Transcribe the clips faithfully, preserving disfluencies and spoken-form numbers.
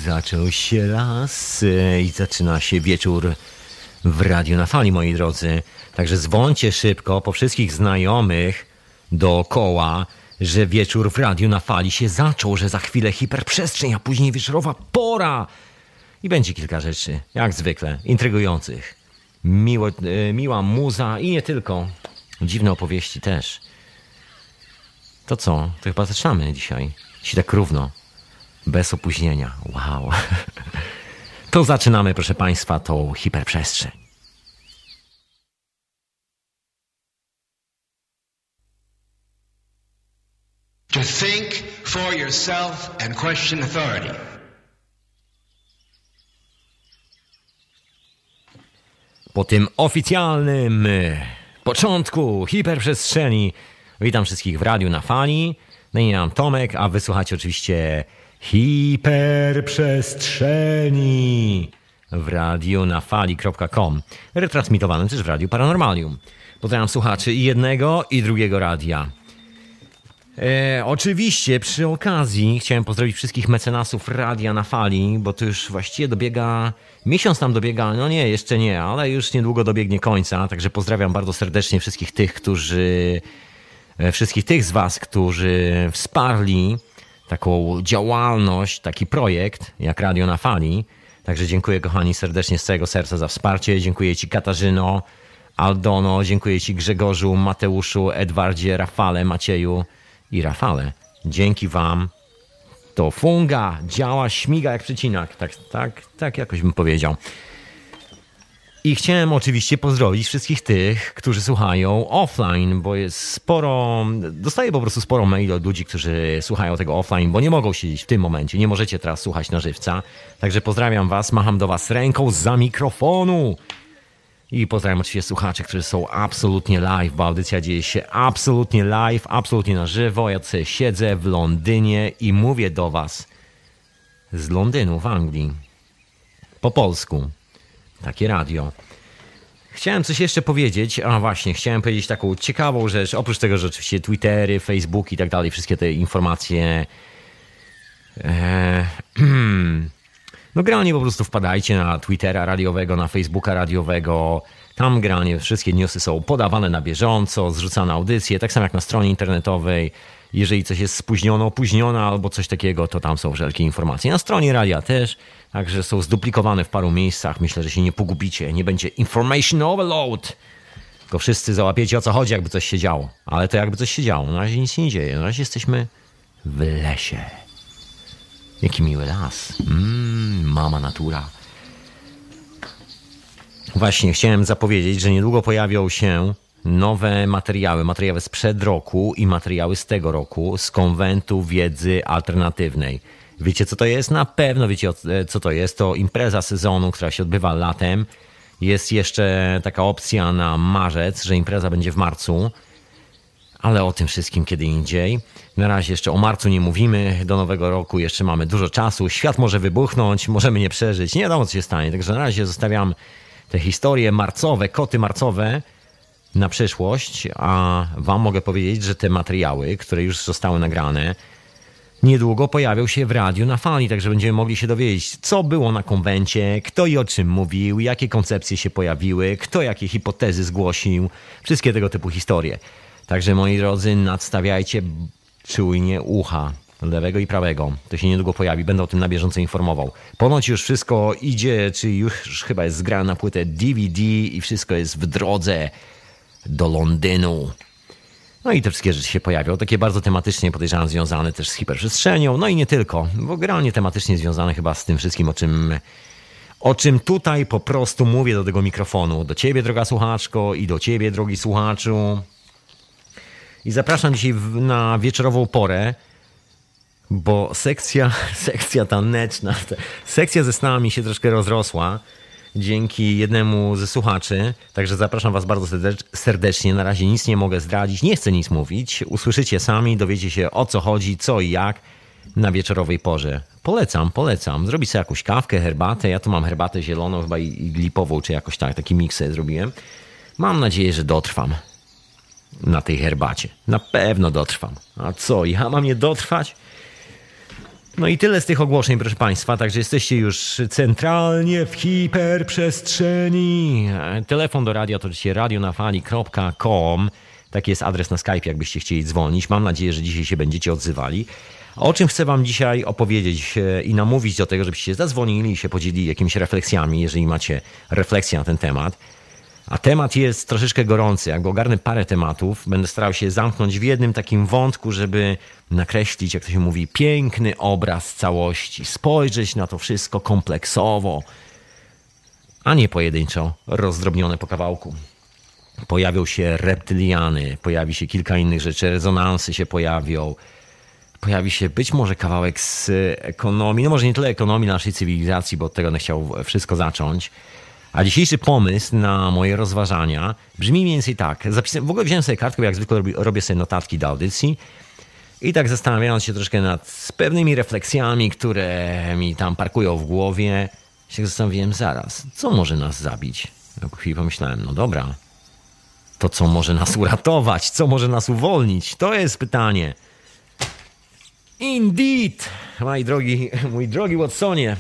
zaczął się las i zaczyna się wieczór w Radiu na Fali, moi drodzy. Także dzwońcie szybko po wszystkich znajomych dookoła, że wieczór w Radiu na Fali się zaczął, że za chwilę hiperprzestrzeń, a później wieczorowa pora. I będzie kilka rzeczy, jak zwykle, intrygujących. Miło, e, miła muza i nie tylko. Dziwne opowieści też. To co? To chyba zaczynamy dzisiaj. Dzisiaj tak równo. Bez opóźnienia. Wow. To zaczynamy, proszę Państwa, tą hiperprzestrzeń. To think for yourself and question authority. Po tym oficjalnym początku hiperprzestrzeni witam wszystkich w Radiu na Fali. Na imię mam Tomek, a wysłuchacie oczywiście hiperprzestrzeni w radiu na fali kropka com, retransmitowanym też w Radiu Paranormalium. Pozdrawiam słuchaczy i jednego, i drugiego radia. E, oczywiście przy okazji chciałem pozdrowić wszystkich mecenasów Radia na Fali, bo to już właściwie dobiega, miesiąc tam dobiega, no nie, jeszcze nie, ale już niedługo dobiegnie końca, także pozdrawiam bardzo serdecznie wszystkich tych, którzy, wszystkich tych z Was, którzy wsparli taką działalność, taki projekt jak Radio na Fali. Także dziękuję, kochani, serdecznie z całego serca za wsparcie. Dziękuję Ci, Katarzyno, Aldono, dziękuję Ci, Grzegorzu, Mateuszu, Edwardzie, Rafale, Macieju i Rafale. Dzięki Wam to funga działa, śmiga jak przecinak. Tak, tak, tak jakoś bym powiedział. I chciałem oczywiście pozdrowić wszystkich tych, którzy słuchają offline, bo jest sporo, dostaję po prostu sporo maili od ludzi, którzy słuchają tego offline, bo nie mogą siedzieć w tym momencie, nie możecie teraz słuchać na żywca. Także pozdrawiam Was, macham do Was ręką zza mikrofonu. I pozdrawiam oczywiście słuchaczy, którzy są absolutnie live, bo audycja dzieje się absolutnie live, absolutnie na żywo. Ja tutaj siedzę w Londynie i mówię do Was z Londynu, w Anglii, po polsku. Takie radio. Chciałem coś jeszcze powiedzieć, a właśnie, chciałem powiedzieć taką ciekawą rzecz, oprócz tego, że oczywiście Twittery, Facebook i tak dalej, wszystkie te informacje, e, no granie po prostu wpadajcie na Twittera radiowego, na Facebooka radiowego, tam granie, wszystkie newsy są podawane na bieżąco, zrzucane audycje, tak samo jak na stronie internetowej. Jeżeli coś jest spóźnione, opóźnione albo coś takiego, to tam są wszelkie informacje. Na stronie radia też, także są zduplikowane w paru miejscach. Myślę, że się nie pogubicie, nie będzie information overload. Tylko wszyscy załapiecie, o co chodzi, jakby coś się działo. Ale to jakby coś się działo. Na razie nic się nie dzieje. Na razie jesteśmy w lesie. Jaki miły las. Mmm, mama natura. Właśnie, chciałem zapowiedzieć, że niedługo pojawią się nowe materiały, materiały sprzed roku i materiały z tego roku z Konwentu Wiedzy Alternatywnej. Wiecie, co to jest? Na pewno wiecie, co to jest. To impreza sezonu, która się odbywa latem. Jest jeszcze taka opcja na marzec, że impreza będzie w marcu, ale o tym wszystkim kiedy indziej. Na razie jeszcze o marcu nie mówimy, do nowego roku jeszcze mamy dużo czasu. Świat może wybuchnąć, możemy nie przeżyć, nie wiadomo, co się stanie. Także na razie zostawiam te historie marcowe, koty marcowe na przyszłość, a Wam mogę powiedzieć, że te materiały, które już zostały nagrane, niedługo pojawią się w Radiu na Fali, także będziemy mogli się dowiedzieć, co było na konwencie, kto i o czym mówił, jakie koncepcje się pojawiły, kto jakie hipotezy zgłosił, wszystkie tego typu historie. Także, moi drodzy, nadstawiajcie czujnie ucha lewego i prawego. To się niedługo pojawi, będę o tym na bieżąco informował. Ponoć już wszystko idzie, czy już chyba jest zgrane na płytę D V D i wszystko jest w drodze do Londynu. No i te wszystkie rzeczy się pojawią, takie bardzo tematycznie, podejrzewam, związane też z hiperprzestrzenią, no i nie tylko, bo generalnie tematycznie związane chyba z tym wszystkim, o czym, o czym tutaj po prostu mówię do tego mikrofonu. Do Ciebie, droga słuchaczko, i do Ciebie, drogi słuchaczu. I zapraszam dzisiaj na wieczorową porę, bo sekcja, sekcja taneczna, sekcja ze snami się troszkę rozrosła dzięki jednemu ze słuchaczy, także zapraszam Was bardzo serdecznie. Na razie nic nie mogę zdradzić, nie chcę nic mówić. Usłyszycie sami, dowiecie się, o co chodzi, co i jak na wieczorowej porze. Polecam, polecam. Zrobić sobie jakąś kawkę, herbatę. Ja tu mam herbatę zieloną chyba i, i lipową, czy jakoś tak, taki miks sobie zrobiłem. Mam nadzieję, że dotrwam na tej herbacie. Na pewno dotrwam. A co, ja mam nie dotrwać? No i tyle z tych ogłoszeń, proszę Państwa, także jesteście już centralnie w hiperprzestrzeni. Telefon do radia to oczywiście radionafali kropka com. Taki jest adres na Skype, jakbyście chcieli dzwonić. Mam nadzieję, że dzisiaj się będziecie odzywali. O czym chcę wam dzisiaj opowiedzieć i namówić do tego, żebyście zadzwonili i się podzielili jakimiś refleksjami, jeżeli macie refleksję na ten temat. A temat jest troszeczkę gorący. Jakby ogarnę parę tematów, będę starał się zamknąć w jednym takim wątku, żeby nakreślić, jak to się mówi, piękny obraz całości. Spojrzeć na to wszystko kompleksowo, a nie pojedynczo, rozdrobnione po kawałku. Pojawią się reptyliany, pojawi się kilka innych rzeczy, rezonansy się pojawią. Pojawi się być może kawałek z ekonomii, no może nie tyle ekonomii naszej cywilizacji, bo od tego będę chciał wszystko zacząć. A dzisiejszy pomysł na moje rozważania brzmi mniej więcej tak. Zapisałem, w ogóle wziąłem sobie kartkę, jak zwykle robię, robię sobie notatki do audycji i tak zastanawiając się troszkę nad pewnymi refleksjami, które mi tam parkują w głowie, się zastanowiłem, zaraz, co może nas zabić? Ja po chwili pomyślałem, no dobra, to co może nas uratować? Co może nas uwolnić? To jest pytanie. Indeed! Mój drogi, mój drogi Watsonie.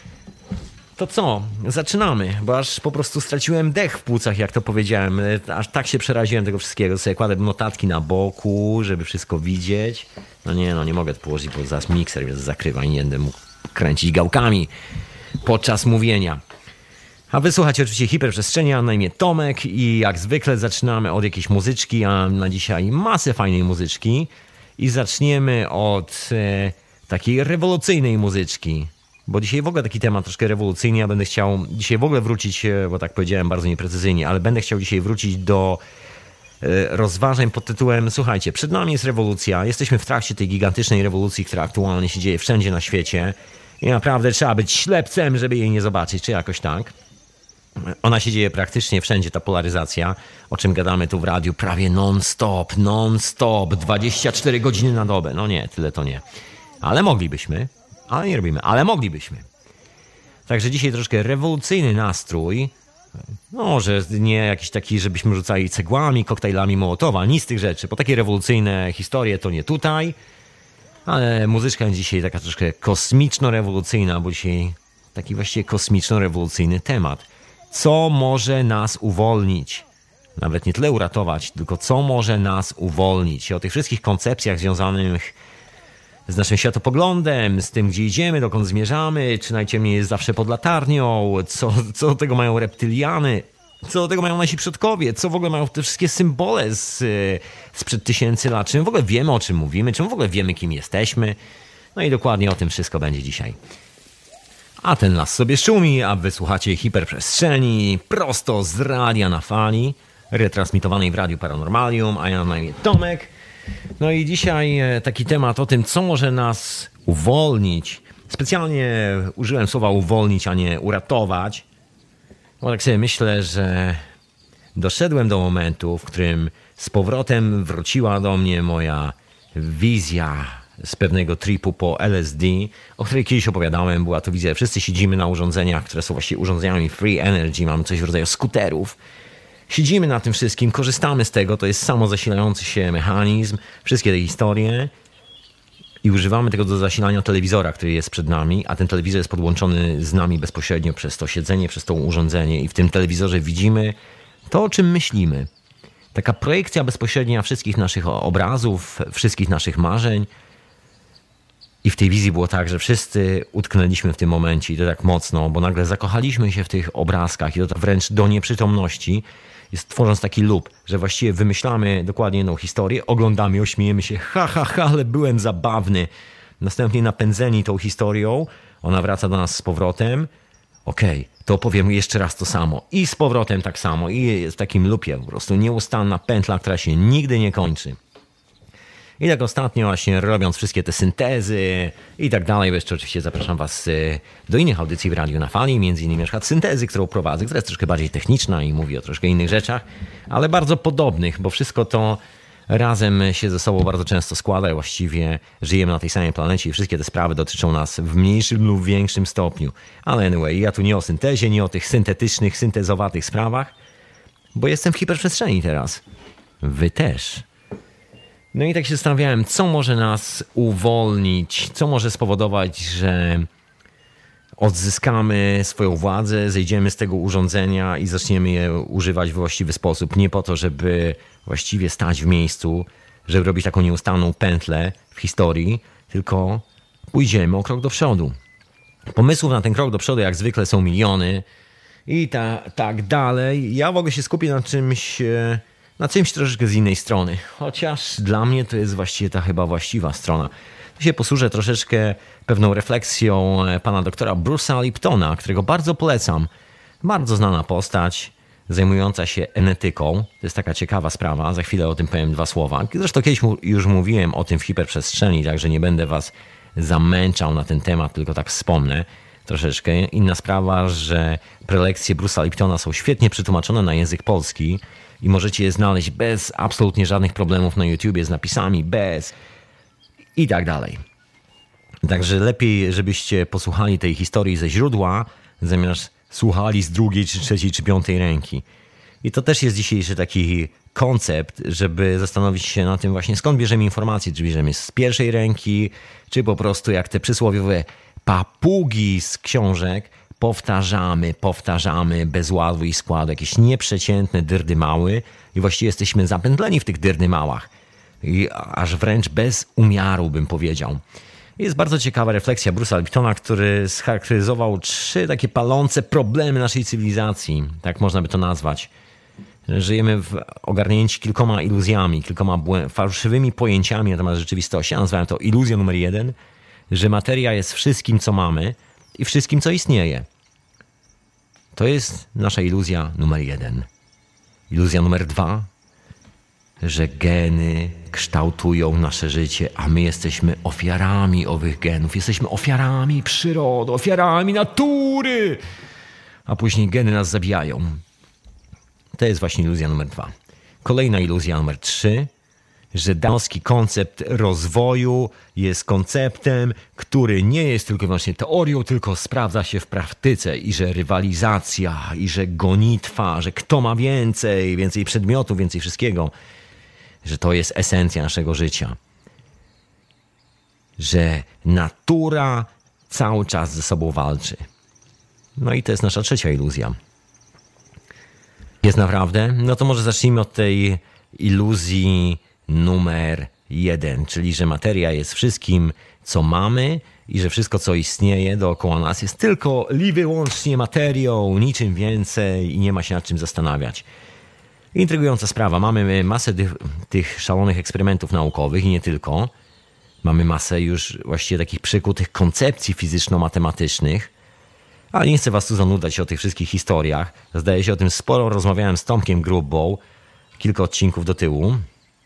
To co? Zaczynamy, bo aż po prostu straciłem dech w płucach, jak to powiedziałem. Aż tak się przeraziłem tego wszystkiego. Sobie kładę notatki na boku, żeby wszystko widzieć. No nie, no nie mogę to położyć, bo zaraz mikser mnie zakrywa i nie będę mógł kręcić gałkami podczas mówienia. A wysłuchajcie oczywiście hiperprzestrzeni, a na imię Tomek i jak zwykle zaczynamy od jakiejś muzyczki, a na dzisiaj masę fajnej muzyczki. I zaczniemy od e, takiej rewolucyjnej muzyczki. Bo dzisiaj w ogóle taki temat troszkę rewolucyjny. Ja będę chciał dzisiaj w ogóle wrócić, bo tak powiedziałem bardzo nieprecyzyjnie, ale będę chciał dzisiaj wrócić do rozważań pod tytułem słuchajcie, przed nami jest rewolucja, jesteśmy w trakcie tej gigantycznej rewolucji, która aktualnie się dzieje wszędzie na świecie i naprawdę trzeba być ślepcem, żeby jej nie zobaczyć, czy jakoś tak. Ona się dzieje praktycznie wszędzie, ta polaryzacja, o czym gadamy tu w radiu prawie non-stop, non-stop, dwadzieścia cztery godziny na dobę. No nie, tyle to nie. Ale moglibyśmy. Ale nie robimy, ale moglibyśmy. Także dzisiaj troszkę rewolucyjny nastrój. No, że nie jakiś taki, żebyśmy rzucali cegłami, koktajlami Mołotowa, nic z tych rzeczy. Bo takie rewolucyjne historie to nie tutaj. Ale muzyczka dzisiaj taka troszkę kosmiczno-rewolucyjna, bo dzisiaj taki właściwie kosmiczno-rewolucyjny temat. Co może nas uwolnić? Nawet nie tyle uratować, tylko co może nas uwolnić? I o tych wszystkich koncepcjach związanych z naszym światopoglądem, z tym, gdzie idziemy, dokąd zmierzamy, czy najciemniej jest zawsze pod latarnią, co, co do tego mają reptyliany, co do tego mają nasi przodkowie, co w ogóle mają te wszystkie symbole z, sprzed tysięcy lat, czy my w ogóle wiemy, o czym mówimy, czy my w ogóle wiemy, kim jesteśmy. No i dokładnie o tym wszystko będzie dzisiaj. A ten las sobie szumi, a wysłuchacie hiperprzestrzeni prosto z radia na fali, retransmitowanej w Radiu Paranormalium, a ja na imię Tomek. No i dzisiaj taki temat o tym, co może nas uwolnić. Specjalnie użyłem słowa uwolnić, a nie uratować. Bo tak sobie myślę, że doszedłem do momentu, w którym z powrotem wróciła do mnie moja wizja z pewnego tripu po L S D, o której kiedyś opowiadałem. Była to wizja, wszyscy siedzimy na urządzeniach, które są właściwie urządzeniami free energy, mamy coś w rodzaju skuterów. Siedzimy na tym wszystkim, korzystamy z tego, to jest samozasilający się mechanizm, wszystkie te historie i używamy tego do zasilania telewizora, który jest przed nami, a ten telewizor jest podłączony z nami bezpośrednio przez to siedzenie, przez to urządzenie i w tym telewizorze widzimy to, o czym myślimy. Taka projekcja bezpośrednia wszystkich naszych obrazów, wszystkich naszych marzeń. I w tej wizji było tak, że wszyscy utknęliśmy w tym momencie i to tak mocno, bo nagle zakochaliśmy się w tych obrazkach i to tak wręcz do nieprzytomności, jest tworząc taki loop, że właściwie wymyślamy dokładnie jedną historię, oglądamy, ośmiejemy się, ha, ha, ha, ale byłem zabawny. Następnie napędzeni tą historią, ona wraca do nas z powrotem, okej, okay, to opowiem jeszcze raz to samo i z powrotem tak samo i w takim loopie po prostu nieustanna pętla, która się nigdy nie kończy. I tak ostatnio właśnie robiąc wszystkie te syntezy i tak dalej, bo jeszcze oczywiście zapraszam was do innych audycji w Radiu na Fali, między innymi na przykład syntezy, którą prowadzę, która jest troszkę bardziej techniczna i mówi o troszkę innych rzeczach, ale bardzo podobnych, bo wszystko to razem się ze sobą bardzo często składa i właściwie żyjemy na tej samej planecie i wszystkie te sprawy dotyczą nas w mniejszym lub większym stopniu. Ale anyway, ja tu nie o syntezie, nie o tych syntetycznych, syntezowatych sprawach, bo jestem w hiperprzestrzeni teraz. Wy też. No i tak się zastanawiałem, co może nas uwolnić, co może spowodować, że odzyskamy swoją władzę, zejdziemy z tego urządzenia i zaczniemy je używać w właściwy sposób. Nie po to, żeby właściwie stać w miejscu, żeby robić taką nieustanną pętlę w historii, tylko pójdziemy o krok do przodu. Pomysłów na ten krok do przodu jak zwykle są miliony i ta, tak dalej. Ja mogę się skupić na czymś, na czymś troszeczkę z innej strony. Chociaż dla mnie to jest właściwie ta chyba właściwa strona. Tu się posłużę troszeczkę pewną refleksją pana doktora Bruce'a Liptona, którego bardzo polecam. Bardzo znana postać, zajmująca się enetyką. To jest taka ciekawa sprawa, za chwilę o tym powiem dwa słowa. Zresztą kiedyś już mówiłem o tym w hiperprzestrzeni, także nie będę was zamęczał na ten temat, tylko tak wspomnę troszeczkę. Inna sprawa, że prelekcje Bruce'a Liptona są świetnie przetłumaczone na język polski i możecie je znaleźć bez absolutnie żadnych problemów na YouTubie z napisami, bez i tak dalej. Także lepiej, żebyście posłuchali tej historii ze źródła, zamiast słuchali z drugiej, czy trzeciej, czy piątej ręki. I to też jest dzisiejszy taki koncept, żeby zastanowić się na tym właśnie, skąd bierzemy informacje, czy bierzemy z pierwszej ręki, czy po prostu jak te przysłowiowe papugi z książek powtarzamy, powtarzamy bez ładu i składu, jakieś nieprzeciętne dyrdymały i właściwie jesteśmy zapętleni w tych dyrdymałach. I aż wręcz bez umiaru, bym powiedział. Jest bardzo ciekawa refleksja Bruce'a Liptona, który scharakteryzował trzy takie palące problemy naszej cywilizacji, tak można by to nazwać. Żyjemy w ogarnięci kilkoma iluzjami, kilkoma fałszywymi pojęciami na temat rzeczywistości. Ja nazwałem to iluzja numer jeden, że materia jest wszystkim, co mamy i wszystkim, co istnieje. To jest nasza iluzja numer jeden. Iluzja numer dwa, że geny kształtują nasze życie, a my jesteśmy ofiarami owych genów. Jesteśmy ofiarami przyrody, ofiarami natury, a później geny nas zabijają. To jest właśnie iluzja numer dwa. Kolejna iluzja numer trzy, że damski koncept rozwoju jest konceptem, który nie jest tylko i wyłącznie teorią, tylko sprawdza się w praktyce i że rywalizacja, i że gonitwa, że kto ma więcej, więcej przedmiotów, więcej wszystkiego, że to jest esencja naszego życia. Że natura cały czas ze sobą walczy. No i to jest nasza trzecia iluzja. Jest naprawdę? No to może zacznijmy od tej iluzji numer jeden, czyli że materia jest wszystkim, co mamy i że wszystko, co istnieje dookoła nas jest tylko i wyłącznie materią, niczym więcej i nie ma się nad czym zastanawiać. Intrygująca sprawa. Mamy masę tych, tych szalonych eksperymentów naukowych i nie tylko. Mamy masę już właściwie takich przykutych koncepcji fizyczno-matematycznych, ale nie chcę was tu zanudzać o tych wszystkich historiach. Zdaje się, o tym sporo rozmawiałem z Tomkiem Grubą kilka odcinków do tyłu.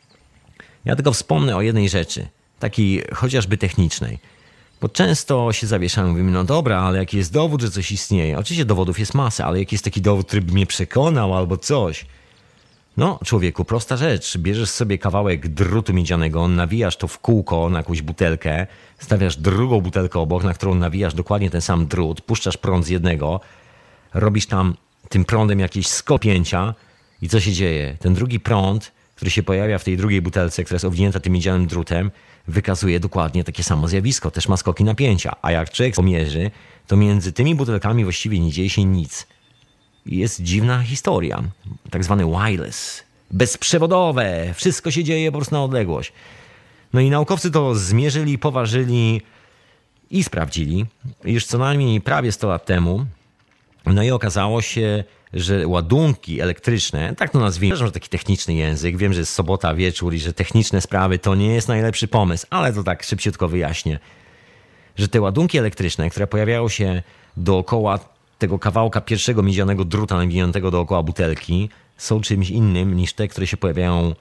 Ja tylko wspomnę o jednej rzeczy, takiej chociażby technicznej. Bo często się zawieszamy, mówimy, no dobra, ale jaki jest dowód, że coś istnieje? Oczywiście dowodów jest masa, ale jaki jest taki dowód, który by mnie przekonał albo coś? No, człowieku, prosta rzecz. Bierzesz sobie kawałek drutu miedzianego, nawijasz to w kółko na jakąś butelkę, stawiasz drugą butelkę obok, na którą nawijasz dokładnie ten sam drut, puszczasz prąd z jednego, robisz tam tym prądem jakieś skopięcia i co się dzieje? Ten drugi prąd, który się pojawia w tej drugiej butelce, która jest owinięta tym miedzianym drutem, wykazuje dokładnie takie samo zjawisko, też ma skoki napięcia. A jak człowiek pomierzy, to między tymi butelkami właściwie nie dzieje się nic. Jest dziwna historia, tak zwany wireless, bezprzewodowe, wszystko się dzieje po prostu na odległość. No i naukowcy to zmierzyli, poważyli i sprawdzili już co najmniej prawie sto lat temu. No i okazało się, że ładunki elektryczne, tak to nazwijmy, że taki techniczny język, wiem, że jest sobota wieczór i że techniczne sprawy to nie jest najlepszy pomysł, ale to tak szybciutko wyjaśnię, że te ładunki elektryczne, które pojawiają się dookoła tego kawałka pierwszego miedzianego druta nawiniętego dookoła butelki, są czymś innym niż te, które się pojawiają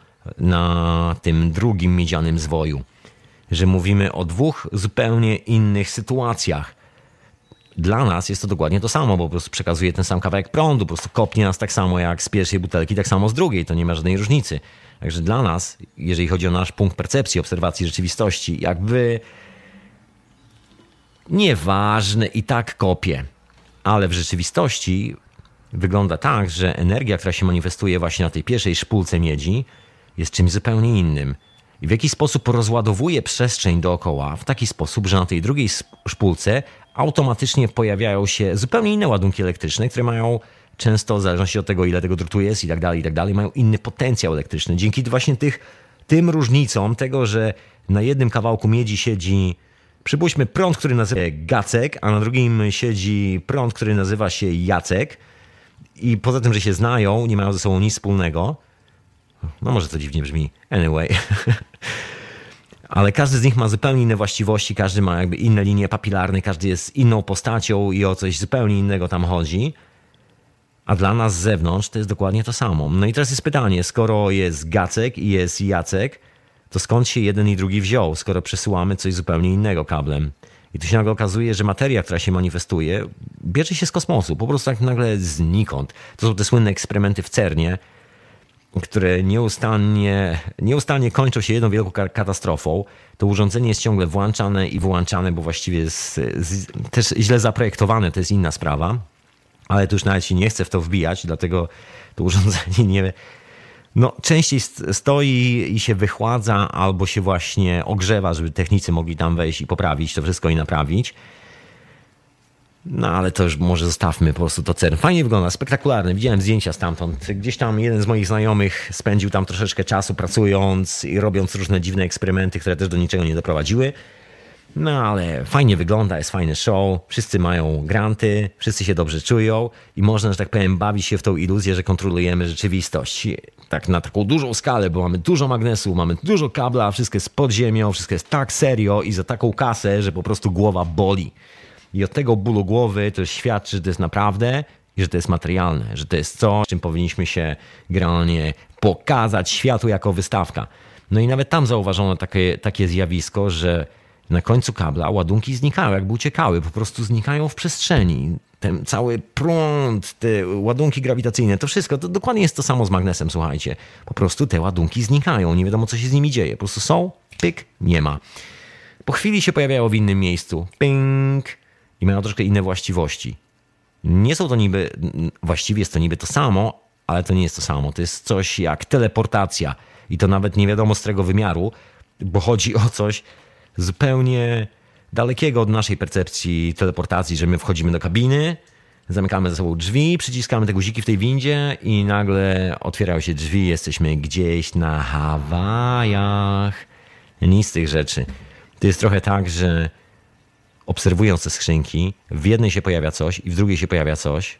na tym drugim miedzianym zwoju. Że mówimy o dwóch zupełnie innych sytuacjach. Dla nas jest to dokładnie to samo, bo po prostu przekazuje ten sam kawałek prądu, po prostu kopnie nas tak samo jak z pierwszej butelki, tak samo z drugiej, to nie ma żadnej różnicy. Także dla nas, jeżeli chodzi o nasz punkt percepcji, obserwacji rzeczywistości, jakby nieważne i tak kopie. Ale w rzeczywistości wygląda tak, że energia, która się manifestuje właśnie na tej pierwszej szpulce miedzi, jest czymś zupełnie innym. i w jakiś sposób rozładowuje przestrzeń dookoła w taki sposób, że na tej drugiej szpulce automatycznie pojawiają się zupełnie inne ładunki elektryczne, które mają często, w zależności od tego, ile tego drutu jest i tak dalej, i tak dalej, mają inny potencjał elektryczny. Dzięki właśnie tych, tym różnicom tego, że na jednym kawałku miedzi siedzi, przypuśćmy, prąd, który nazywa się Gacek, a na drugim siedzi prąd, który nazywa się Jacek, i poza tym, że się znają, nie mają ze sobą nic wspólnego, no może to dziwnie brzmi, anyway, ale każdy z nich ma zupełnie inne właściwości, każdy ma jakby inne linie papilarne, każdy jest inną postacią i o coś zupełnie innego tam chodzi, a dla nas z zewnątrz to jest dokładnie to samo. No i teraz jest pytanie, skoro jest Gacek i jest Jacek, to skąd się jeden i drugi wziął, skoro przesyłamy coś zupełnie innego kablem? I tu się nagle okazuje, że materia, która się manifestuje, bierze się z kosmosu, po prostu tak nagle znikąd. To są te słynne eksperymenty w CERNie, które nieustannie, nieustannie kończą się jedną wielką katastrofą. To urządzenie jest ciągle włączane i wyłączane, bo właściwie jest też źle zaprojektowane, to jest inna sprawa. Ale tu już nawet się nie chce w to wbijać, dlatego to urządzenie nie... No, częściej stoi i się wychładza albo się właśnie ogrzewa, żeby technicy mogli tam wejść i poprawić to wszystko i naprawić. No ale to już może zostawmy po prostu to CERN. Fajnie wygląda, spektakularne. Widziałem zdjęcia stamtąd. Gdzieś tam jeden z moich znajomych spędził tam troszeczkę czasu pracując i robiąc różne dziwne eksperymenty, które też do niczego nie doprowadziły. No ale fajnie wygląda, jest fajny show, wszyscy mają granty, wszyscy się dobrze czują i można, że tak powiem, bawić się w tą iluzję, że kontrolujemy rzeczywistość. Tak na taką dużą skalę, bo mamy dużo magnesu, mamy dużo kabla, wszystko jest pod ziemią, wszystko jest tak serio i za taką kasę, że po prostu głowa boli. I od tego bólu głowy to świadczy, że to jest naprawdę i że to jest materialne, że to jest coś, czym powinniśmy się generalnie pokazać światu jako wystawka. No i nawet tam zauważono takie, takie zjawisko, że na końcu kabla ładunki znikają, jakby uciekały, po prostu znikają w przestrzeni. Ten cały prąd, te ładunki grawitacyjne, to wszystko, to dokładnie jest to samo z magnesem, słuchajcie. Po prostu te ładunki znikają, nie wiadomo co się z nimi dzieje. Po prostu są, pyk, nie ma. Po chwili się pojawiają w innym miejscu, ping, i mają troszkę inne właściwości. Nie są to niby, właściwie jest to niby to samo, ale to nie jest to samo. To jest coś jak teleportacja i to nawet nie wiadomo z którego wymiaru, bo chodzi o coś zupełnie dalekiego od naszej percepcji teleportacji, że my wchodzimy do kabiny, zamykamy za sobą drzwi, przyciskamy te guziki w tej windzie i nagle otwierają się drzwi, jesteśmy gdzieś na Hawajach. Nic z tych rzeczy. To jest trochę tak, że obserwując te skrzynki, w jednej się pojawia coś i w drugiej się pojawia coś,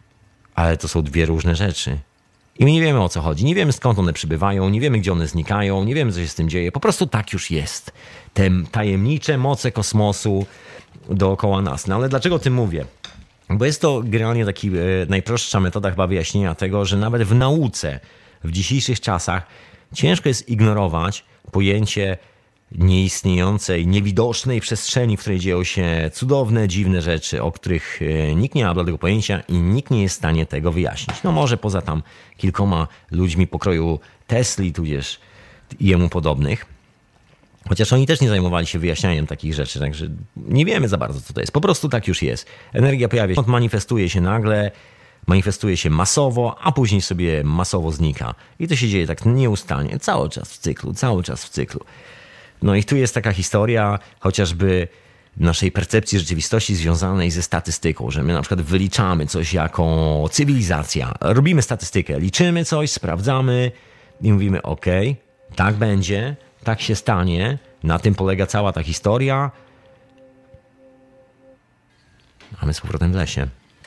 ale to są dwie różne rzeczy. I my nie wiemy, o co chodzi. Nie wiemy, skąd one przybywają, nie wiemy, gdzie one znikają, nie wiemy, co się z tym dzieje. Po prostu tak już jest. Te tajemnicze moce kosmosu dookoła nas. No ale dlaczego o tym mówię? Bo jest to generalnie taka e, najprostsza metoda chyba wyjaśnienia tego, że nawet w nauce w dzisiejszych czasach ciężko jest ignorować pojęcie nieistniejącej, niewidocznej przestrzeni, w której dzieją się cudowne, dziwne rzeczy, o których nikt nie ma bladego pojęcia i nikt nie jest w stanie tego wyjaśnić. No może poza tam kilkoma ludźmi pokroju Tesli, tudzież i jemu podobnych. Chociaż oni też nie zajmowali się wyjaśnianiem takich rzeczy, także nie wiemy za bardzo, co to jest. Po prostu tak już jest. Energia pojawia się, manifestuje się nagle, manifestuje się masowo, a później sobie masowo znika. I to się dzieje tak nieustannie, cały czas w cyklu, cały czas w cyklu. No i tu jest taka historia chociażby naszej percepcji rzeczywistości związanej ze statystyką, że my na przykład wyliczamy coś jako cywilizacja. Robimy statystykę, liczymy coś, sprawdzamy i mówimy ok, tak będzie, tak się stanie, na tym polega cała ta historia. A my z powrotem w lesie.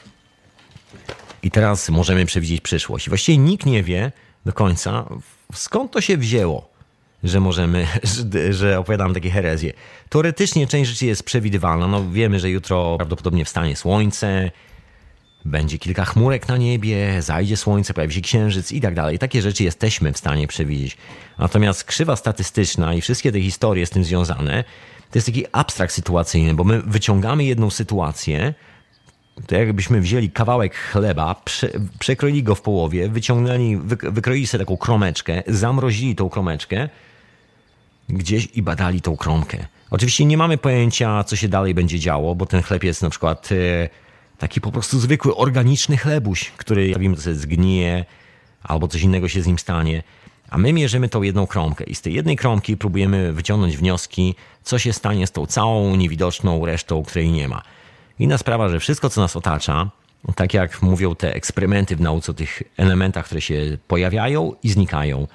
I teraz możemy przewidzieć przyszłość. I właściwie nikt nie wie do końca, skąd to się wzięło, że możemy, że, że opowiadam takie herezje. Teoretycznie część rzeczy jest przewidywalna. No wiemy, że jutro prawdopodobnie wstanie słońce, będzie kilka chmurek na niebie, zajdzie słońce, pojawi się księżyc i tak dalej. Takie rzeczy jesteśmy w stanie przewidzieć. Natomiast krzywa statystyczna i wszystkie te historie z tym związane, to jest taki abstrakt sytuacyjny, bo my wyciągamy jedną sytuację, to jakbyśmy wzięli kawałek chleba, prze, przekroili go w połowie, wyciągnęli, wy, wykroili sobie taką kromeczkę, zamrozili tą kromeczkę gdzieś i badali tą kromkę. Oczywiście nie mamy pojęcia, co się dalej będzie działo, bo ten chleb jest na przykład e, taki po prostu zwykły, organiczny chlebuś, który, jak wiem, to sobie zgnije albo coś innego się z nim stanie. A my mierzymy tą jedną kromkę i z tej jednej kromki próbujemy wyciągnąć wnioski, co się stanie z tą całą niewidoczną resztą, której nie ma. Inna sprawa, że wszystko, co nas otacza, tak jak mówią te eksperymenty w nauce o tych elementach, które się pojawiają i znikają.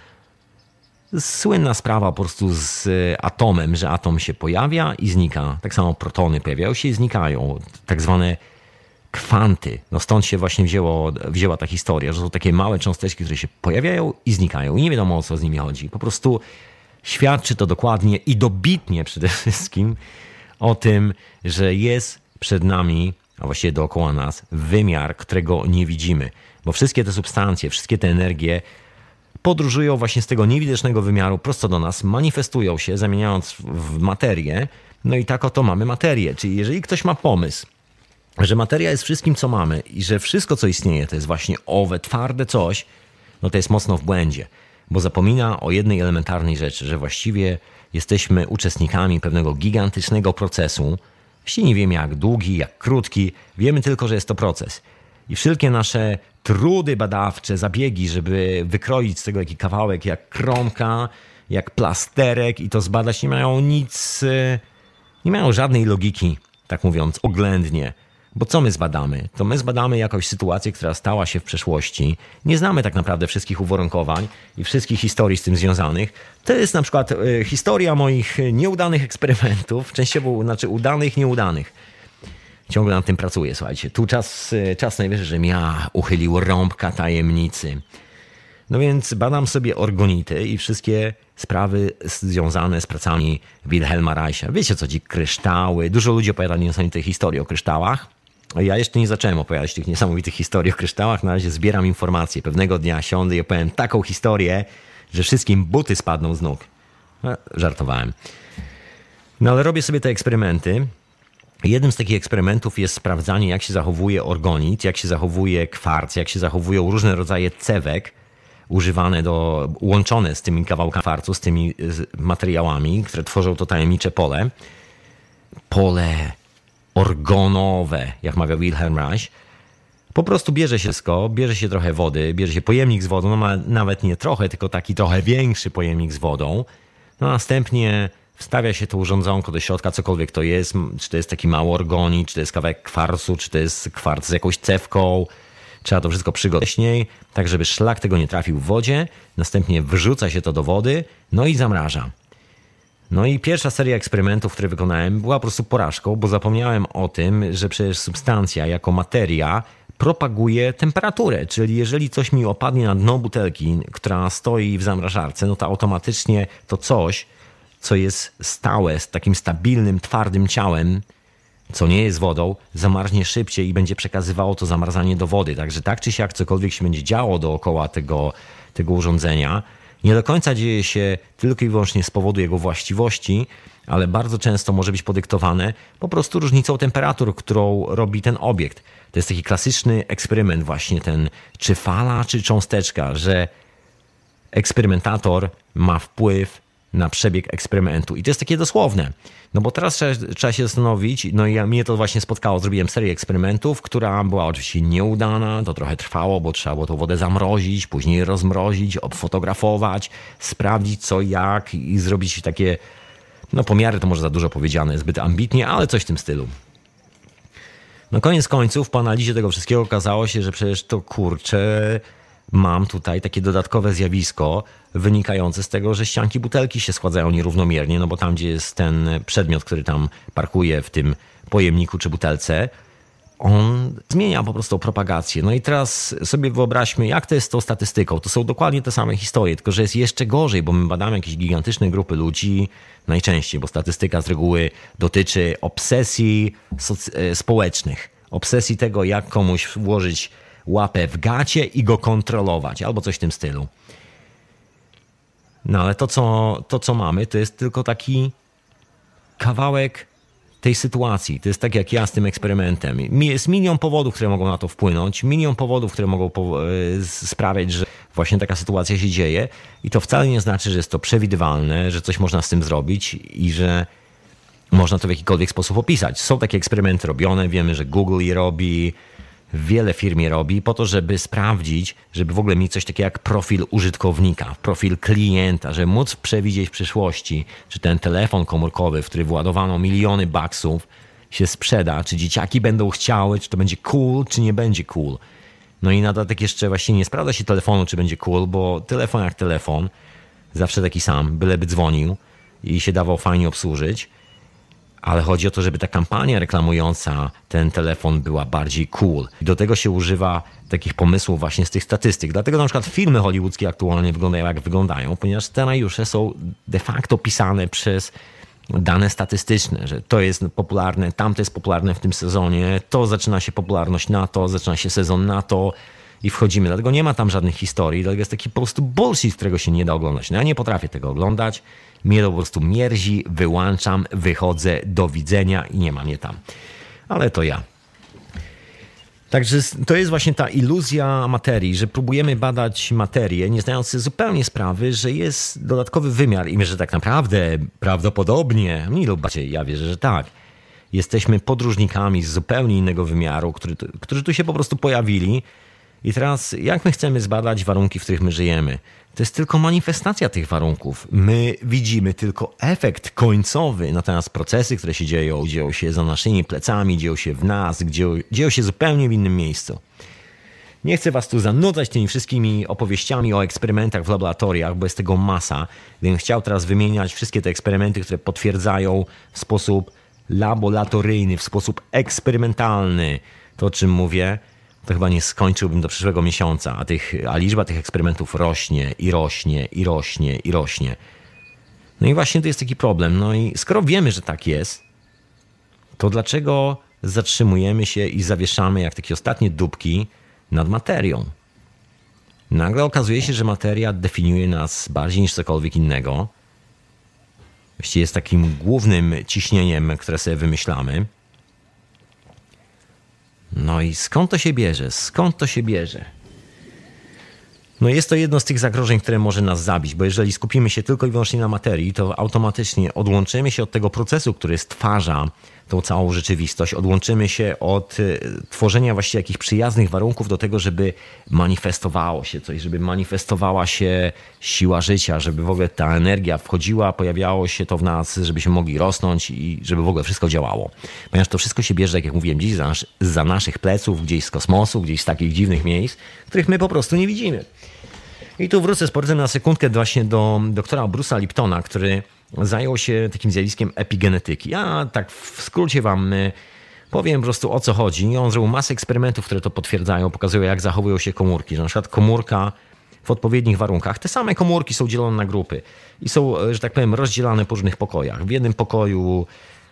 Słynna sprawa po prostu z atomem, że atom się pojawia i znika. Tak samo protony pojawiają się i znikają. Tak zwane kwanty. No stąd się właśnie wzięło, wzięła ta historia, że są takie małe cząsteczki, które się pojawiają i znikają. I nie wiadomo, o co z nimi chodzi. Po prostu świadczy to dokładnie i dobitnie przede wszystkim o tym, że jest przed nami, a właściwie dookoła nas, wymiar, którego nie widzimy. Bo wszystkie te substancje, wszystkie te energie podróżują właśnie z tego niewidocznego wymiaru prosto do nas, manifestują się, zamieniając w materię. No i tak oto mamy materię. Czyli jeżeli ktoś ma pomysł, że materia jest wszystkim, co mamy i że wszystko, co istnieje, to jest właśnie owe twarde coś, no to jest mocno w błędzie. Bo zapomina o jednej elementarnej rzeczy, że właściwie jesteśmy uczestnikami pewnego gigantycznego procesu. Właściwie nie wiemy, jak długi, jak krótki. Wiemy tylko, że jest to proces. I wszelkie nasze trudy badawcze, zabiegi, żeby wykroić z tego jakiś kawałek, jak kromka, jak plasterek i to zbadać, nie mają nic, nie mają żadnej logiki, tak mówiąc, oględnie. Bo co my zbadamy? To my zbadamy jakąś sytuację, która stała się w przeszłości. Nie znamy tak naprawdę wszystkich uwarunkowań i wszystkich historii z tym związanych. To jest na przykład historia moich nieudanych eksperymentów, częściowo, znaczy udanych, nieudanych. Ciągle nad tym pracuję, słuchajcie. Tu czas, czas najwyższy, żebym ja uchylił rąbka tajemnicy. No więc badam sobie orgonity i wszystkie sprawy związane z pracami Wilhelma Reicha. Wiecie co, ci kryształy. Dużo ludzi opowiada niesamowite historie o kryształach. Ja jeszcze nie zacząłem opowiadać tych niesamowitych historii o kryształach. Na razie zbieram informacje. Pewnego dnia siądę i opowiem taką historię, że wszystkim buty spadną z nóg. No, żartowałem. No ale robię sobie te eksperymenty. Jednym z takich eksperymentów jest sprawdzanie, jak się zachowuje orgonit, jak się zachowuje kwarc, jak się zachowują różne rodzaje cewek używane do, łączone z tymi kawałkami kwarcu, z tymi materiałami, które tworzą to tajemnicze pole. Pole organowe, jak mawia Wilhelm Reich. Po prostu bierze się wszystko, bierze się trochę wody, bierze się pojemnik z wodą, no ma nawet nie trochę, tylko taki trochę większy pojemnik z wodą. No następnie wstawia się to urządzonko do środka, cokolwiek to jest, czy to jest taki mały orgonit, czy to jest kawałek kwarcu, czy to jest kwarc z jakąś cewką. Trzeba to wszystko przygotować wcześniej, tak żeby szlak tego nie trafił w wodzie. Następnie wrzuca się to do wody, no i zamraża. No i pierwsza seria eksperymentów, które wykonałem, była po prostu porażką, bo zapomniałem o tym, że przecież substancja jako materia propaguje temperaturę. Czyli jeżeli coś mi opadnie na dno butelki, która stoi w zamrażarce, no to automatycznie to coś, co jest stałe, z takim stabilnym, twardym ciałem, co nie jest wodą, zamarznie szybciej i będzie przekazywało to zamarzanie do wody. Także tak czy siak cokolwiek się będzie działo dookoła tego, tego urządzenia, nie do końca dzieje się tylko i wyłącznie z powodu jego właściwości, ale bardzo często może być podyktowane po prostu różnicą temperatur, którą robi ten obiekt. To jest taki klasyczny eksperyment właśnie ten, czy fala, czy cząsteczka, że eksperymentator ma wpływ na przebieg eksperymentu. I to jest takie dosłowne. No bo teraz trzeba, trzeba się zastanowić, no i ja, mnie to właśnie spotkało, zrobiłem serię eksperymentów, która była oczywiście nieudana, to trochę trwało, bo trzeba było tą wodę zamrozić, później rozmrozić, obfotografować, sprawdzić co, jak i zrobić takie, no pomiary to może za dużo powiedziane, zbyt ambitnie, ale coś w tym stylu. No koniec końców po analizie tego wszystkiego okazało się, że przecież to kurczę, mam tutaj takie dodatkowe zjawisko wynikające z tego, że ścianki butelki się składają nierównomiernie, no bo tam, gdzie jest ten przedmiot, który tam parkuje w tym pojemniku czy butelce, on zmienia po prostu propagację. No i teraz sobie wyobraźmy, jak to jest z tą statystyką. To są dokładnie te same historie, tylko że jest jeszcze gorzej, bo my badamy jakieś gigantyczne grupy ludzi, najczęściej, bo statystyka z reguły dotyczy obsesji soc- społecznych. Obsesji tego, jak komuś włożyć łapę w gacie i go kontrolować, albo coś w tym stylu. No ale to co, to, co mamy, to jest tylko taki kawałek tej sytuacji. To jest tak jak ja z tym eksperymentem. Jest milion powodów, które mogą na to wpłynąć, milion powodów, które mogą po- sprawiać, że właśnie taka sytuacja się dzieje i to wcale nie znaczy, że jest to przewidywalne, że coś można z tym zrobić i że można to w jakikolwiek sposób opisać. Są takie eksperymenty robione, wiemy, że Google je robi, wiele firm je robi po to, żeby sprawdzić, żeby w ogóle mieć coś takiego jak profil użytkownika, profil klienta, żeby móc przewidzieć w przyszłości, czy ten telefon komórkowy, w który władowano miliony baksów, się sprzeda, czy dzieciaki będą chciały, czy to będzie cool, czy nie będzie cool. No i na dodatek jeszcze właśnie nie sprawdza się telefonu, czy będzie cool, bo telefon jak telefon, zawsze taki sam, byleby dzwonił i się dawał fajnie obsłużyć, ale chodzi o to, żeby ta kampania reklamująca ten telefon była bardziej cool. I do tego się używa takich pomysłów właśnie z tych statystyk. Dlatego na przykład filmy hollywoodzkie aktualnie wyglądają jak wyglądają, ponieważ scenariusze są de facto pisane przez dane statystyczne, że to jest popularne, tamte jest popularne w tym sezonie, to zaczyna się popularność na to, zaczyna się sezon na to i wchodzimy. Dlatego nie ma tam żadnych historii, dlatego jest taki po prostu bullshit, którego się nie da oglądać. No ja nie potrafię tego oglądać, mnie to po prostu mierzi, wyłączam, wychodzę, do widzenia i nie ma mnie tam. Ale to ja. Także to jest właśnie ta iluzja materii, że próbujemy badać materię, nie zdając sobie zupełnie sprawy, że jest dodatkowy wymiar i że tak naprawdę, prawdopodobnie, nie lub bardziej, ja wierzę, że tak, jesteśmy podróżnikami z zupełnie innego wymiaru, który, którzy tu się po prostu pojawili. I teraz jak my chcemy zbadać warunki, w których my żyjemy? To jest tylko manifestacja tych warunków. My widzimy tylko efekt końcowy, natomiast procesy, które się dzieją, dzieją się za naszymi plecami, dzieją się w nas, dzieją, dzieją się zupełnie w innym miejscu. Nie chcę was tu zanudzać tymi wszystkimi opowieściami o eksperymentach w laboratoriach, bo jest tego masa. Gdybym chciał teraz wymieniać wszystkie te eksperymenty, które potwierdzają w sposób laboratoryjny, w sposób eksperymentalny to, o czym mówię, to chyba nie skończyłbym do przyszłego miesiąca, a, tych, a liczba tych eksperymentów rośnie i rośnie i rośnie i rośnie. No i właśnie to jest taki problem. No i skoro wiemy, że tak jest, to dlaczego zatrzymujemy się i zawieszamy jak takie ostatnie dupki nad materią? Nagle okazuje się, że materia definiuje nas bardziej niż cokolwiek innego. Właściwie jest takim głównym ciśnieniem, które sobie wymyślamy. No i skąd to się bierze? Skąd to się bierze? No jest to jedno z tych zagrożeń, które może nas zabić, bo jeżeli skupimy się tylko i wyłącznie na materii, to automatycznie odłączymy się od tego procesu, który stwarza tą całą rzeczywistość. Odłączymy się od tworzenia właściwie jakichś przyjaznych warunków do tego, żeby manifestowało się coś, żeby manifestowała się siła życia, żeby w ogóle ta energia wchodziła, pojawiało się to w nas, żebyśmy mogli rosnąć i żeby w ogóle wszystko działało. Ponieważ to wszystko się bierze, tak jak mówiłem, gdzieś za, nasz, za naszych pleców, gdzieś z kosmosu, gdzieś z takich dziwnych miejsc, których my po prostu nie widzimy. I tu wrócę z powrotem na sekundkę właśnie do doktora Bruce'a Liptona, który zajął się takim zjawiskiem epigenetyki. Ja tak w skrócie wam powiem po prostu, o co chodzi. I on zrobił masę eksperymentów, które to potwierdzają, pokazują, jak zachowują się komórki. Że na przykład komórka w odpowiednich warunkach, te same komórki są dzielone na grupy i są, że tak powiem, rozdzielane po różnych pokojach. W jednym pokoju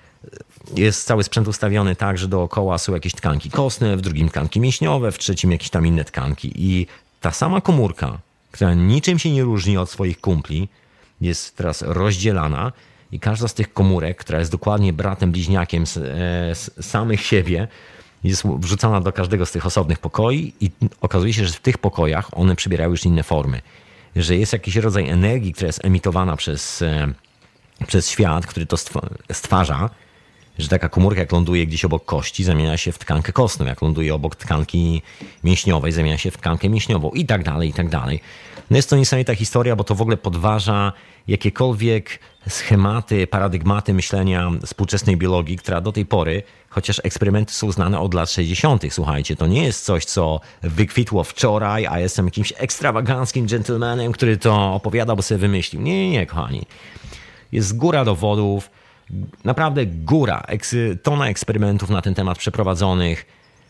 jest cały sprzęt ustawiony tak, że dookoła są jakieś tkanki kostne, w drugim tkanki mięśniowe, w trzecim jakieś tam inne tkanki. I ta sama komórka, która niczym się nie różni od swoich kumpli, jest teraz rozdzielana i każda z tych komórek, która jest dokładnie bratem bliźniakiem z, z samych siebie, jest wrzucana do każdego z tych osobnych pokoi i okazuje się, że w tych pokojach one przybierają już inne formy. Że jest jakiś rodzaj energii, która jest emitowana przez, przez świat, który to stwarza, że taka komórka jak ląduje gdzieś obok kości, zamienia się w tkankę kostną, jak ląduje obok tkanki mięśniowej, zamienia się w tkankę mięśniową i tak dalej, i tak dalej. No jest to niesamowita historia, bo to w ogóle podważa jakiekolwiek schematy, paradygmaty myślenia współczesnej biologii, która do tej pory, chociaż eksperymenty są znane od lat sześćdziesiątych, słuchajcie, to nie jest coś, co wykwitło wczoraj, a jestem jakimś ekstrawaganckim gentlemanem, który to opowiada, bo sobie wymyślił. Nie, nie, nie, kochani. Jest góra dowodów, naprawdę góra, tona eksperymentów na ten temat przeprowadzonych,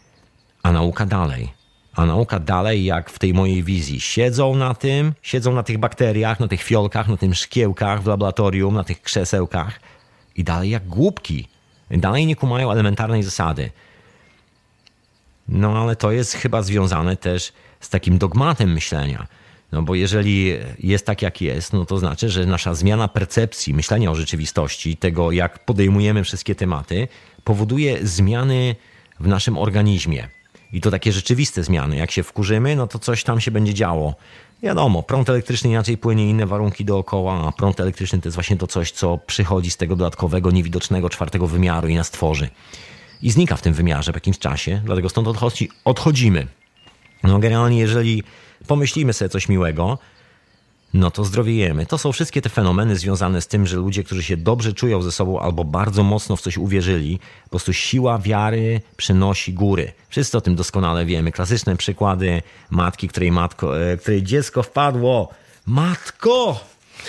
a nauka dalej. A nauka dalej, jak w tej mojej wizji, siedzą na tym, siedzą na tych bakteriach, na tych fiolkach, na tych szkiełkach w laboratorium, na tych krzesełkach i dalej jak głupki. Dalej nie kumają elementarnej zasady. No ale to jest chyba związane też z takim dogmatem myślenia. No bo jeżeli jest tak, jak jest, no to znaczy, że nasza zmiana percepcji, myślenia o rzeczywistości, tego jak podejmujemy wszystkie tematy, powoduje zmiany w naszym organizmie. I to takie rzeczywiste zmiany. Jak się wkurzymy, no to coś tam się będzie działo. Wiadomo, prąd elektryczny inaczej płynie, inne warunki dookoła, a prąd elektryczny to jest właśnie to coś, co przychodzi z tego dodatkowego, niewidocznego czwartego wymiaru i nas tworzy. i znika w tym wymiarze po jakimś czasie, dlatego stąd odchodzi, odchodzimy. No generalnie, jeżeli pomyślimy sobie coś miłego, no to zdrowiejemy. To są wszystkie te fenomeny związane z tym, że ludzie, którzy się dobrze czują ze sobą albo bardzo mocno w coś uwierzyli, po prostu siła wiary przenosi góry. Wszyscy o tym doskonale wiemy. Klasyczne przykłady matki, której, matko, której dziecko wpadło, matko,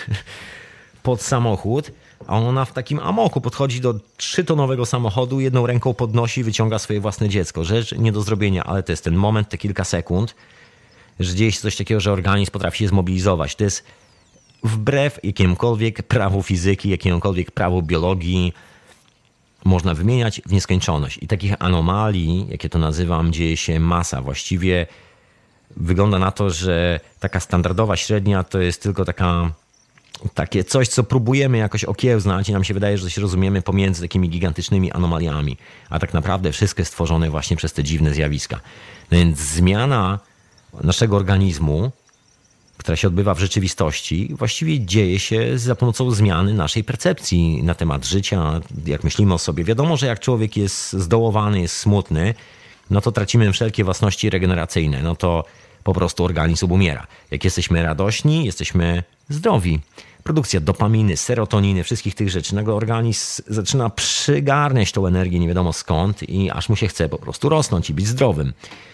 pod samochód, a ona w takim amoku podchodzi do trzytonowego samochodu, jedną ręką podnosi, wyciąga swoje własne dziecko. Rzecz nie do zrobienia, ale to jest ten moment, te kilka sekund, że dzieje się coś takiego, że organizm potrafi się zmobilizować. To jest wbrew jakiemukolwiek prawu fizyki, jakiemukolwiek prawu biologii. Można wymieniać w nieskończoność. I takich anomalii, jakie to nazywam, dzieje się masa. Właściwie wygląda na to, że taka standardowa średnia to jest tylko taka, takie coś, co próbujemy jakoś okiełznać i nam się wydaje, że coś rozumiemy pomiędzy takimi gigantycznymi anomaliami. A tak naprawdę wszystko jest stworzone właśnie przez te dziwne zjawiska. No więc zmiana naszego organizmu, która się odbywa w rzeczywistości, właściwie dzieje się za pomocą zmiany naszej percepcji na temat życia, jak myślimy o sobie. Wiadomo, że jak człowiek jest zdołowany, jest smutny, no to tracimy wszelkie własności regeneracyjne, no to po prostu organizm umiera. Jak jesteśmy radośni, jesteśmy zdrowi. Produkcja dopaminy, serotoniny, wszystkich tych rzeczy, nagle organizm zaczyna przygarniać tą energię nie wiadomo skąd i aż mu się chce po prostu rosnąć i być zdrowym.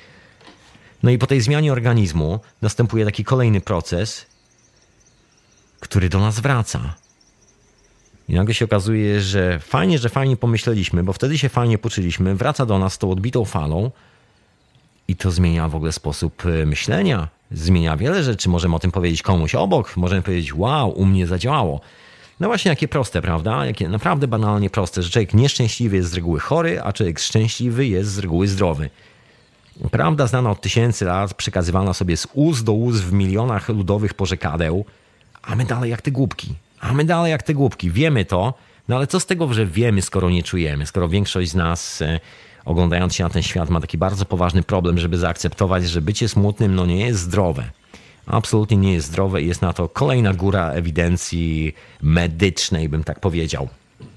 No i po tej zmianie organizmu następuje taki kolejny proces, który do nas wraca. I nagle się okazuje, że fajnie, że fajnie pomyśleliśmy, bo wtedy się fajnie poczuliśmy, wraca do nas tą odbitą falą i to zmienia w ogóle sposób myślenia. Zmienia wiele rzeczy. Możemy o tym powiedzieć komuś obok, możemy powiedzieć, wow, u mnie zadziałało. No właśnie, jakie proste, prawda? Jakie naprawdę banalnie proste, że człowiek nieszczęśliwy jest z reguły chory, a człowiek szczęśliwy jest z reguły zdrowy. Prawda znana od tysięcy lat, przekazywana sobie z ust do ust w milionach ludowych porzekadeł, a my dalej jak te głupki. A my dalej jak te głupki. Wiemy to, no ale co z tego, że wiemy, skoro nie czujemy? Skoro większość z nas, e, oglądając się na ten świat, ma taki bardzo poważny problem, żeby zaakceptować, że bycie smutnym no nie jest zdrowe. Absolutnie nie jest zdrowe i jest na to kolejna góra ewidencji medycznej, bym tak powiedział.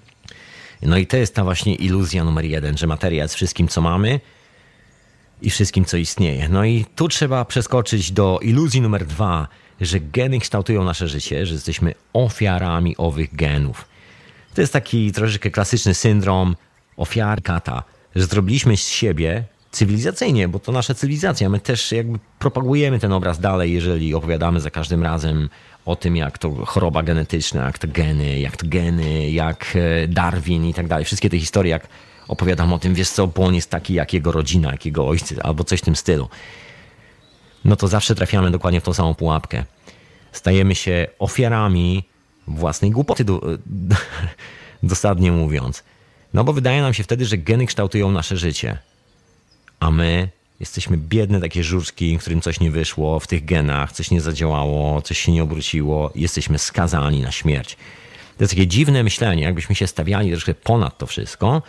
No i to jest ta właśnie iluzja numer jeden, że materia jest wszystkim, co mamy, i wszystkim, co istnieje. No i tu trzeba przeskoczyć do iluzji numer dwa, że geny kształtują nasze życie, że jesteśmy ofiarami owych genów. To jest taki troszeczkę klasyczny syndrom ofiary kata, że zrobiliśmy z siebie cywilizacyjnie, bo to nasza cywilizacja. My też jakby propagujemy ten obraz dalej, jeżeli opowiadamy za każdym razem o tym, jak to choroba genetyczna, jak to geny, jak to geny, jak Darwin i tak dalej. Wszystkie te historie, jak opowiadam o tym, wiesz co, bo on jest taki jak jego rodzina, jak jego ojciec, albo coś w tym stylu. No to zawsze trafiamy dokładnie w tą samą pułapkę. Stajemy się ofiarami własnej głupoty, do, do, dosadnie mówiąc. No bo wydaje nam się wtedy, że geny kształtują nasze życie. A my jesteśmy biedne takie żuczki, którym coś nie wyszło w tych genach, coś nie zadziałało, coś się nie obróciło. Jesteśmy skazani na śmierć. To jest takie dziwne myślenie, jakbyśmy się stawiali troszkę ponad to wszystko,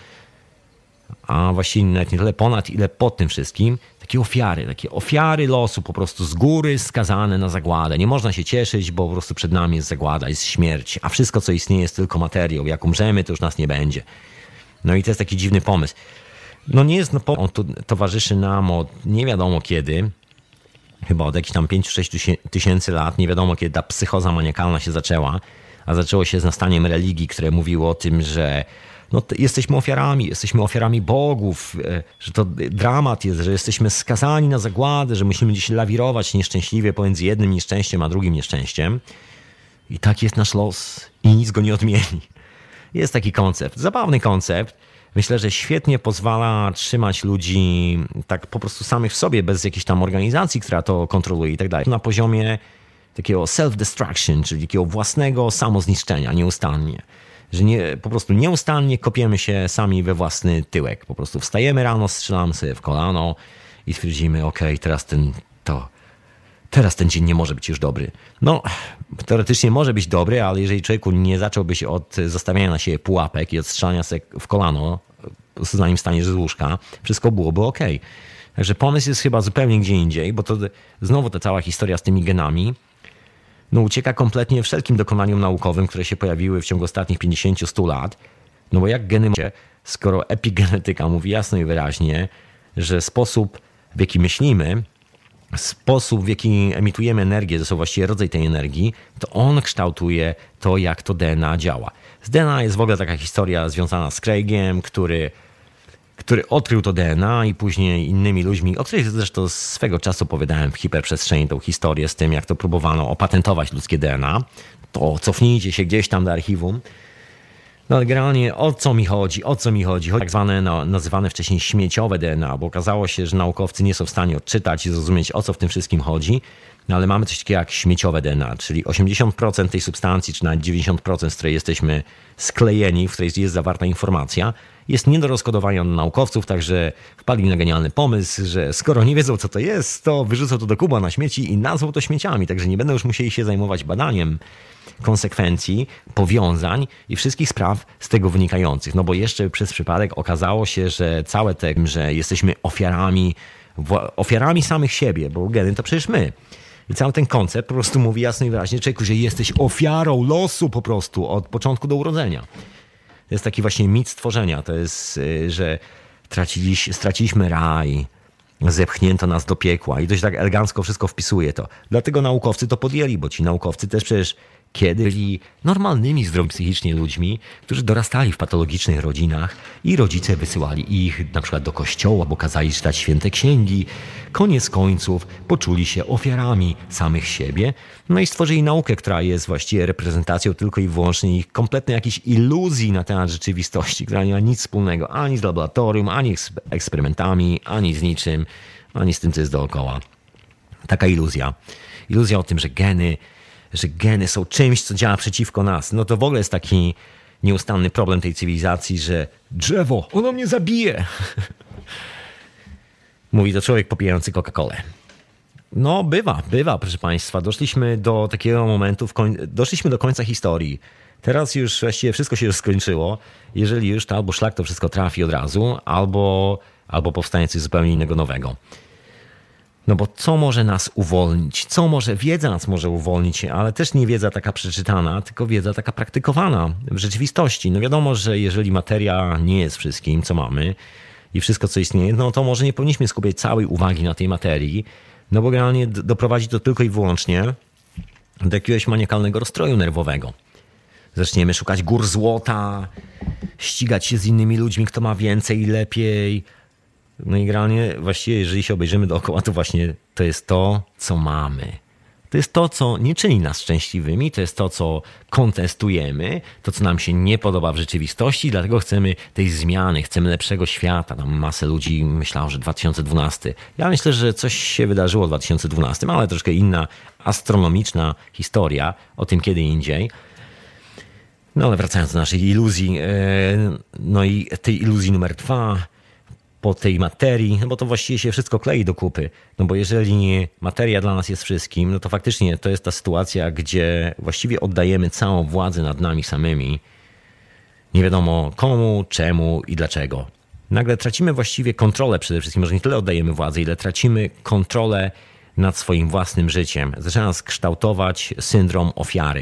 a właściwie nawet nie tyle ponad, ile pod tym wszystkim, takie ofiary, takie ofiary losu po prostu z góry skazane na zagładę. Nie można się cieszyć, bo po prostu przed nami jest zagłada, jest śmierć, a wszystko, co istnieje, jest tylko materią. Jak umrzemy, to już nas nie będzie. No i to jest taki dziwny pomysł. No nie jest, no, on tu towarzyszy nam od nie wiadomo kiedy, chyba od jakichś tam pięć sześć tysięcy lat, nie wiadomo kiedy ta psychoza maniakalna się zaczęła, a zaczęło się z nastaniem religii, które mówiło o tym, że no, jesteśmy ofiarami, jesteśmy ofiarami bogów, że to dramat jest, że jesteśmy skazani na zagładę, że musimy gdzieś lawirować nieszczęśliwie pomiędzy jednym nieszczęściem a drugim nieszczęściem. I tak jest nasz los i nic go nie odmieni. Jest taki koncept, zabawny koncept. Myślę, że świetnie pozwala trzymać ludzi tak po prostu samych w sobie, bez jakiejś tam organizacji, która to kontroluje i tak dalej. Na poziomie takiego self-destruction, czyli takiego własnego samozniszczenia nieustannie. Że nie, po prostu nieustannie kopiemy się sami we własny tyłek. Po prostu wstajemy rano, strzelamy sobie w kolano i twierdzimy, okej, okay, teraz ten to, teraz ten dzień nie może być już dobry. No, teoretycznie może być dobry, ale jeżeli człowieku nie zacząłby się od zostawiania na siebie pułapek i od strzelania sobie w kolano, zanim wstaniesz z łóżka, wszystko byłoby okej. Okay. Także pomysł jest chyba zupełnie gdzie indziej, bo to znowu ta cała historia z tymi genami no ucieka kompletnie wszelkim dokonaniom naukowym, które się pojawiły w ciągu ostatnich pięćdziesięciu stu lat. No bo jak geny skoro epigenetyka mówi jasno i wyraźnie, że sposób, w jaki myślimy, sposób, w jaki emitujemy energię, to są właściwie rodzaj tej energii, to on kształtuje to, jak to D N A działa. Z D N A jest w ogóle taka historia związana z Craigiem, który, który odkrył to D N A i później innymi ludźmi, o których zresztą swego czasu opowiadałem w hiperprzestrzeni tą historię z tym, jak to próbowano opatentować ludzkie D N A. To cofnijcie się gdzieś tam do archiwum. No ale generalnie o co mi chodzi? O co mi chodzi? Chodzi tak zwane, no, nazywane wcześniej śmieciowe D N A, bo okazało się, że naukowcy nie są w stanie odczytać i zrozumieć, o co w tym wszystkim chodzi. No ale mamy coś takiego jak śmieciowe D N A, czyli osiemdziesiąt procent tej substancji, czy nawet dziewięćdziesiąt procent, z której jesteśmy sklejeni, w której jest zawarta informacja, jest nie do rozkodowania dla naukowców, także wpadli na genialny pomysł, że skoro nie wiedzą, co to jest, to wyrzucą to do kuba na śmieci i nazwą to śmieciami, także nie będą już musieli się zajmować badaniem konsekwencji, powiązań i wszystkich spraw z tego wynikających. No bo jeszcze przez przypadek okazało się, że całe te, że jesteśmy ofiarami, ofiarami samych siebie, bo geny to przecież my. I cały ten koncept po prostu mówi jasno i wyraźnie, człowieku, że jesteś ofiarą losu po prostu od początku do urodzenia. To jest taki właśnie mit stworzenia. To jest, że traciliś, straciliśmy raj, zepchnięto nas do piekła i to się tak elegancko wszystko wpisuje to. Dlatego naukowcy to podjęli, bo ci naukowcy też przecież kiedy byli normalnymi, zdrowymi psychicznie ludźmi, którzy dorastali w patologicznych rodzinach i rodzice wysyłali ich na przykład do kościoła, bo kazali czytać święte księgi. Koniec końców poczuli się ofiarami samych siebie, no i stworzyli naukę, która jest właściwie reprezentacją tylko i wyłącznie ich kompletnej jakiejś iluzji na temat rzeczywistości, która nie ma nic wspólnego ani z laboratorium, ani z eksperymentami, ani z niczym, ani z tym, co jest dookoła. Taka iluzja. Iluzja o tym, że geny że geny są czymś, co działa przeciwko nas. No to w ogóle jest taki nieustanny problem tej cywilizacji, że drzewo, ono mnie zabije. Mówi to człowiek popijający Coca-Colę. No bywa, bywa, proszę Państwa. Doszliśmy do takiego momentu, w koń... doszliśmy do końca historii. Teraz już właściwie wszystko się już skończyło. Jeżeli już, to albo szlak to wszystko trafi od razu, albo, albo powstanie coś zupełnie innego, nowego. No bo co może nas uwolnić? Co może, wiedza nas może uwolnić, ale też nie wiedza taka przeczytana, tylko wiedza taka praktykowana w rzeczywistości. No wiadomo, że jeżeli materia nie jest wszystkim, co mamy i wszystko, co istnieje, no to może nie powinniśmy skupiać całej uwagi na tej materii, no bo generalnie doprowadzi to tylko i wyłącznie do jakiegoś maniakalnego rozstroju nerwowego. Zaczniemy szukać gór złota, ścigać się z innymi ludźmi, kto ma więcej i lepiej. No i generalnie właściwie, jeżeli się obejrzymy dookoła, to właśnie to jest to, co mamy. To jest to, co nie czyni nas szczęśliwymi, to jest to, co kontestujemy, to, co nam się nie podoba w rzeczywistości, dlatego chcemy tej zmiany, chcemy lepszego świata. Tam masę ludzi myślało, że dwa tysiące dwunasty. Ja myślę, że coś się wydarzyło w dwa tysiące dwunastym, ale troszkę inna astronomiczna historia o tym kiedy indziej. No ale wracając do naszej iluzji, no i tej iluzji numer dwa, po tej materii, no bo to właściwie się wszystko klei do kupy. No bo jeżeli materia dla nas jest wszystkim, no to faktycznie to jest ta sytuacja, gdzie właściwie oddajemy całą władzę nad nami samymi. Nie wiadomo komu, czemu i dlaczego. Nagle tracimy właściwie kontrolę przede wszystkim. Może nie tyle oddajemy władzę, ile tracimy kontrolę nad swoim własnym życiem. Zaczyna nas kształtować syndrom ofiary.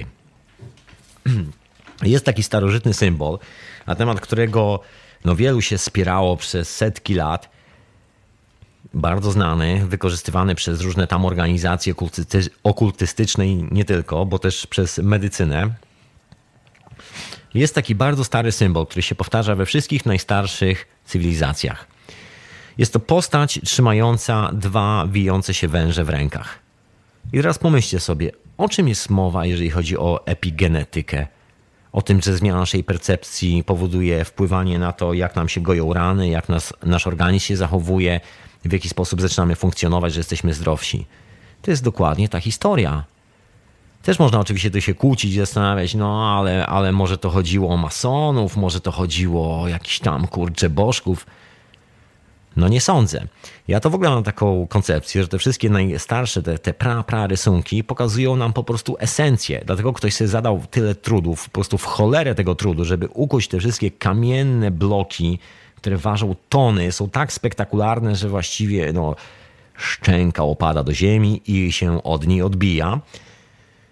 Jest taki starożytny symbol, na temat którego no wielu się spierało przez setki lat, bardzo znany, wykorzystywany przez różne tam organizacje okultystyczne i nie tylko, bo też przez medycynę. Jest taki bardzo stary symbol, który się powtarza we wszystkich najstarszych cywilizacjach. Jest to postać trzymająca dwa wijące się węże w rękach. I teraz pomyślcie sobie, o czym jest mowa, jeżeli chodzi o epigenetykę? O tym, że zmiana naszej percepcji powoduje wpływanie na to, jak nam się goją rany, jak nas, nasz organizm się zachowuje, w jaki sposób zaczynamy funkcjonować, że jesteśmy zdrowsi. To jest dokładnie ta historia. Też można oczywiście tu się kłócić i zastanawiać, no ale, ale może to chodziło o masonów, może to chodziło o jakichś tam, kurczę, bożków. No nie sądzę. Ja to w ogóle mam taką koncepcję, że te wszystkie najstarsze, te, te pra, pra rysunki pokazują nam po prostu esencję. Dlatego ktoś sobie zadał tyle trudów, po prostu w cholerę tego trudu, żeby ukuć te wszystkie kamienne bloki, które ważą tony, są tak spektakularne, że właściwie no, szczęka opada do ziemi i się od niej odbija,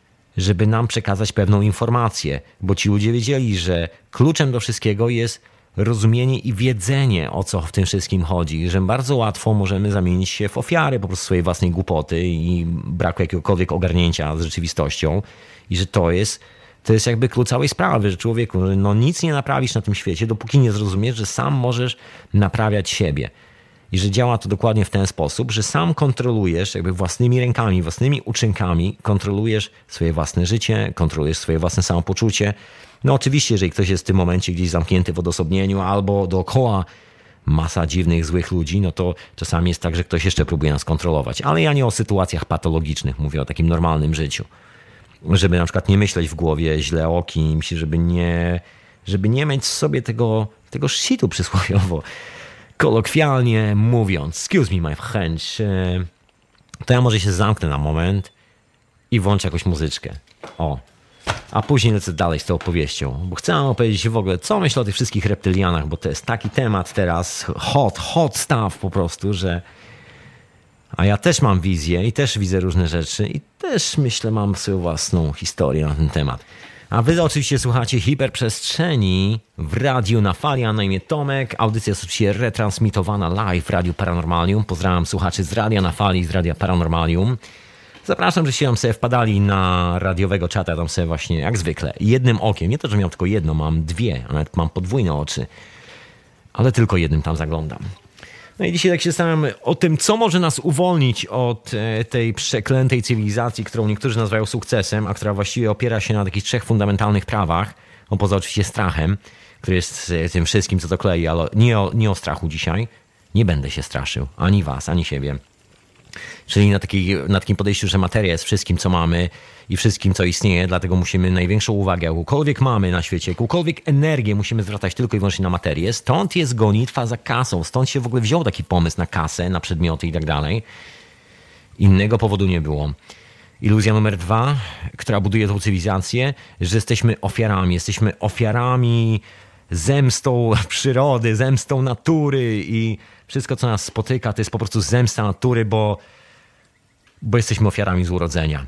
żeby nam przekazać pewną informację. Bo ci ludzie wiedzieli, że kluczem do wszystkiego jest rozumienie i wiedzenie, o co w tym wszystkim chodzi, że bardzo łatwo możemy zamienić się w ofiary po prostu swojej własnej głupoty i braku jakiegokolwiek ogarnięcia z rzeczywistością i że to jest, to jest jakby klucz całej sprawy, że człowieku, no nic nie naprawisz na tym świecie, dopóki nie zrozumiesz, że sam możesz naprawiać siebie. I że działa to dokładnie w ten sposób, że sam kontrolujesz jakby własnymi rękami, własnymi uczynkami, kontrolujesz swoje własne życie, kontrolujesz swoje własne samopoczucie. No oczywiście, jeżeli ktoś jest w tym momencie gdzieś zamknięty w odosobnieniu albo dookoła masa dziwnych, złych ludzi, no to czasami jest tak, że ktoś jeszcze próbuje nas kontrolować. Ale ja nie o sytuacjach patologicznych, mówię o takim normalnym życiu. Żeby na przykład nie myśleć w głowie źle o kimś, żeby nie, żeby nie mieć w sobie tego, tego shitu przysłowiowo. Kolokwialnie mówiąc, excuse me my friend, to ja może się zamknę na moment i włączę jakąś muzyczkę. O. A później lecę dalej z tą opowieścią, bo chcę wam opowiedzieć w ogóle, co myślę o tych wszystkich reptylianach, bo to jest taki temat teraz, hot, hot stuff po prostu, że a ja też mam wizję i też widzę różne rzeczy i też myślę, mam swoją własną historię na ten temat. A wy oczywiście słuchacie Hiperprzestrzeni w radiu na fali, a na imię Tomek. Audycja jest oczywiście retransmitowana live w Radiu Paranormalium. Pozdrawiam słuchaczy z Radia na Fali, z Radia Paranormalium. Zapraszam, żeście tam sobie wpadali na radiowego czata, tam sobie właśnie jak zwykle jednym okiem. Nie to, że miałem tylko jedno, mam dwie, a nawet mam podwójne oczy. Ale tylko jednym tam zaglądam. No i dzisiaj tak się zastanawiam o tym, co może nas uwolnić od tej przeklętej cywilizacji, którą niektórzy nazywają sukcesem, a która właściwie opiera się na takich trzech fundamentalnych prawach, no poza oczywiście strachem, który jest tym wszystkim, co to klei, ale nie o, nie o strachu dzisiaj. Nie będę się straszył, ani was, ani siebie. Czyli na, takiej, na takim podejściu, że materia jest wszystkim, co mamy i wszystkim, co istnieje, dlatego musimy największą uwagę, jakąkolwiek mamy na świecie, jakąkolwiek energię musimy zwracać tylko i wyłącznie na materię. Stąd jest gonitwa za kasą, stąd się w ogóle wziął taki pomysł na kasę, na przedmioty i tak dalej. Innego powodu nie było. Iluzja numer dwa, która buduje tą cywilizację, że jesteśmy ofiarami, jesteśmy ofiarami zemstą przyrody, zemstą natury i wszystko, co nas spotyka, to jest po prostu zemsta natury, bo, bo jesteśmy ofiarami z urodzenia.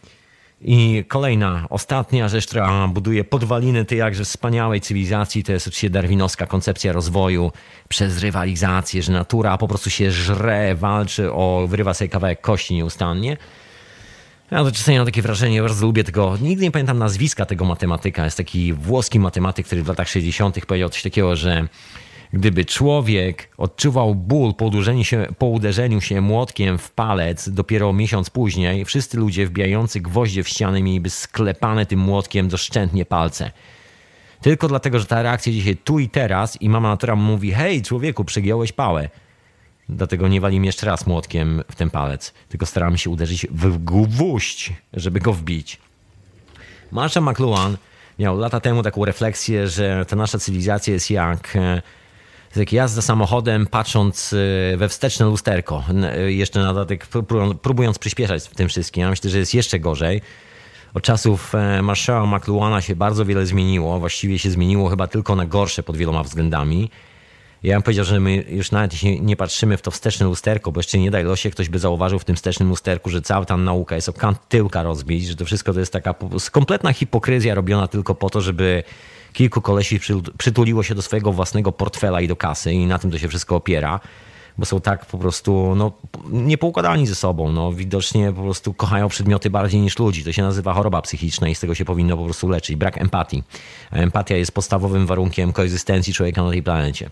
I kolejna, ostatnia rzecz, która buduje podwaliny tej jakże wspaniałej cywilizacji, to jest oczywiście darwinowska koncepcja rozwoju przez rywalizację, że natura po prostu się żre, walczy o, wyrywa sobie kawałek kości nieustannie. Ja to czasami mam takie wrażenie, bardzo lubię tego, nigdy nie pamiętam nazwiska tego matematyka, jest taki włoski matematyk, który w latach sześćdziesiątych powiedział coś takiego, że gdyby człowiek odczuwał ból po uderzeniu się, po uderzeniu się młotkiem w palec dopiero miesiąc później, wszyscy ludzie wbijający gwoździe w ścianę mieliby sklepane tym młotkiem doszczętnie palce. Tylko dlatego, że ta reakcja dzisiaj tu i teraz i mama natura mówi, hej człowieku, przegiąłeś pałę. Dlatego nie walimy jeszcze raz młotkiem w ten palec, tylko staramy się uderzyć w gwóźdź, żeby go wbić. Marshall McLuhan miał lata temu taką refleksję, że ta nasza cywilizacja jest jak, jak jazda samochodem, patrząc we wsteczne lusterko. Jeszcze na dodatek próbując przyspieszać w tym wszystkim. Ja myślę, że jest jeszcze gorzej. Od czasów Marshalla McLuhana się bardzo wiele zmieniło. Właściwie się zmieniło chyba tylko na gorsze pod wieloma względami. Ja bym powiedział, że my już nawet nie patrzymy w to wsteczne lusterko, bo jeszcze nie daj losie, ktoś by zauważył w tym wstecznym lusterku, że cała ta nauka jest o kant tyłka rozbić, że to wszystko to jest taka kompletna hipokryzja robiona tylko po to, żeby kilku kolesi przytuliło się do swojego własnego portfela i do kasy i na tym to się wszystko opiera, bo są tak po prostu no, niepoukładani ze sobą, no, widocznie po prostu kochają przedmioty bardziej niż ludzi. To się nazywa choroba psychiczna i z tego się powinno po prostu leczyć. Brak empatii. A empatia jest podstawowym warunkiem koegzystencji człowieka na tej planecie.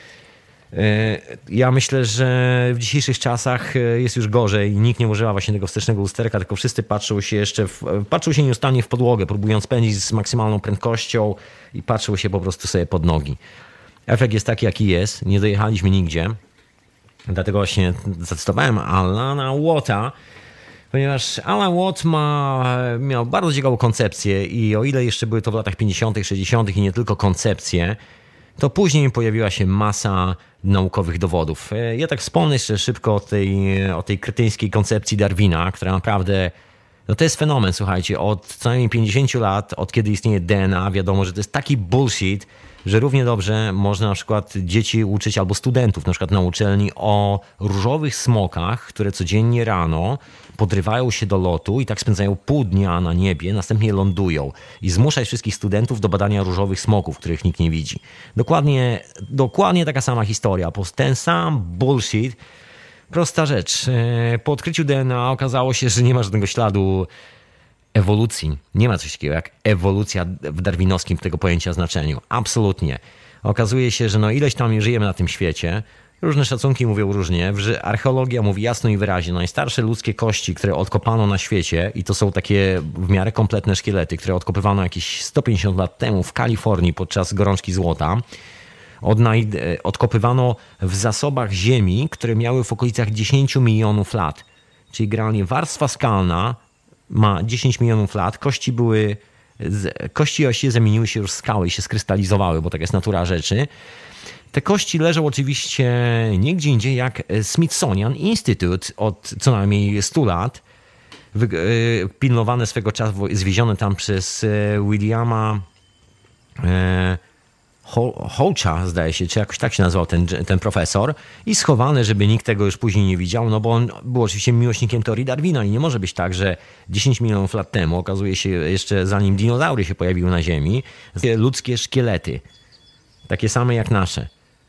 Ja myślę, że w dzisiejszych czasach jest już gorzej. Nikt nie używa właśnie tego wstecznego lusterka, tylko wszyscy patrzą się jeszcze, w, patrzą się nieustannie w podłogę, próbując pędzić z maksymalną prędkością i patrzą się po prostu sobie pod nogi. Efekt jest taki, jaki jest. Nie dojechaliśmy nigdzie. Dlatego właśnie zacytowałem Alana Watta, ponieważ Alan Watt ma, miał bardzo ciekawą koncepcję i o ile jeszcze były to w latach pięćdziesiątych, sześćdziesiątych i nie tylko koncepcje, to później pojawiła się masa naukowych dowodów. Ja tak wspomnę jeszcze szybko o tej, o tej kretyńskiej koncepcji Darwina, która naprawdę No to jest fenomen, słuchajcie, od co najmniej pięćdziesięciu lat, od kiedy istnieje D N A, wiadomo, że to jest taki bullshit, że równie dobrze można na przykład dzieci uczyć albo studentów na przykład na uczelni o różowych smokach, które codziennie rano podrywają się do lotu i tak spędzają pół dnia na niebie, następnie lądują i zmuszać wszystkich studentów do badania różowych smoków, których nikt nie widzi. Dokładnie, dokładnie taka sama historia, po ten sam bullshit. Prosta rzecz. Po odkryciu D N A okazało się, że nie ma żadnego śladu ewolucji. Nie ma coś takiego jak ewolucja w darwinowskim tego pojęcia znaczeniu. Absolutnie. Okazuje się, że no ileś tam żyjemy na tym świecie. Różne szacunki mówią różnie, że archeologia mówi jasno i wyraźnie. Najstarsze ludzkie kości, które odkopano na świecie, i to są takie w miarę kompletne szkielety, które odkopywano jakieś sto pięćdziesiąt lat temu w Kalifornii podczas gorączki złota, Odnajd- odkopywano w zasobach ziemi, które miały w okolicach dziesięć milionów lat. Czyli generalnie warstwa skalna ma dziesięć milionów lat, kości były, kości właściwie zamieniły się już w skały i się skrystalizowały, bo tak jest natura rzeczy. Te kości leżą oczywiście nie gdzie indziej jak Smithsonian Institute od co najmniej stu lat, pilnowane swego czasu, zwiezione tam przez Williama Hołcza, zdaje się, czy jakoś tak się nazywał ten, ten profesor, i schowane, żeby nikt tego już później nie widział, no bo on był oczywiście miłośnikiem teorii Darwina i nie może być tak, że dziesięć milionów lat temu, okazuje się jeszcze zanim dinozaury się pojawiły na Ziemi, ludzkie szkielety, takie same jak nasze.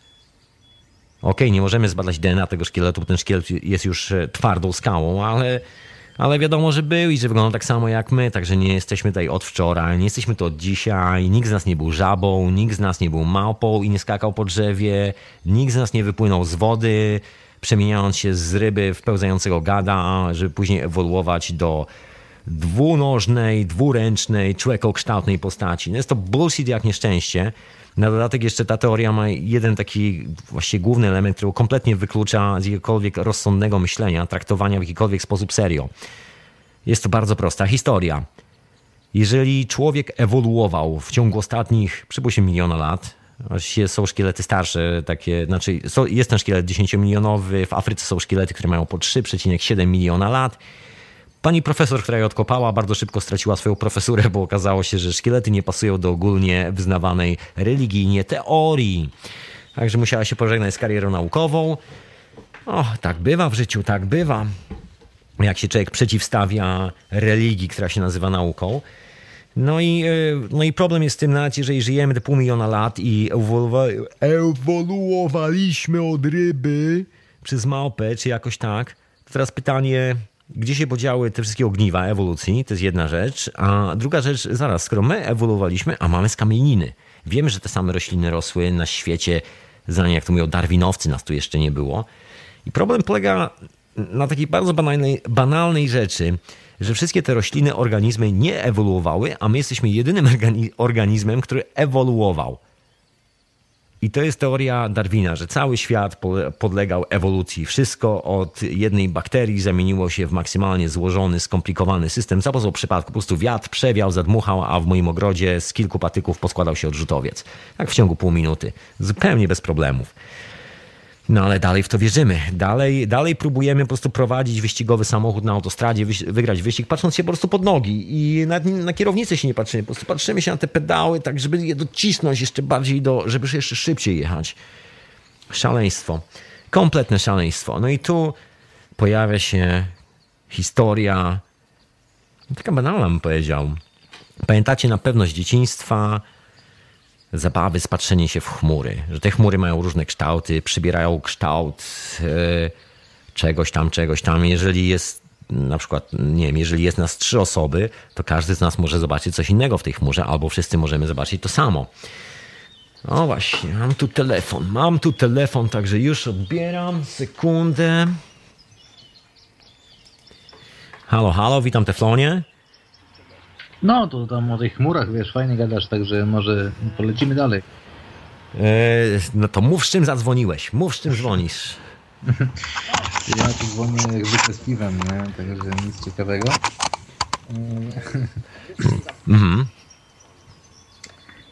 Okej, nie możemy zbadać D N A tego szkieletu, bo ten szkielet jest już twardą skałą, ale Ale wiadomo, że był i że wygląda tak samo jak my, także nie jesteśmy tutaj od wczoraj, nie jesteśmy tu od dzisiaj, nikt z nas nie był żabą, nikt z nas nie był małpą i nie skakał po drzewie, nikt z nas nie wypłynął z wody, przemieniając się z ryby w pełzającego gada, żeby później ewoluować do dwunożnej, dwuręcznej, człowiekokształtnej postaci. No jest to bullshit jak nieszczęście. Na dodatek jeszcze ta teoria ma jeden taki właściwie główny element, który kompletnie wyklucza z jakiegokolwiek rozsądnego myślenia, traktowania w jakikolwiek sposób serio. Jest to bardzo prosta historia. Jeżeli człowiek ewoluował w ciągu ostatnich, przypuśćmy, miliona lat, właściwie są szkielety starsze, takie, znaczy jest ten szkielet dziesięciomilionowy, w Afryce są szkielety, które mają po trzy przecinek siedem miliona lat. Pani profesor, która je odkopała, bardzo szybko straciła swoją profesurę, bo okazało się, że szkielety nie pasują do ogólnie wyznawanej religijnie teorii. Także musiała się pożegnać z karierą naukową. O, tak bywa w życiu, tak bywa. Jak się człowiek przeciwstawia religii, która się nazywa nauką. No i, no i problem jest z tym, nawet jeżeli żyjemy te pół miliona lat i ewoluwa- ewoluowaliśmy od ryby przez małpę, czy jakoś tak, to teraz pytanie... Gdzie się podziały te wszystkie ogniwa ewolucji? To jest jedna rzecz. A druga rzecz, zaraz, skoro my ewoluowaliśmy, a mamy skamieliny. Wiemy, że te same rośliny rosły na świecie, zanim, jak to mówią darwinowcy, nas tu jeszcze nie było. I problem polega na takiej bardzo banalnej, banalnej rzeczy, że wszystkie te rośliny, organizmy nie ewoluowały, a my jesteśmy jedynym organizmem, który ewoluował. I to jest teoria Darwina, że cały świat podlegał ewolucji. Wszystko od jednej bakterii zamieniło się w maksymalnie złożony, skomplikowany system. Za pomocą przypadku po prostu wiatr przewiał, zadmuchał, a w moim ogrodzie z kilku patyków poskładał się odrzutowiec. Tak w ciągu pół minuty. Zupełnie bez problemów. No ale dalej w to wierzymy. Dalej, dalej próbujemy po prostu prowadzić wyścigowy samochód na autostradzie, wygrać wyścig, patrząc się po prostu pod nogi. I na, na kierownicę się nie patrzymy. Po prostu patrzymy się na te pedały, tak żeby je docisnąć jeszcze bardziej, do, żeby jeszcze szybciej jechać. Szaleństwo. Kompletne szaleństwo. No i tu pojawia się historia, taka banalna bym powiedział. Pamiętacie na pewno z dzieciństwa zabawy, spatrzenie się w chmury, że te chmury mają różne kształty, przybierają kształt yy, czegoś tam, czegoś tam. Jeżeli jest na przykład, nie wiem, jeżeli jest nas trzy osoby, to każdy z nas może zobaczyć coś innego w tej chmurze, albo wszyscy możemy zobaczyć to samo. No właśnie, mam tu telefon, mam tu telefon, także już odbieram, sekundę. Halo, halo, witam Teflonie. No, to tam o tych chmurach, wiesz, fajnie gadasz, także może polecimy dalej. Eee, no to mów, z czym zadzwoniłeś, mów, z czym dzwonisz. Ja tu dzwonię jak zwykle z piwem, nie? Także nic ciekawego. Mhm.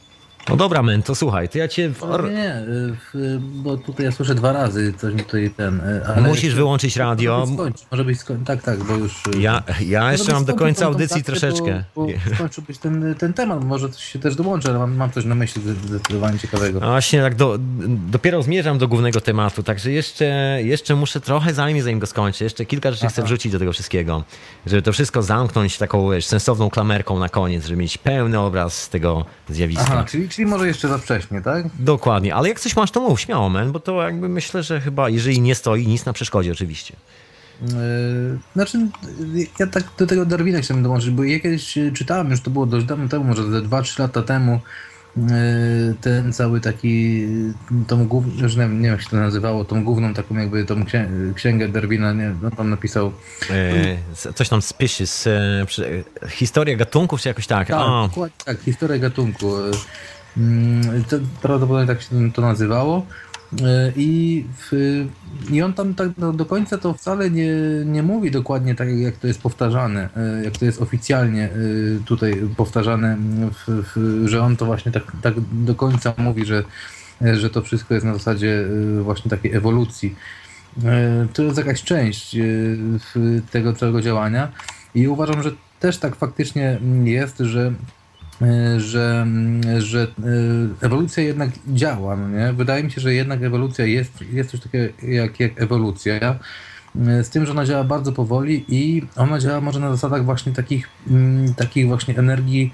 No dobra, men, to słuchaj, to ja cię... W... Nie, nie, w- bo tutaj ja słyszę dwa razy coś mi tutaj ten... Ale Musisz jeszcze- wyłączyć radio. Może być skończ, może być skończ, tak, tak, bo już... Ja, ja Może jeszcze być mam do skończył końca tą audycji kontaktę, troszeczkę. Bo, bo skończyłbyś ten, ten temat, może coś się też dołączy, ale mam, mam coś na myśli zdecydowanie ciekawego. No właśnie, tak do, dopiero zmierzam do głównego tematu, także jeszcze, jeszcze muszę trochę zajmie, zanim go skończę. Jeszcze kilka rzeczy chcę Aha. wrzucić do tego wszystkiego, żeby to wszystko zamknąć taką wiesz, sensowną klamerką na koniec, żeby mieć pełny obraz tego zjawiska. Aha, czyli, czyli może jeszcze za wcześnie, tak? Dokładnie, ale jak coś masz, to mów, śmiało, men, bo to jakby myślę, że chyba, jeżeli nie stoi, nic na przeszkodzie oczywiście. Yy, Znaczy, ja tak do tego Darwina chciałem dołączyć, bo ja kiedyś czytałem, już to było dość dawno temu, może ze dwa trzy lata temu, yy, ten cały taki, tą główną, już nie, nie wiem jak się to nazywało, tą główną taką jakby tą księ- księgę Darwina, nie, no tam napisał. E, coś tam species, e, przy, historia gatunków, czy jakoś tak? Tak, A, dokładnie tak, historia gatunku. Yy, To prawdopodobnie tak się to nazywało. I, w, I on tam tak do, do końca to wcale nie, nie mówi dokładnie tak, jak to jest powtarzane, jak to jest oficjalnie tutaj powtarzane, w, w, że on to właśnie tak, tak do końca mówi, że, że to wszystko jest na zasadzie właśnie takiej ewolucji. To jest jakaś część tego całego działania i uważam, że też tak faktycznie jest, że że, że ewolucja jednak działa, no nie? Wydaje mi się, że jednak ewolucja jest, jest coś takiego jak, jak ewolucja, z tym, że ona działa bardzo powoli i ona działa może na zasadach właśnie takich, takich właśnie energii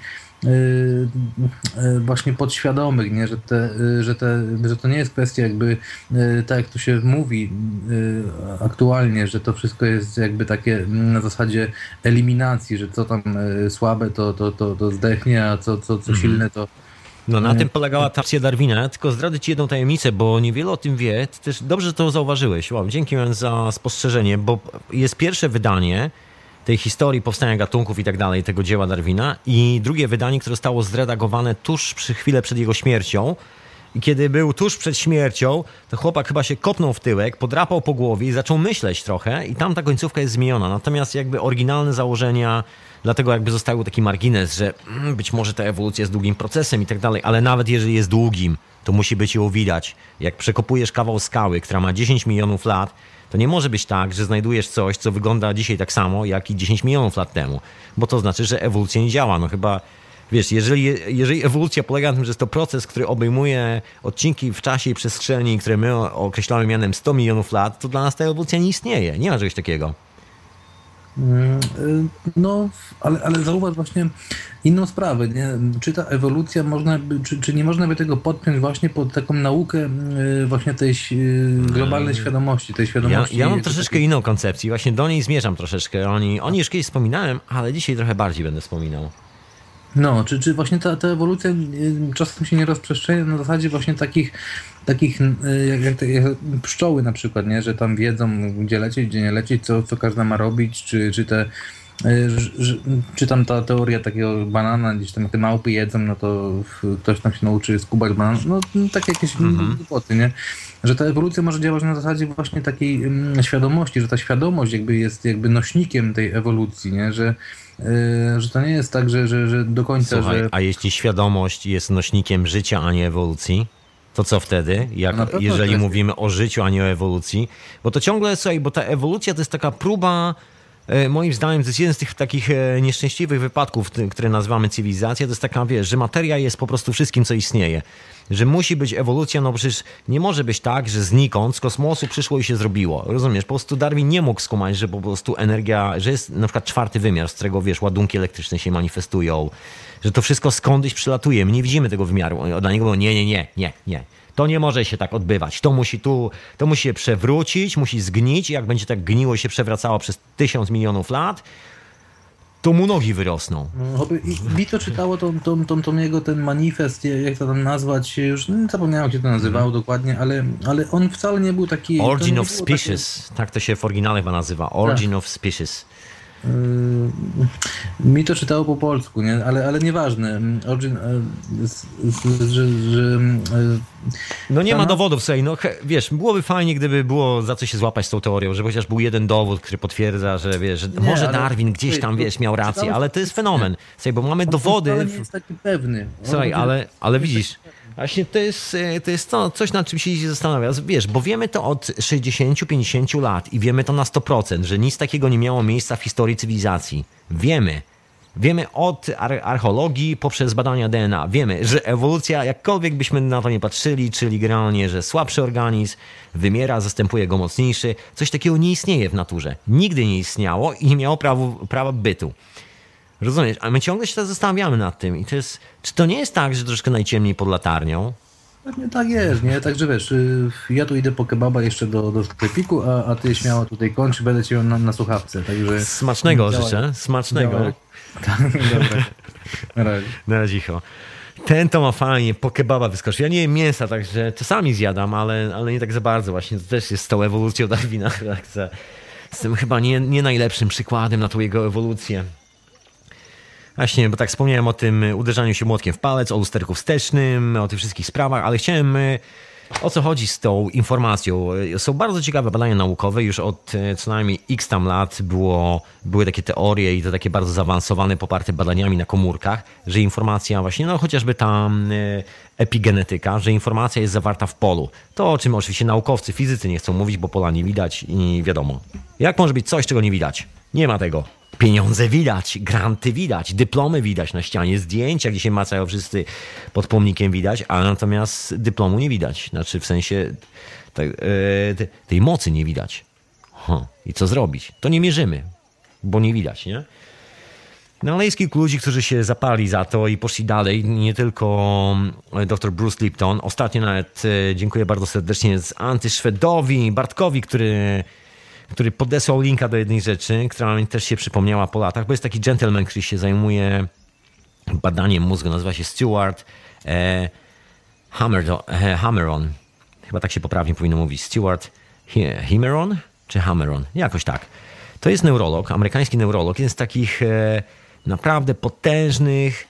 właśnie podświadomych, nie? Że, te, że, te, że to nie jest kwestia jakby tak jak to się mówi aktualnie, że to wszystko jest jakby takie na zasadzie eliminacji, że co tam słabe to, to, to, to zdechnie, a co, co, co silne to... No na tym polegała teoria Darwina, tylko zdradzę ci jedną tajemnicę, bo niewiele o tym wie. Ty też dobrze, że to zauważyłeś. Wow, dzięki za spostrzeżenie, bo jest pierwsze wydanie tej historii powstania gatunków i tak dalej, tego dzieła Darwina i drugie wydanie, które zostało zredagowane tuż przy chwilę przed jego śmiercią. I kiedy był tuż przed śmiercią, to chłopak chyba się kopnął w tyłek, podrapał po głowie i zaczął myśleć trochę i tam ta końcówka jest zmieniona. Natomiast jakby oryginalne założenia, dlatego jakby został taki margines, że mm, być może ta ewolucja jest długim procesem i tak dalej, ale nawet jeżeli jest długim, to musi być ją widać. Jak przekopujesz kawał skały, która ma dziesięć milionów lat, to nie może być tak, że znajdujesz coś, co wygląda dzisiaj tak samo, jak i dziesięć milionów lat temu. Bo to znaczy, że ewolucja nie działa. No chyba, wiesz, jeżeli, jeżeli ewolucja polega na tym, że jest to proces, który obejmuje odcinki w czasie i przestrzeni, które my określamy mianem sto milionów lat, to dla nas ta ewolucja nie istnieje. Nie ma czegoś takiego. No, ale, ale zauważ właśnie inną sprawę, nie? Czy ta ewolucja można, by- czy, czy nie można by tego podpiąć właśnie pod taką naukę y, właśnie tej y, globalnej świadomości, tej Ja, świadomości. ja mam troszeczkę inną koncepcję. Właśnie do niej zmierzam troszeczkę. Oni, oni już kiedyś wspominałem, ale dzisiaj trochę bardziej będę wspominał. No, czy, czy właśnie ta, ta ewolucja y, czasem się nie rozprzestrzenia na zasadzie właśnie takich, takich y, jak, jak, te- jak pszczoły na przykład, nie? Że tam wiedzą, gdzie lecieć, gdzie nie lecieć, co, co każda ma robić, czy, czy te y, że- że- czy tam ta teoria takiego banana, gdzieś tam te małpy jedzą, no to w- ktoś tam się nauczy skubać banan, no takie jakieś głupoty, nie? Że ta ewolucja może działać na zasadzie właśnie takiej mm, świadomości, że ta świadomość jakby jest jakby nośnikiem tej ewolucji, nie? Że, y, że to nie jest tak, że, że, że do końca, Słuchaj, że... a jeśli świadomość jest nośnikiem życia, a nie ewolucji, to co wtedy? Jak, No na pewno jeżeli to jest- mówimy o życiu, a nie o ewolucji? Bo to ciągle, słuchaj, bo ta ewolucja to jest taka próba, e, moim zdaniem, to jest jeden z tych takich e, nieszczęśliwych wypadków, ty- które nazywamy cywilizacją. To jest taka, wiesz, że materia jest po prostu wszystkim, co istnieje. Że musi być ewolucja, no przecież nie może być tak, że znikąd, z kosmosu przyszło i się zrobiło. Rozumiesz? Po prostu Darwin nie mógł skumać, że po prostu energia, że jest na przykład czwarty wymiar, z którego, wiesz, ładunki elektryczne się manifestują, że to wszystko skądś przylatuje. My nie widzimy tego wymiaru. Dla niego było nie, nie, nie, nie, nie. To nie może się tak odbywać. To musi tu, to musi się przewrócić, musi zgnić i jak będzie tak gniło i się przewracało przez tysiąc milionów lat, to mu nogi wyrosną. No, choćby- i Vito czytało tą, tą, tą, tą jego ten manifest, jak to tam nazwać, już no, zapomniałem, jak się to nazywało dokładnie, ale, ale on wcale nie był taki... to Origin nie of było takie- Species. Tak to się w oryginale chyba nazywa. Origin of Species. Yy, mi to czytało po polsku, nie? Ale, ale nieważne. Origin, yy, z, z, że, że, yy, no nie ma sama... dowodów, słuchaj, no wiesz, byłoby fajnie, gdyby było za co się złapać z tą teorią, że chociaż był jeden dowód, który potwierdza, że wiesz, że nie, może Darwin gdzieś tam, wiesz, miał rację, ale to jest fenomen. Słuchaj, bo mamy dowody. Ale nie jest taki pewny. Słuchaj, ale, ale widzisz, właśnie to jest, to jest to, coś, nad czym się zastanawia. Wiesz, bo wiemy to od sześćdziesięciu pięćdziesięciu lat i wiemy to na sto procent, że nic takiego nie miało miejsca w historii cywilizacji. Wiemy. Wiemy od ar- archeologii poprzez badania D N A. Wiemy, że ewolucja, jakkolwiek byśmy na to nie patrzyli, czyli generalnie, że słabszy organizm wymiera, zastępuje go mocniejszy. Coś takiego nie istnieje w naturze. Nigdy nie istniało i nie miało prawo, prawa bytu. Rozumiesz? A my ciągle się zastanawiamy nad tym. I to jest, czy to nie jest tak, że troszkę najciemniej pod latarnią? Pewnie tak jest, nie? Także wiesz, ja tu idę po kebaba jeszcze do, do sklepiku, a, a ty śmiało tutaj kończ, będę cię na, na słuchawce. Także... Smacznego działa, życzę, smacznego. Działa. Dobra, na razie. Na razie. Ten to ma fajnie, po kebaba wyskoczył. Ja nie jem mięsa, także czasami zjadam, ale, ale nie tak za bardzo. Właśnie to też jest z tą ewolucją Darwina. Jestem chyba nie, nie najlepszym przykładem na tą jego ewolucję. Właśnie, bo tak wspomniałem o tym uderzaniu się młotkiem w palec, o lusterku wstecznym, o tych wszystkich sprawach, ale chciałem, o co chodzi z tą informacją. Są bardzo ciekawe badania naukowe, już od co najmniej x tam lat było, były takie teorie i to takie bardzo zaawansowane, poparte badaniami na komórkach, że informacja właśnie, no chociażby ta epigenetyka, że informacja jest zawarta w polu. To, o czym oczywiście naukowcy, fizycy nie chcą mówić, bo pola nie widać i wiadomo. Jak może być coś, czego nie widać? Nie ma tego. Pieniądze widać, granty widać, dyplomy widać na ścianie, zdjęcia, gdzie się macają wszyscy pod pomnikiem widać, a natomiast dyplomu nie widać. Znaczy w sensie tej, tej mocy nie widać. Huh. I co zrobić? To nie mierzymy, bo nie widać, nie? No ale jest kilku ludzi, którzy się zapali za to i poszli dalej. Nie tylko dr Bruce Lipton. Ostatnio nawet dziękuję bardzo serdecznie z Antyszwedowi, Bartkowi, który... który podesłał linka do jednej rzeczy, która mi też się przypomniała po latach, bo jest taki gentleman, który się zajmuje badaniem mózgu, nazywa się Stuart e, Hammerdo, e, Hammeron. Chyba tak się poprawnie powinno mówić. Stuart Hammeron czy Hammeron? Jakoś tak. To jest neurolog, amerykański neurolog, jeden z takich e, naprawdę potężnych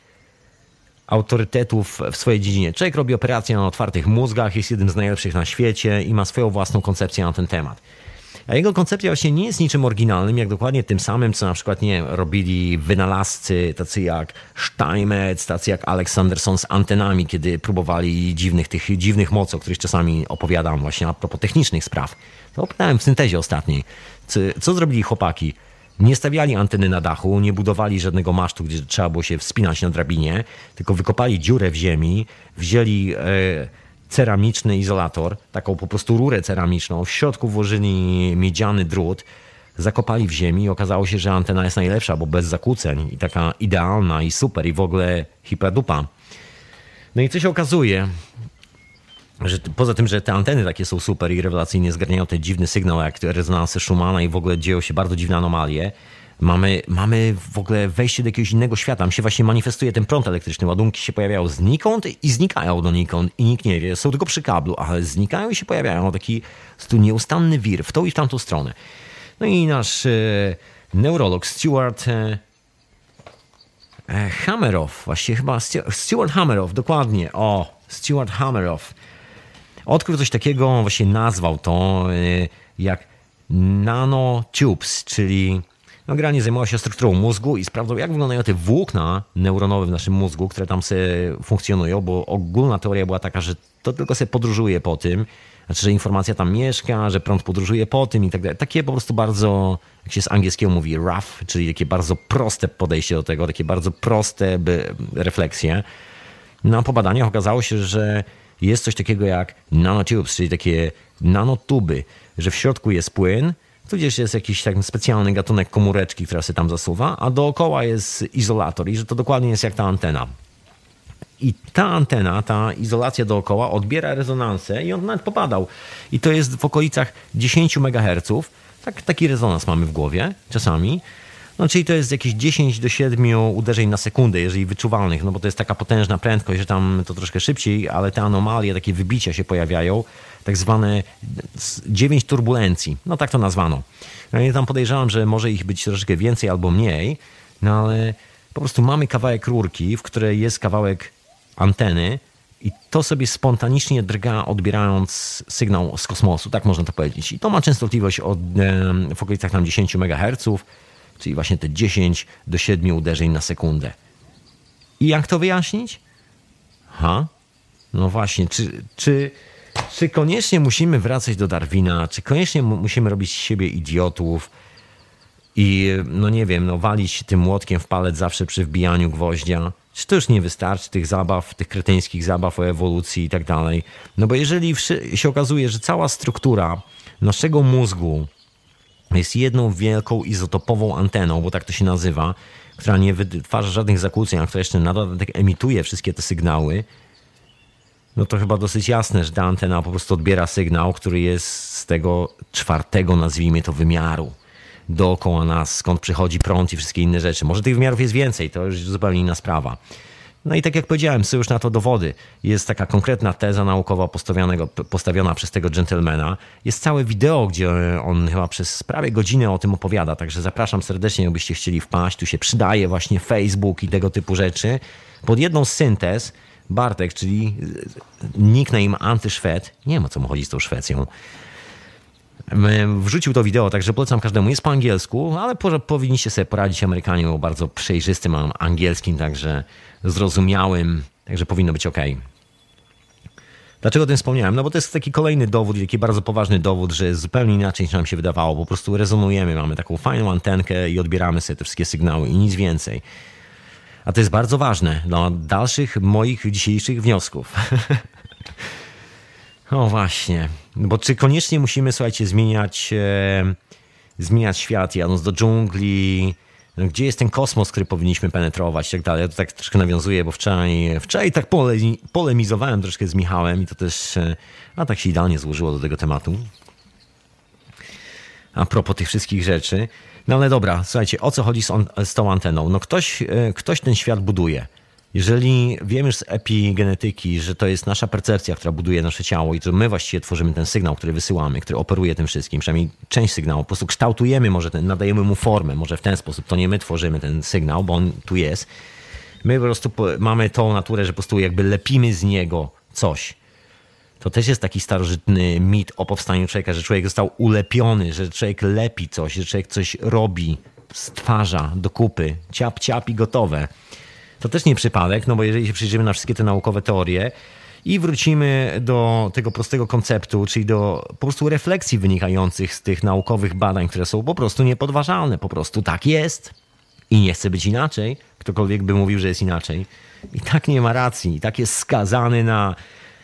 autorytetów w swojej dziedzinie. Człowiek robi operacje na otwartych mózgach, jest jednym z najlepszych na świecie i ma swoją własną koncepcję na ten temat. A jego koncepcja właśnie nie jest niczym oryginalnym, jak dokładnie tym samym, co na przykład nie robili wynalazcy tacy jak Steinmetz, tacy jak Alex Sanderson z antenami, kiedy próbowali dziwnych tych dziwnych mocy, o których czasami opowiadam właśnie a propos technicznych spraw. To opowiadałem w syntezie ostatniej. Co, co zrobili chłopaki? Nie stawiali anteny na dachu, nie budowali żadnego masztu, gdzie trzeba było się wspinać na drabinie, tylko wykopali dziurę w ziemi, wzięli... E, ceramiczny izolator, taką po prostu rurę ceramiczną, w środku włożyli miedziany drut, zakopali w ziemi i okazało się, że antena jest najlepsza, bo bez zakłóceń i taka idealna i super i w ogóle hiperdupa. No i co się okazuje, że poza tym, że te anteny takie są super i rewelacyjnie zgarniają ten dziwny sygnał jak rezonanse Schumana i w ogóle dzieją się bardzo dziwne anomalie, Mamy, mamy w ogóle wejście do jakiegoś innego świata. Tam się właśnie manifestuje ten prąd elektryczny. Ładunki się pojawiają znikąd i znikają donikąd i nikt nie wie. Są tylko przy kablu, ale znikają i się pojawiają. Taki tu nieustanny wir w tą i w tamtą stronę. No i nasz e, neurolog Stuart e, e, Hamerow, właściwie chyba Stuart Hamerow, dokładnie. O, Stuart Hamerow. Odkrył coś takiego, właśnie nazwał to e, jak nanotubes, czyli no, generalnie zajmował się strukturą mózgu i sprawdzał, jak wyglądają te włókna neuronowe w naszym mózgu, które tam sobie funkcjonują, bo ogólna teoria była taka, że to tylko sobie podróżuje po tym, znaczy, że informacja tam mieszka, że prąd podróżuje po tym i tak dalej. Takie po prostu bardzo, jak się z angielskiego mówi, rough, czyli takie bardzo proste podejście do tego, takie bardzo proste by, refleksje. No a po badaniach okazało się, że jest coś takiego jak nanotubes, czyli takie nanotuby, że w środku jest płyn, tudzież jest jakiś taki specjalny gatunek komóreczki, która się tam zasuwa, a dookoła jest izolator i że to dokładnie jest jak ta antena. I ta antena, ta izolacja dookoła odbiera rezonansę i on nawet popadał. I to jest w okolicach dziesięć megaherców. Tak, taki rezonans mamy w głowie czasami. No czyli to jest jakieś dziesięć do siedmiu uderzeń na sekundę, jeżeli wyczuwalnych, no bo to jest taka potężna prędkość, że tam to troszkę szybciej, ale te anomalie, takie wybicia się pojawiają, tak zwane dziewięć turbulencji, no tak to nazwano. No i tam podejrzewam, że może ich być troszkę więcej albo mniej, no ale po prostu mamy kawałek rurki, w której jest kawałek anteny i to sobie spontanicznie drga, odbierając sygnał z kosmosu, tak można to powiedzieć. I to ma częstotliwość od, w okolicach tam dziesięć megaherców, czyli właśnie te dziesięć do siedmiu uderzeń na sekundę. I jak to wyjaśnić? Ha? No właśnie, czy, czy, czy koniecznie musimy wracać do Darwina? Czy koniecznie musimy robić z siebie idiotów i, no nie wiem, no walić tym młotkiem w palec zawsze przy wbijaniu gwoździa? Czy to już nie wystarczy, tych zabaw, tych kretyńskich zabaw o ewolucji i tak dalej? No bo jeżeli się okazuje, że cała struktura naszego mózgu jest jedną wielką izotopową anteną, bo tak to się nazywa, która nie wytwarza żadnych zakłóceń, a która jeszcze na dodatek emituje wszystkie te sygnały, no to chyba dosyć jasne, że ta antena po prostu odbiera sygnał, który jest z tego czwartego, nazwijmy to, wymiaru dookoła nas, skąd przychodzi prąd i wszystkie inne rzeczy. Może tych wymiarów jest więcej, to już zupełnie inna sprawa. No i tak jak powiedziałem, są już na to dowody. Jest taka konkretna teza naukowa postawiona przez tego gentlemana. Jest całe wideo, gdzie on chyba przez prawie godzinę o tym opowiada, także zapraszam serdecznie, jakbyście chcieli wpaść. Tu się przydaje właśnie Facebook i tego typu rzeczy. Pod jedną z syntez Bartek, czyli nickname Antyszwed, nie wiem o co mu chodzi z tą Szwecją, wrzucił to wideo, także polecam każdemu. Jest po angielsku, ale po, powinniście sobie poradzić. Amerykanie o bardzo przejrzystym angielskim, także zrozumiałym, także powinno być ok. Dlaczego o tym wspomniałem? No bo to jest taki kolejny dowód, taki bardzo poważny dowód, że jest zupełnie inaczej niż nam się wydawało. Po prostu rezonujemy, mamy taką fajną antenkę i odbieramy sobie te wszystkie sygnały i nic więcej. A to jest bardzo ważne dla dalszych moich dzisiejszych wniosków. O właśnie, bo czy koniecznie musimy, słuchajcie, zmieniać, e, zmieniać świat, jadąc do dżungli, no, gdzie jest ten kosmos, który powinniśmy penetrować i tak dalej. Ja to tak troszkę nawiązuję, bo wczoraj, wczoraj tak pole, polemizowałem troszkę z Michałem i to też, e, a tak się idealnie złożyło do tego tematu. A propos tych wszystkich rzeczy. No ale dobra, słuchajcie, o co chodzi z, on, z tą anteną? No ktoś, e, ktoś ten świat buduje. Jeżeli wiemy już z epigenetyki, że to jest nasza percepcja, która buduje nasze ciało i że my właściwie tworzymy ten sygnał, który wysyłamy, który operuje tym wszystkim, przynajmniej część sygnału, po prostu kształtujemy, może ten, nadajemy mu formę, może w ten sposób, to nie my tworzymy ten sygnał, bo on tu jest. My po prostu mamy tą naturę, że po prostu jakby lepimy z niego coś. To też jest taki starożytny mit o powstaniu człowieka, że człowiek został ulepiony, że człowiek lepi coś, że człowiek coś robi, stwarza do kupy, ciap, ciap i gotowe. To też nie przypadek, no bo jeżeli się przyjrzymy na wszystkie te naukowe teorie i wrócimy do tego prostego konceptu, czyli do po prostu refleksji wynikających z tych naukowych badań, które są po prostu niepodważalne, po prostu tak jest i nie chce być inaczej, ktokolwiek by mówił, że jest inaczej. I tak nie ma racji, i tak jest skazany na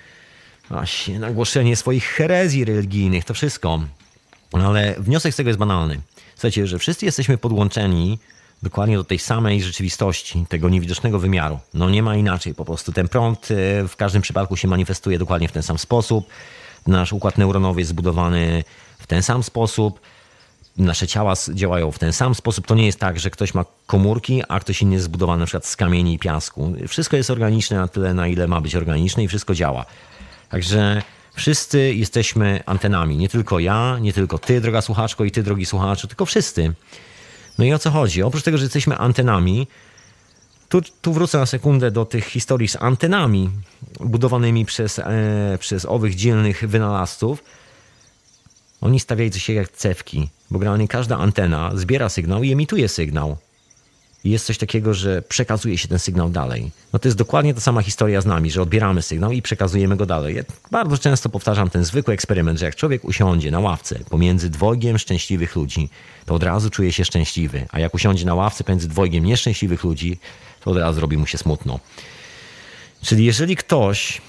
właśnie na głoszenie swoich herezji religijnych, to wszystko. Ale wniosek z tego jest banalny. Słuchajcie, że wszyscy jesteśmy podłączeni dokładnie do tej samej rzeczywistości, tego niewidocznego wymiaru. No nie ma inaczej po prostu. Ten prąd w każdym przypadku się manifestuje dokładnie w ten sam sposób. Nasz układ neuronowy jest zbudowany w ten sam sposób. Nasze ciała działają w ten sam sposób. To nie jest tak, że ktoś ma komórki, a ktoś inny jest zbudowany na przykład z kamieni i piasku. Wszystko jest organiczne na tyle, na ile ma być organiczne i wszystko działa. Także wszyscy jesteśmy antenami. Nie tylko ja, nie tylko ty, droga słuchaczko, i ty, drogi słuchaczu, tylko wszyscy. No i o co chodzi? Oprócz tego, że jesteśmy antenami, tu, tu wrócę na sekundę do tych historii z antenami budowanymi przez, e, przez owych dzielnych wynalazców. Oni stawiali coś jak cewki, bo generalnie każda antena zbiera sygnał i emituje sygnał. I jest coś takiego, że przekazuje się ten sygnał dalej. No to jest dokładnie ta sama historia z nami, że odbieramy sygnał i przekazujemy go dalej. Ja bardzo często powtarzam ten zwykły eksperyment, że jak człowiek usiądzie na ławce pomiędzy dwojgiem szczęśliwych ludzi, to od razu czuje się szczęśliwy. A jak usiądzie na ławce pomiędzy dwojgiem nieszczęśliwych ludzi, to od razu robi mu się smutno. Czyli jeżeli ktoś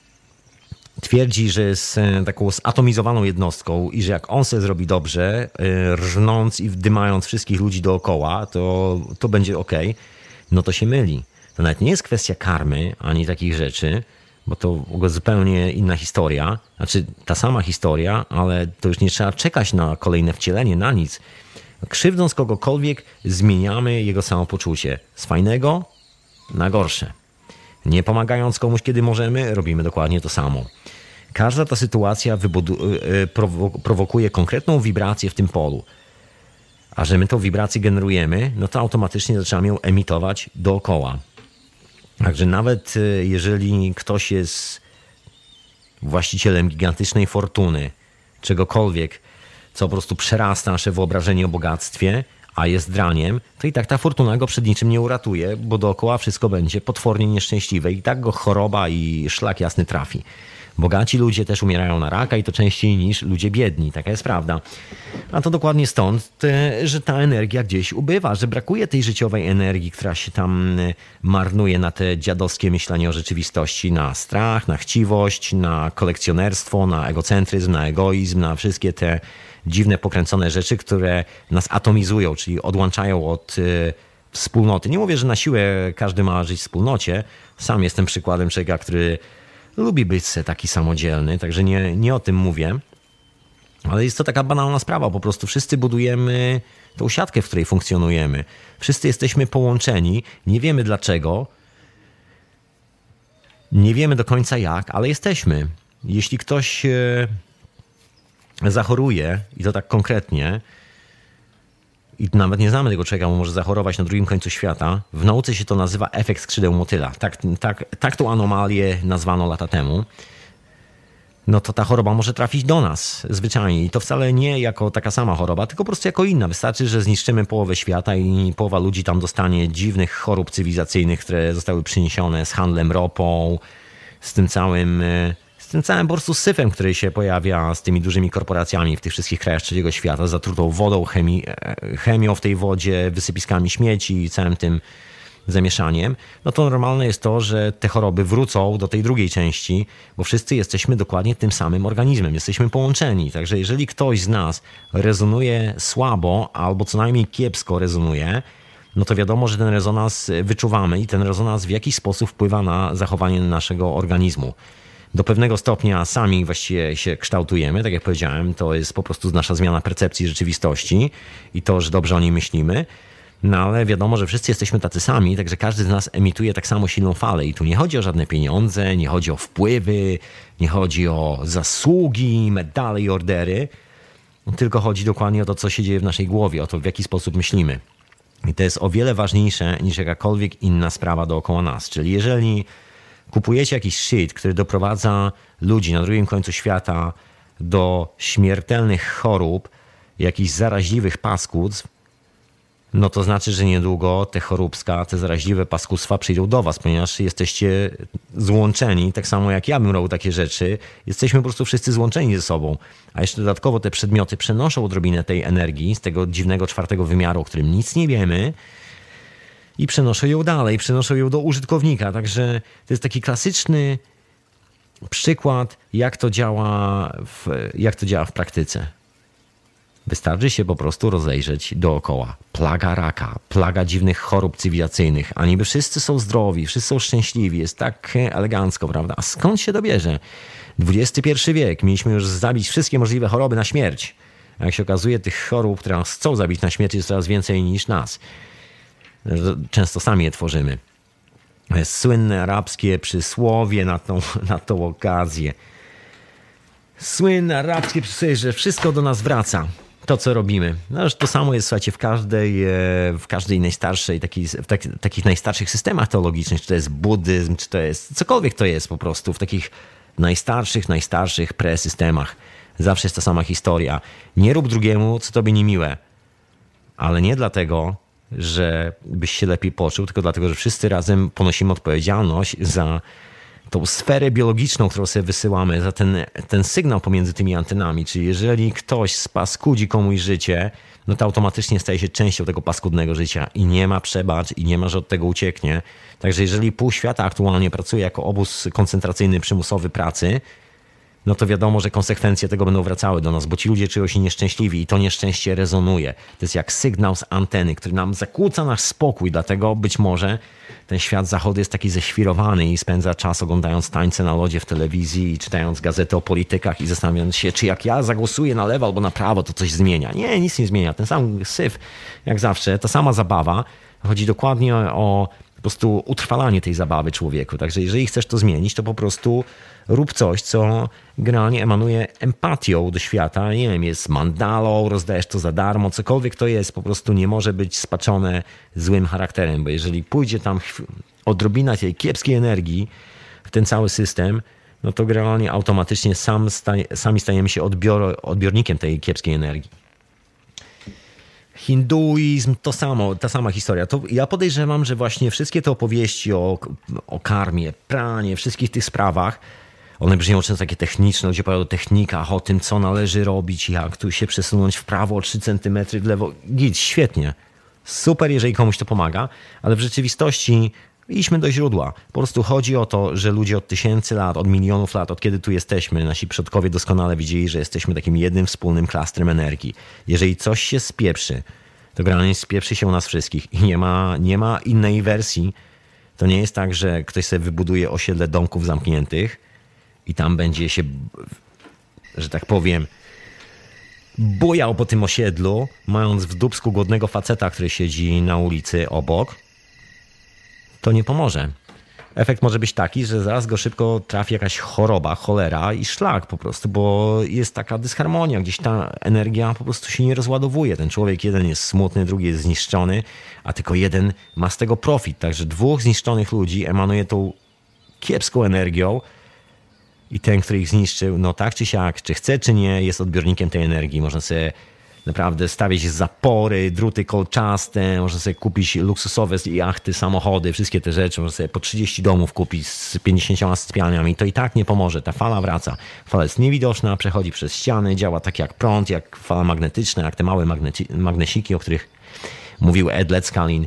twierdzi, że jest taką zatomizowaną jednostką i że jak on sobie zrobi dobrze, rżnąc i wdymając wszystkich ludzi dookoła, to, to będzie okej, no to się myli. To nawet nie jest kwestia karmy, ani takich rzeczy, bo to zupełnie inna historia. Znaczy ta sama historia, ale to już nie trzeba czekać na kolejne wcielenie, na nic. Krzywdząc kogokolwiek, zmieniamy jego samopoczucie z fajnego na gorsze. Nie pomagając komuś, kiedy możemy, robimy dokładnie to samo. Każda ta sytuacja wybudu- prowo- prowokuje konkretną wibrację w tym polu. A że my tą wibrację generujemy, no to automatycznie zaczynamy ją emitować dookoła. Także nawet jeżeli ktoś jest właścicielem gigantycznej fortuny, czegokolwiek, co po prostu przerasta nasze wyobrażenie o bogactwie, a jest draniem, to i tak ta fortuna go przed niczym nie uratuje, bo dookoła wszystko będzie potwornie nieszczęśliwe i tak go choroba i szlak jasny trafi. Bogaci ludzie też umierają na raka i to częściej niż ludzie biedni, taka jest prawda. A to dokładnie stąd, że ta energia gdzieś ubywa, że brakuje tej życiowej energii, która się tam marnuje na te dziadowskie myślenie o rzeczywistości, na strach, na chciwość, na kolekcjonerstwo, na egocentryzm, na egoizm, na wszystkie te dziwne, pokręcone rzeczy, które nas atomizują, czyli odłączają od wspólnoty. Nie mówię, że na siłę każdy ma żyć w wspólnocie. Sam jestem przykładem człowieka, który lubi być se taki samodzielny, także nie, nie o tym mówię. Ale jest to taka banalna sprawa, po prostu wszyscy budujemy tą siatkę, w której funkcjonujemy. Wszyscy jesteśmy połączeni, nie wiemy dlaczego, nie wiemy do końca jak, ale jesteśmy. Jeśli ktoś zachoruje, i to tak konkretnie, i nawet nie znamy tego człowieka, bo może zachorować na drugim końcu świata, w nauce się to nazywa efekt skrzydeł motyla. Tak, tak, tak tą anomalię nazwano lata temu. No to ta choroba może trafić do nas zwyczajnie. I to wcale nie jako taka sama choroba, tylko po prostu jako inna. Wystarczy, że zniszczymy połowę świata i połowa ludzi tam dostanie dziwnych chorób cywilizacyjnych, które zostały przyniesione z handlem ropą, z tym całym... z tym całym po prostu syfem, który się pojawia z tymi dużymi korporacjami w tych wszystkich krajach trzeciego świata, zatrutą wodą, chemii, chemią w tej wodzie, wysypiskami śmieci i całym tym zamieszaniem, no to normalne jest to, że te choroby wrócą do tej drugiej części, bo wszyscy jesteśmy dokładnie tym samym organizmem, jesteśmy połączeni. Także jeżeli ktoś z nas rezonuje słabo albo co najmniej kiepsko rezonuje, no to wiadomo, że ten rezonans wyczuwamy i ten rezonans w jakiś sposób wpływa na zachowanie naszego organizmu. Do pewnego stopnia sami właściwie się kształtujemy, tak jak powiedziałem, to jest po prostu nasza zmiana percepcji rzeczywistości i to, że dobrze o niej myślimy, no ale wiadomo, że wszyscy jesteśmy tacy sami, także każdy z nas emituje tak samo silną falę i tu nie chodzi o żadne pieniądze, nie chodzi o wpływy, nie chodzi o zasługi, medale i ordery, tylko chodzi dokładnie o to, co się dzieje w naszej głowie, o to, w jaki sposób myślimy. I to jest o wiele ważniejsze niż jakakolwiek inna sprawa dookoła nas, czyli jeżeli kupujecie jakiś shit, który doprowadza ludzi na drugim końcu świata do śmiertelnych chorób, jakichś zaraźliwych paskudztw, no to znaczy, że niedługo te choróbska, te zaraźliwe paskudztwa przyjdą do was, ponieważ jesteście złączeni, tak samo jak ja bym robił takie rzeczy, jesteśmy po prostu wszyscy złączeni ze sobą. A jeszcze dodatkowo te przedmioty przenoszą odrobinę tej energii z tego dziwnego czwartego wymiaru, o którym nic nie wiemy, i przenoszą ją dalej, przenoszą ją do użytkownika. Także to jest taki klasyczny przykład, jak to działa w, jak to działa w praktyce. Wystarczy się po prostu rozejrzeć dookoła. Plaga raka, plaga dziwnych chorób cywilizacyjnych, a niby wszyscy są zdrowi, wszyscy są szczęśliwi, jest tak elegancko, prawda? A skąd się to bierze? dwudziesty pierwszy wiek, mieliśmy już zabić wszystkie możliwe choroby na śmierć. A jak się okazuje, tych chorób, które nas chcą zabić na śmierć, jest coraz więcej niż nas. Często sami je tworzymy. Słynne arabskie przysłowie na tą, na tą okazję. Słynne arabskie przysłowie, że wszystko do nas wraca. To, co robimy. No, to samo jest, słuchajcie, w każdej, w każdej najstarszej, takiej, w tak, takich najstarszych systemach teologicznych, czy to jest buddyzm, czy to jest cokolwiek to jest po prostu, w takich najstarszych, najstarszych pre-systemach. Zawsze jest ta sama historia. Nie rób drugiemu, co tobie niemiłe. Ale nie dlatego, że byś się lepiej poczuł, tylko dlatego, że wszyscy razem ponosimy odpowiedzialność za tą sferę biologiczną, którą sobie wysyłamy, za ten, ten sygnał pomiędzy tymi antenami. Czyli jeżeli ktoś spaskudzi komuś życie, no to automatycznie staje się częścią tego paskudnego życia i nie ma przebacz i nie ma, że od tego ucieknie. Także jeżeli pół świata aktualnie pracuje jako obóz koncentracyjny przymusowy pracy, no to wiadomo, że konsekwencje tego będą wracały do nas, bo ci ludzie czują się nieszczęśliwi i to nieszczęście rezonuje. To jest jak sygnał z anteny, który nam zakłóca nasz spokój, dlatego być może ten świat zachodu jest taki ześwirowany i spędza czas oglądając tańce na lodzie w telewizji i czytając gazety o politykach i zastanawiając się, czy jak ja zagłosuję na lewo albo na prawo, to coś zmienia. Nie, nic nie zmienia. Ten sam syf, jak zawsze, ta sama zabawa. Chodzi dokładnie o po prostu utrwalanie tej zabawy człowieku. Także jeżeli chcesz to zmienić, to po prostu rób coś, co generalnie emanuje empatią do świata. Nie wiem, jest mandalą, rozdajesz to za darmo, cokolwiek to jest, po prostu nie może być spaczone złym charakterem, bo jeżeli pójdzie tam odrobina tej kiepskiej energii w ten cały system, no to generalnie automatycznie sam staje, sami stajemy się odbior, odbiornikiem tej kiepskiej energii. Hinduizm, to samo, ta sama historia. To ja podejrzewam, że właśnie wszystkie te opowieści o, o karmie, pranie, wszystkich tych sprawach, one brzmią często takie techniczne, gdzie opowiadają o technikach, o tym, co należy robić, jak tu się przesunąć w prawo o trzy centymetry, w lewo. Git, świetnie. Super, jeżeli komuś to pomaga, ale w rzeczywistości idźmy do źródła. Po prostu chodzi o to, że ludzie od tysięcy lat, od milionów lat, od kiedy tu jesteśmy, nasi przodkowie doskonale widzieli, że jesteśmy takim jednym wspólnym klastrem energii. Jeżeli coś się spieprzy, to generalnie spieprzy się u nas wszystkich i nie ma, nie ma innej wersji. To nie jest tak, że ktoś sobie wybuduje osiedle domków zamkniętych i tam będzie się, że tak powiem, bujał po tym osiedlu, mając w dupsku głodnego faceta, który siedzi na ulicy obok. To nie pomoże. Efekt może być taki, że zaraz go szybko trafi jakaś choroba, cholera i szlak po prostu, bo jest taka dysharmonia, gdzieś ta energia po prostu się nie rozładowuje. Ten człowiek jeden jest smutny, drugi jest zniszczony, a tylko jeden ma z tego profit. Także dwóch zniszczonych ludzi emanuje tą kiepską energią i ten, który ich zniszczył, no tak czy siak, czy chce, czy nie, jest odbiornikiem tej energii. Można sobie naprawdę stawiać zapory, druty kolczaste, można sobie kupić luksusowe jachty, samochody, wszystkie te rzeczy. Można sobie po trzydzieści domów kupić z pięćdziesięcioma sypialniami. To i tak nie pomoże. Ta fala wraca. Fala jest niewidoczna, przechodzi przez ściany, działa tak jak prąd, jak fala magnetyczna, jak te małe magneci- magnesiki, o których mówił Ed Ledskalin.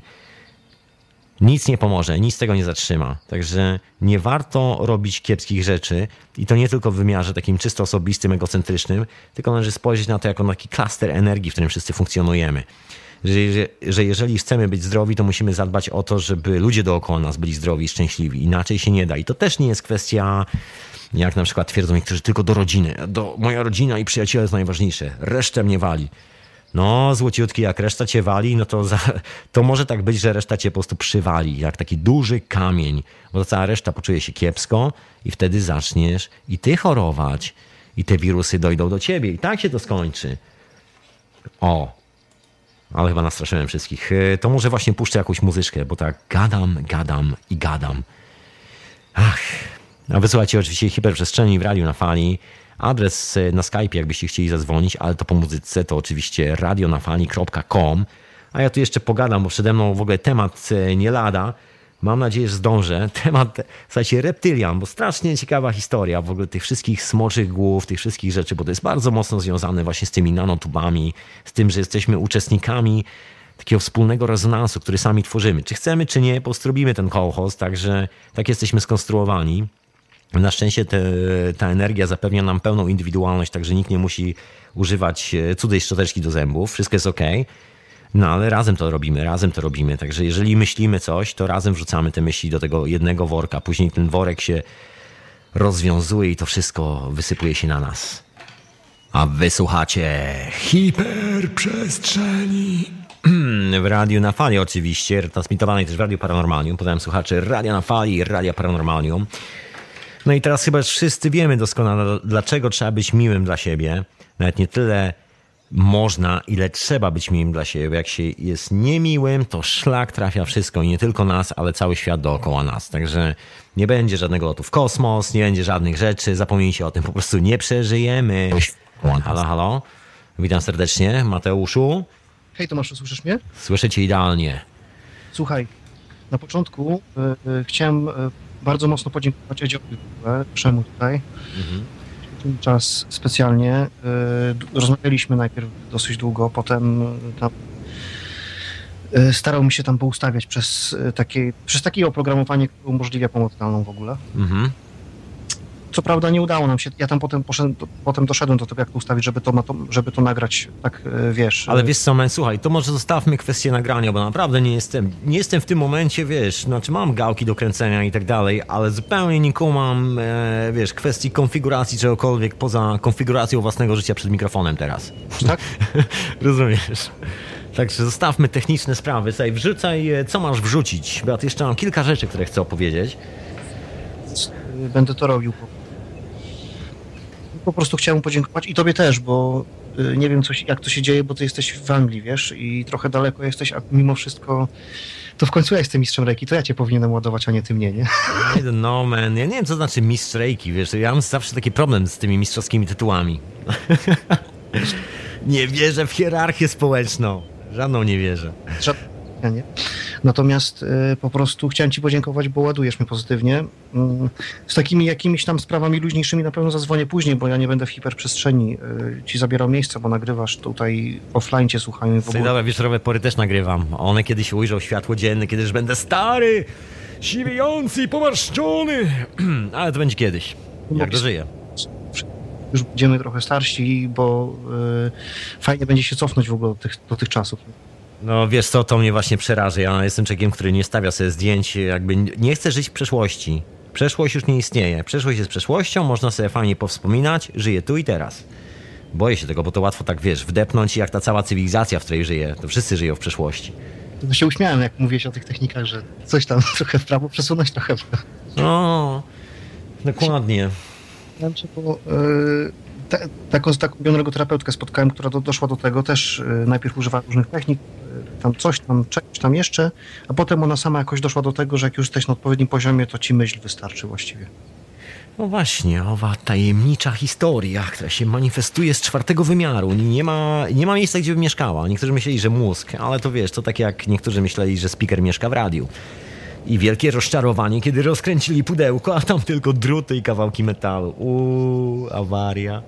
Nic nie pomoże, nic tego nie zatrzyma. Także nie warto robić kiepskich rzeczy i to nie tylko w wymiarze takim czysto osobistym, egocentrycznym, tylko należy spojrzeć na to jako na taki klaster energii, w którym wszyscy funkcjonujemy. Że, że, że jeżeli chcemy być zdrowi, to musimy zadbać o to, żeby ludzie dookoła nas byli zdrowi i szczęśliwi. Inaczej się nie da. I to też nie jest kwestia, jak na przykład twierdzą niektórzy, tylko do rodziny. Do, moja rodzina i przyjaciele jest najważniejsze. Resztę mnie wali. No, złociutki, jak reszta cię wali, no to, za, to może tak być, że reszta cię po prostu przywali, jak taki duży kamień, bo to cała reszta poczuje się kiepsko i wtedy zaczniesz i ty chorować i te wirusy dojdą do ciebie i tak się to skończy. O, ale chyba nastraszyłem wszystkich. To może właśnie puszczę jakąś muzyczkę, bo tak gadam, gadam i gadam. Ach, a wysłuchajcie oczywiście Hiperprzestrzeni w Radiu na Fali. Adres na Skype, jakbyście chcieli zadzwonić, ale to po muzyce, to oczywiście radionafali kropka com. A ja tu jeszcze pogadam, bo przede mną w ogóle temat nie lada. Mam nadzieję, że zdążę. Temat, słuchajcie, reptylian, bo strasznie ciekawa historia w ogóle tych wszystkich smoczych głów, tych wszystkich rzeczy, bo to jest bardzo mocno związane właśnie z tymi nanotubami, z tym, że jesteśmy uczestnikami takiego wspólnego rezonansu, który sami tworzymy. Czy chcemy, czy nie, po prostu robimy ten kołchoz, także tak jesteśmy skonstruowani. Na szczęście te, ta energia zapewnia nam pełną indywidualność, także nikt nie musi używać cudzej szczoteczki do zębów. Wszystko jest okej. No ale razem to robimy, razem to robimy. Także jeżeli myślimy coś, to razem wrzucamy te myśli do tego jednego worka. Później ten worek się rozwiązuje i to wszystko wysypuje się na nas. A wysłuchacie Hiperprzestrzeni w Radiu na Fali oczywiście, transmitowanej też w Radiu Paranormalium. Podałem słuchaczy Radia na Fali i Radia Paranormalium. No i teraz chyba wszyscy wiemy doskonale, dlaczego trzeba być miłym dla siebie. Nawet nie tyle można, ile trzeba być miłym dla siebie. Bo jak się jest niemiłym, to szlak trafia wszystko i nie tylko nas, ale cały świat dookoła nas. Także nie będzie żadnego lotu w kosmos, nie będzie żadnych rzeczy, zapomnijcie o tym, po prostu nie przeżyjemy. Halo, halo. Witam serdecznie, Mateuszu. Hej Tomaszu, słyszysz mnie? Słyszę cię idealnie. Słuchaj, na początku y, y, chciałem y, bardzo mocno podziękować Edziowi Przemu tutaj. Mhm. Ten czas specjalnie. Y, rozmawialiśmy najpierw dosyć długo, potem y, tam y, starał mi się tam poustawiać przez, y, takie, przez takie oprogramowanie, które umożliwia pomoc zdalną w ogóle. Mhm. co prawda nie udało nam się. Ja tam potem poszedłem, potem doszedłem do tego, jak to ustawić, żeby to, żeby to nagrać, tak wiesz. Ale wiesz co, man, słuchaj, to może zostawmy kwestię nagrania, bo naprawdę nie jestem, nie jestem w tym momencie, wiesz, znaczy mam gałki do kręcenia i tak dalej, ale zupełnie nie kumam, e, wiesz, kwestii konfiguracji czegokolwiek poza konfiguracją własnego życia przed mikrofonem teraz. Tak? Rozumiesz? Także zostawmy techniczne sprawy. Słuchaj, wrzucaj, co masz wrzucić? Bo ja jeszcze mam kilka rzeczy, które chcę opowiedzieć. Będę to robił. Po prostu chciałem podziękować i tobie też, bo nie wiem, co się, jak to się dzieje, bo ty jesteś w Anglii, wiesz, i trochę daleko jesteś, a mimo wszystko to w końcu ja jestem mistrzem rejki, to ja cię powinienem ładować, a nie ty mnie, nie? I don't know, man. Ja nie wiem, co znaczy mistrz rejki, wiesz, ja mam zawsze taki problem z tymi mistrzowskimi tytułami. Nie wierzę w hierarchię społeczną. Żadną nie wierzę. Ja nie. Natomiast y, po prostu chciałem ci podziękować, bo ładujesz mnie pozytywnie. Y, z takimi jakimiś tam sprawami luźniejszymi na pewno zadzwonię później, bo ja nie będę w hiperprzestrzeni y, ci zabierał miejsca, bo nagrywasz tutaj offline, cię słuchają i w ogóle. Dobra, wieczorowe pory też nagrywam. One kiedyś ujrzą światło dzienne, kiedy już będę stary, siwiejący i pomarszczony. Ale to będzie kiedyś, jak dożyję. Już będziemy trochę starsi, bo y, fajnie będzie się cofnąć w ogóle do tych, do tych czasów. No wiesz co, to mnie właśnie przeraża. Ja jestem człowiekiem, który nie stawia sobie zdjęć, jakby nie chce żyć w przeszłości. Przeszłość już nie istnieje. Przeszłość jest przeszłością, można sobie fajnie powspominać, żyję tu i teraz. Boję się tego, bo to łatwo tak, wiesz, wdepnąć jak ta cała cywilizacja, w której żyję. To wszyscy żyją w przeszłości. To się uśmiałem, jak mówiłeś o tych technikach, że coś tam trochę w prawo przesunąć, trochę w prawo. No, dokładnie. Znaczy, bo, yy, te, taką, taką bioenergoterapeutkę spotkałem, która do, doszła do tego też, yy, najpierw używała różnych technik, yy, tam coś tam, czegoś tam jeszcze, a potem ona sama jakoś doszła do tego, że jak już jesteś na odpowiednim poziomie, to ci myśl wystarczy właściwie. No właśnie, owa tajemnicza historia, która się manifestuje z czwartego wymiaru. Nie ma, nie ma miejsca, gdzie by mieszkała. Niektórzy myśleli, że mózg, ale to wiesz, to tak jak niektórzy myśleli, że speaker mieszka w radiu. I wielkie rozczarowanie, kiedy rozkręcili pudełko, a tam tylko druty i kawałki metalu. Uuu, awaria.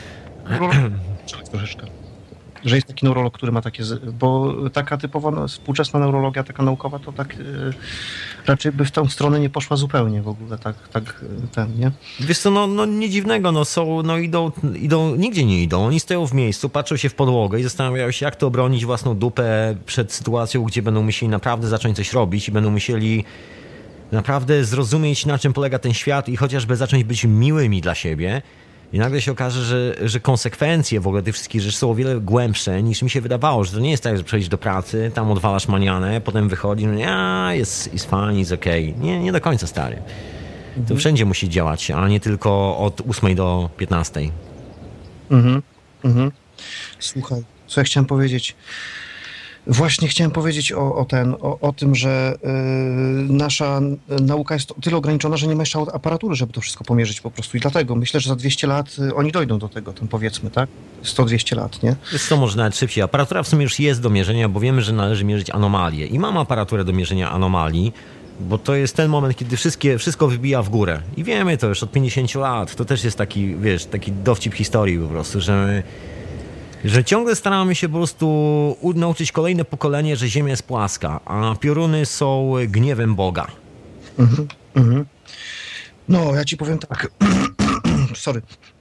Troszeczkę. Że jest taki neurolog, który ma takie... Bo taka typowa no, współczesna neurologia, taka naukowa, to tak yy, raczej by w tą stronę nie poszła zupełnie w ogóle, tak, tak ten, nie? Wiesz co, no, no nie dziwnego, no są, no idą, idą, nigdzie nie idą. Oni stoją w miejscu, patrzą się w podłogę i zastanawiają się, jak to obronić własną dupę przed sytuacją, gdzie będą musieli naprawdę zacząć coś robić i będą musieli naprawdę zrozumieć, na czym polega ten świat i chociażby zacząć być miłymi dla siebie. I nagle się okaże, że, że konsekwencje w ogóle tych wszystkich rzeczy są o wiele głębsze niż mi się wydawało, że to nie jest tak, że przechodzisz do pracy, tam odwalasz manianę, potem wychodzisz, no ja, jest, jest fajnie, jest okej. Okay. Nie, nie do końca, stary. To mhm. wszędzie musi działać, a nie tylko od ósmej do piętnastej. Mhm, mhm. Słuchaj, co ja chciałem powiedzieć? Właśnie chciałem powiedzieć o, o, ten, o, o tym, że y, nasza nauka jest o tyle ograniczona, że nie ma jeszcze aparatury, żeby to wszystko pomierzyć po prostu. I dlatego myślę, że za dwieście lat oni dojdą do tego, tam powiedzmy, tak? sto dwieście lat, nie? Jest to może nawet szybciej. Aparatura w sumie już jest do mierzenia, bo wiemy, że należy mierzyć anomalie. I mam aparaturę do mierzenia anomalii, bo to jest ten moment, kiedy wszystkie, wszystko wybija w górę. I wiemy to już od pięćdziesięciu lat. To też jest taki, wiesz, taki dowcip historii po prostu, że my Że ciągle staramy się po prostu nauczyć kolejne pokolenie, że Ziemia jest płaska, a pioruny są gniewem Boga. Mhm, mhm. No, ja ci powiem tak. Sorry.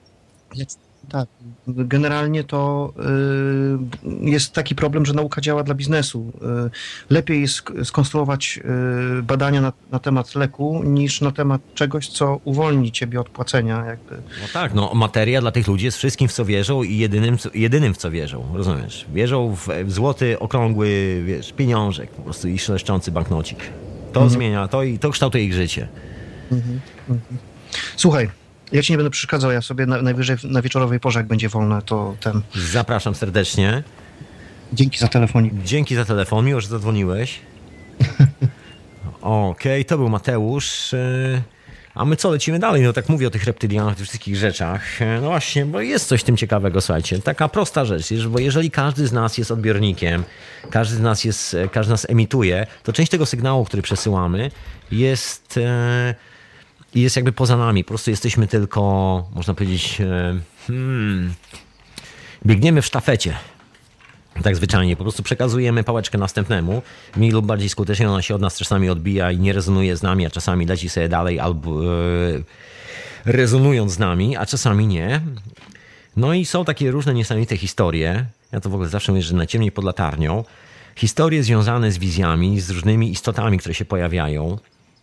Tak, generalnie to y, jest taki problem, że nauka działa dla biznesu. Y, lepiej jest skonstruować y, badania na, na temat leku, niż na temat czegoś, co uwolni ciebie od płacenia. Jakby. No tak, no materia dla tych ludzi jest wszystkim, w co wierzą i jedynym, co, jedynym w co wierzą, rozumiesz? Wierzą w, w złoty, okrągły, wiesz, pieniążek po prostu i szeleszczący banknocik. To mhm. zmienia, to, i to kształtuje ich życie. Mhm. Mhm. Słuchaj, ja ci nie będę przeszkadzał, ja sobie na, najwyżej na wieczorowej porze, jak będzie wolne, to ten... Zapraszam serdecznie. Dzięki za telefonik. Dzięki za telefon, miło, że zadzwoniłeś. Okej, okay, to był Mateusz. A my co, lecimy dalej? No tak mówię o tych reptylianach, tych wszystkich rzeczach. No właśnie, bo jest coś w tym ciekawego, słuchajcie. Taka prosta rzecz, bo jeżeli każdy z nas jest odbiornikiem, każdy z nas jest, każdy z nas emituje, to część tego sygnału, który przesyłamy, jest... I jest jakby poza nami. Po prostu jesteśmy tylko, można powiedzieć, hmm, biegniemy w sztafecie. Tak zwyczajnie. Po prostu przekazujemy pałeczkę następnemu. Mniej lub bardziej skutecznie ona się od nas czasami odbija i nie rezonuje z nami, a czasami leci sobie dalej albo, rezonują z nami, a czasami nie. No i są takie różne niesamowite historie. Ja to w ogóle zawsze mówię, że najciemniej pod latarnią. Historie związane z wizjami, z różnymi istotami, które się pojawiają.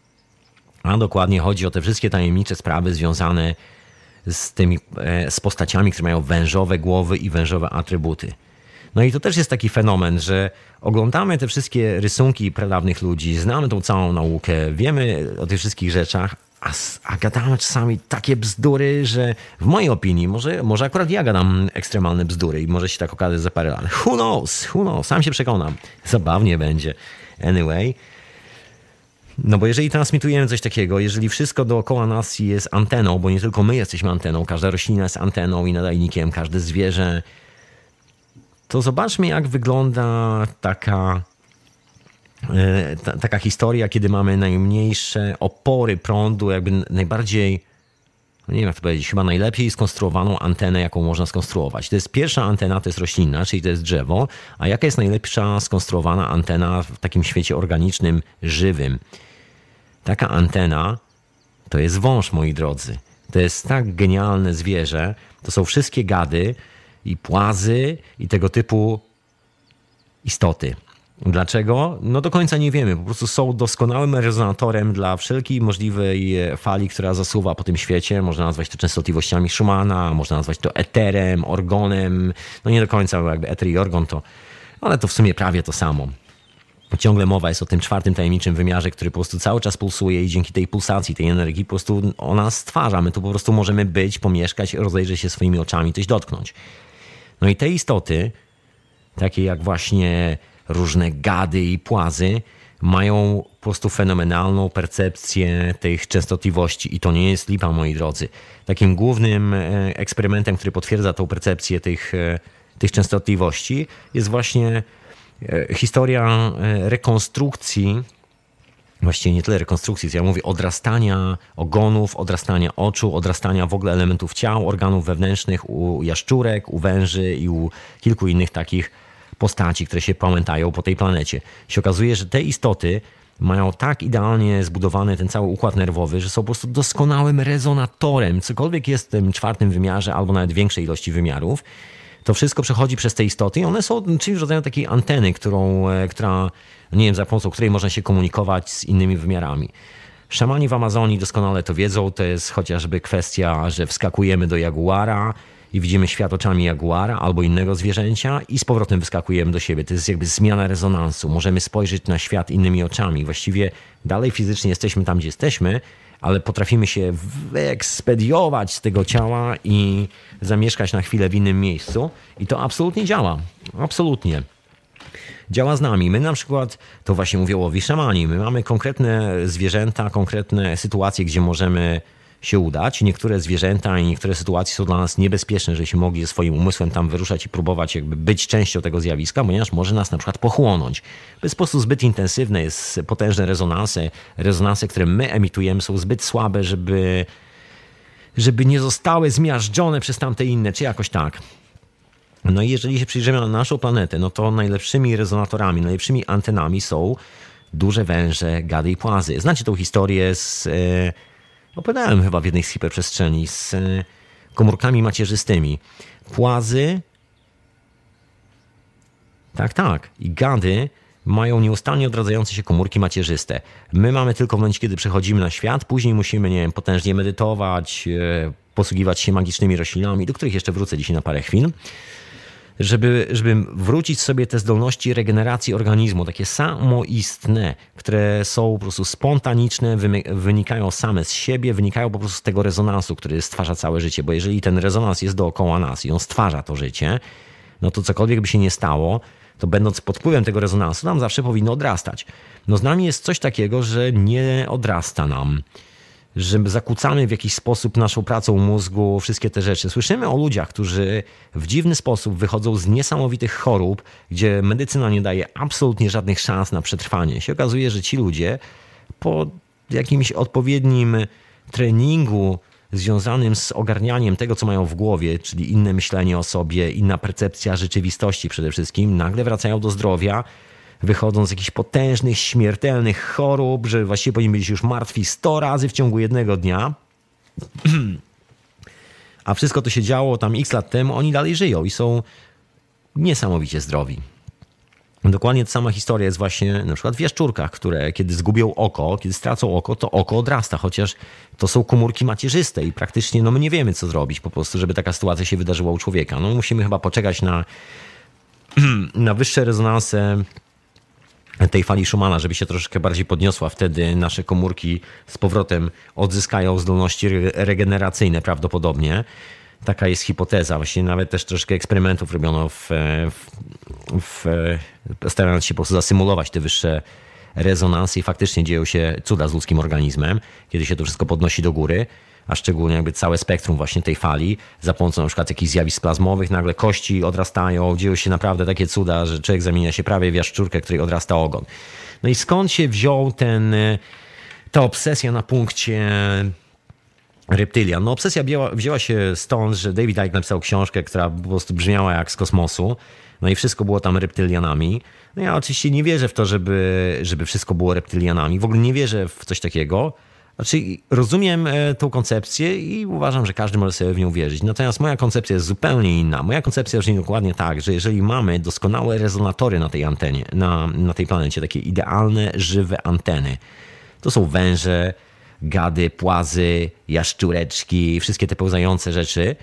A dokładnie chodzi o te wszystkie tajemnicze sprawy związane z tymi, z postaciami, które mają wężowe głowy i wężowe atrybuty. No i to też jest taki fenomen, że oglądamy te wszystkie rysunki pradawnych ludzi, znamy tą całą naukę, wiemy o tych wszystkich rzeczach, a, a gadamy czasami takie bzdury, że w mojej opinii, może, może akurat ja gadam ekstremalne bzdury i może się tak okazać za parę lat. Who knows? Who knows? Sam się przekonam. Zabawnie będzie. Anyway. No bo jeżeli transmitujemy coś takiego, jeżeli wszystko dookoła nas jest anteną, bo nie tylko my jesteśmy anteną, każda roślina jest anteną i nadajnikiem, każde zwierzę, to zobaczmy, jak wygląda taka, e, ta, taka historia, kiedy mamy najmniejsze opory prądu, jakby najbardziej, nie wiem jak to powiedzieć, chyba najlepiej skonstruowaną antenę, jaką można skonstruować. To jest pierwsza antena, to jest roślina, czyli to jest drzewo, a jaka jest najlepsza skonstruowana antena w takim świecie organicznym, żywym? Taka antena to jest wąż, moi drodzy. To jest tak genialne zwierzę, to są wszystkie gady, i płazy i tego typu istoty. Dlaczego? No do końca nie wiemy. Po prostu są doskonałym rezonatorem dla wszelkiej możliwej fali, która zasuwa po tym świecie. Można nazwać to częstotliwościami Schumana, można nazwać to eterem, orgonem. No nie do końca, bo jakby eter i orgon to, ale to w sumie prawie to samo. Ciągle mowa jest o tym czwartym tajemniczym wymiarze, który po prostu cały czas pulsuje i dzięki tej pulsacji, tej energii po prostu ona stwarza. My tu po prostu możemy być, pomieszkać, rozejrzeć się swoimi oczami, coś dotknąć. No i te istoty, takie jak właśnie różne gady i płazy, mają po prostu fenomenalną percepcję tych częstotliwości i to nie jest lipa, moi drodzy. Takim głównym eksperymentem, który potwierdza tą percepcję tych, tych częstotliwości jest właśnie historia rekonstrukcji, właściwie nie tyle rekonstrukcji, ja mówię odrastania ogonów, odrastania oczu, odrastania w ogóle elementów ciał, organów wewnętrznych u jaszczurek, u węży i u kilku innych takich postaci, które się pamiętają po tej planecie. Się okazuje, że te istoty mają tak idealnie zbudowany ten cały układ nerwowy, że są po prostu doskonałym rezonatorem, cokolwiek jest w tym czwartym wymiarze albo nawet większej ilości wymiarów. To wszystko przechodzi przez te istoty i one są czymś w rodzaju takiej anteny, którą, która, nie wiem, za pomocą której można się komunikować z innymi wymiarami. Szamani w Amazonii doskonale to wiedzą, to jest chociażby kwestia, że wskakujemy do jaguara i widzimy świat oczami jaguara albo innego zwierzęcia i z powrotem wyskakujemy do siebie. To jest jakby zmiana rezonansu. Możemy spojrzeć na świat innymi oczami. Właściwie dalej fizycznie jesteśmy tam, gdzie jesteśmy, ale potrafimy się wyekspediować z tego ciała i zamieszkać na chwilę w innym miejscu. I to absolutnie działa. Absolutnie. Działa z nami. My na przykład, to właśnie mówią o szamani, my mamy konkretne zwierzęta, konkretne sytuacje, gdzie możemy się udać. Niektóre zwierzęta i niektóre sytuacje są dla nas niebezpieczne, żebyśmy mogli ze swoim umysłem tam wyruszać i próbować jakby być częścią tego zjawiska, ponieważ może nas na przykład pochłonąć. To jest po prostu zbyt intensywne, jest potężne rezonanse. Rezonanse, które my emitujemy, są zbyt słabe, żeby, żeby nie zostały zmiażdżone przez tamte inne, czy jakoś tak. No i jeżeli się przyjrzymy na naszą planetę, no to najlepszymi rezonatorami, najlepszymi antenami są duże węże, gady i płazy. Znacie tą historię z... Opowiadałem chyba w jednej z hiperprzestrzeni z komórkami macierzystymi. Płazy, tak, tak, i gady mają nieustannie odradzające się komórki macierzyste. My mamy tylko w momencie, kiedy przechodzimy na świat, później musimy, nie wiem, potężnie medytować, posługiwać się magicznymi roślinami, do których jeszcze wrócę dzisiaj na parę chwil, żeby, żeby wrócić sobie te zdolności regeneracji organizmu, takie samoistne, które są po prostu spontaniczne, wynikają same z siebie, wynikają po prostu z tego rezonansu, który stwarza całe życie, bo jeżeli ten rezonans jest dookoła nas i on stwarza to życie, no to cokolwiek by się nie stało, to będąc pod wpływem tego rezonansu, nam zawsze powinno odrastać. No z nami jest coś takiego, że nie odrasta nam, że zakłócamy w jakiś sposób naszą pracą mózgu, wszystkie te rzeczy. Słyszymy o ludziach, którzy w dziwny sposób wychodzą z niesamowitych chorób, gdzie medycyna nie daje absolutnie żadnych szans na przetrwanie. Się okazuje, że ci ludzie po jakimś odpowiednim treningu związanym z ogarnianiem tego, co mają w głowie, czyli inne myślenie o sobie, inna percepcja rzeczywistości przede wszystkim, nagle wracają do zdrowia, wychodzą z jakichś potężnych, śmiertelnych chorób, że właściwie powinni być już martwi sto razy w ciągu jednego dnia. A wszystko to się działo tam x lat temu, oni dalej żyją i są niesamowicie zdrowi. Dokładnie ta sama historia jest właśnie na przykład w jaszczurkach, które kiedy zgubią oko, kiedy stracą oko, to oko odrasta, chociaż to są komórki macierzyste i praktycznie no my nie wiemy, co zrobić po prostu, żeby taka sytuacja się wydarzyła u człowieka. No musimy chyba poczekać na, na wyższe rezonanse tej fali Schumana, żeby się troszeczkę bardziej podniosła. Wtedy nasze komórki z powrotem odzyskają zdolności regeneracyjne prawdopodobnie. Taka jest hipoteza. Właśnie nawet też troszkę eksperymentów robiono w, w, w, starając się po prostu zasymulować te wyższe rezonansy i faktycznie dzieją się cuda z ludzkim organizmem, kiedy się to wszystko podnosi do góry, a szczególnie jakby całe spektrum właśnie tej fali, za pomocą na przykład jakichś zjawisk plazmowych, nagle kości odrastają, dzieją się naprawdę takie cuda, że człowiek zamienia się prawie w jaszczurkę, której odrasta ogon. No i skąd się wziął ten, ta obsesja na punkcie reptylian? No obsesja wzięła, wzięła się stąd, że David Icke napisał książkę, która po prostu brzmiała jak z kosmosu, no i wszystko było tam reptylianami. No ja oczywiście nie wierzę w to, żeby, żeby wszystko było reptylianami, w ogóle nie wierzę w coś takiego. Znaczy rozumiem tą koncepcję i uważam, że każdy może sobie w nią wierzyć. Natomiast moja koncepcja jest zupełnie inna. Moja koncepcja brzmi dokładnie tak, że jeżeli mamy doskonałe rezonatory na tej antenie, na, na tej planecie, takie idealne, żywe anteny, to są węże, gady, płazy, jaszczureczki, wszystkie te pełzające rzeczy,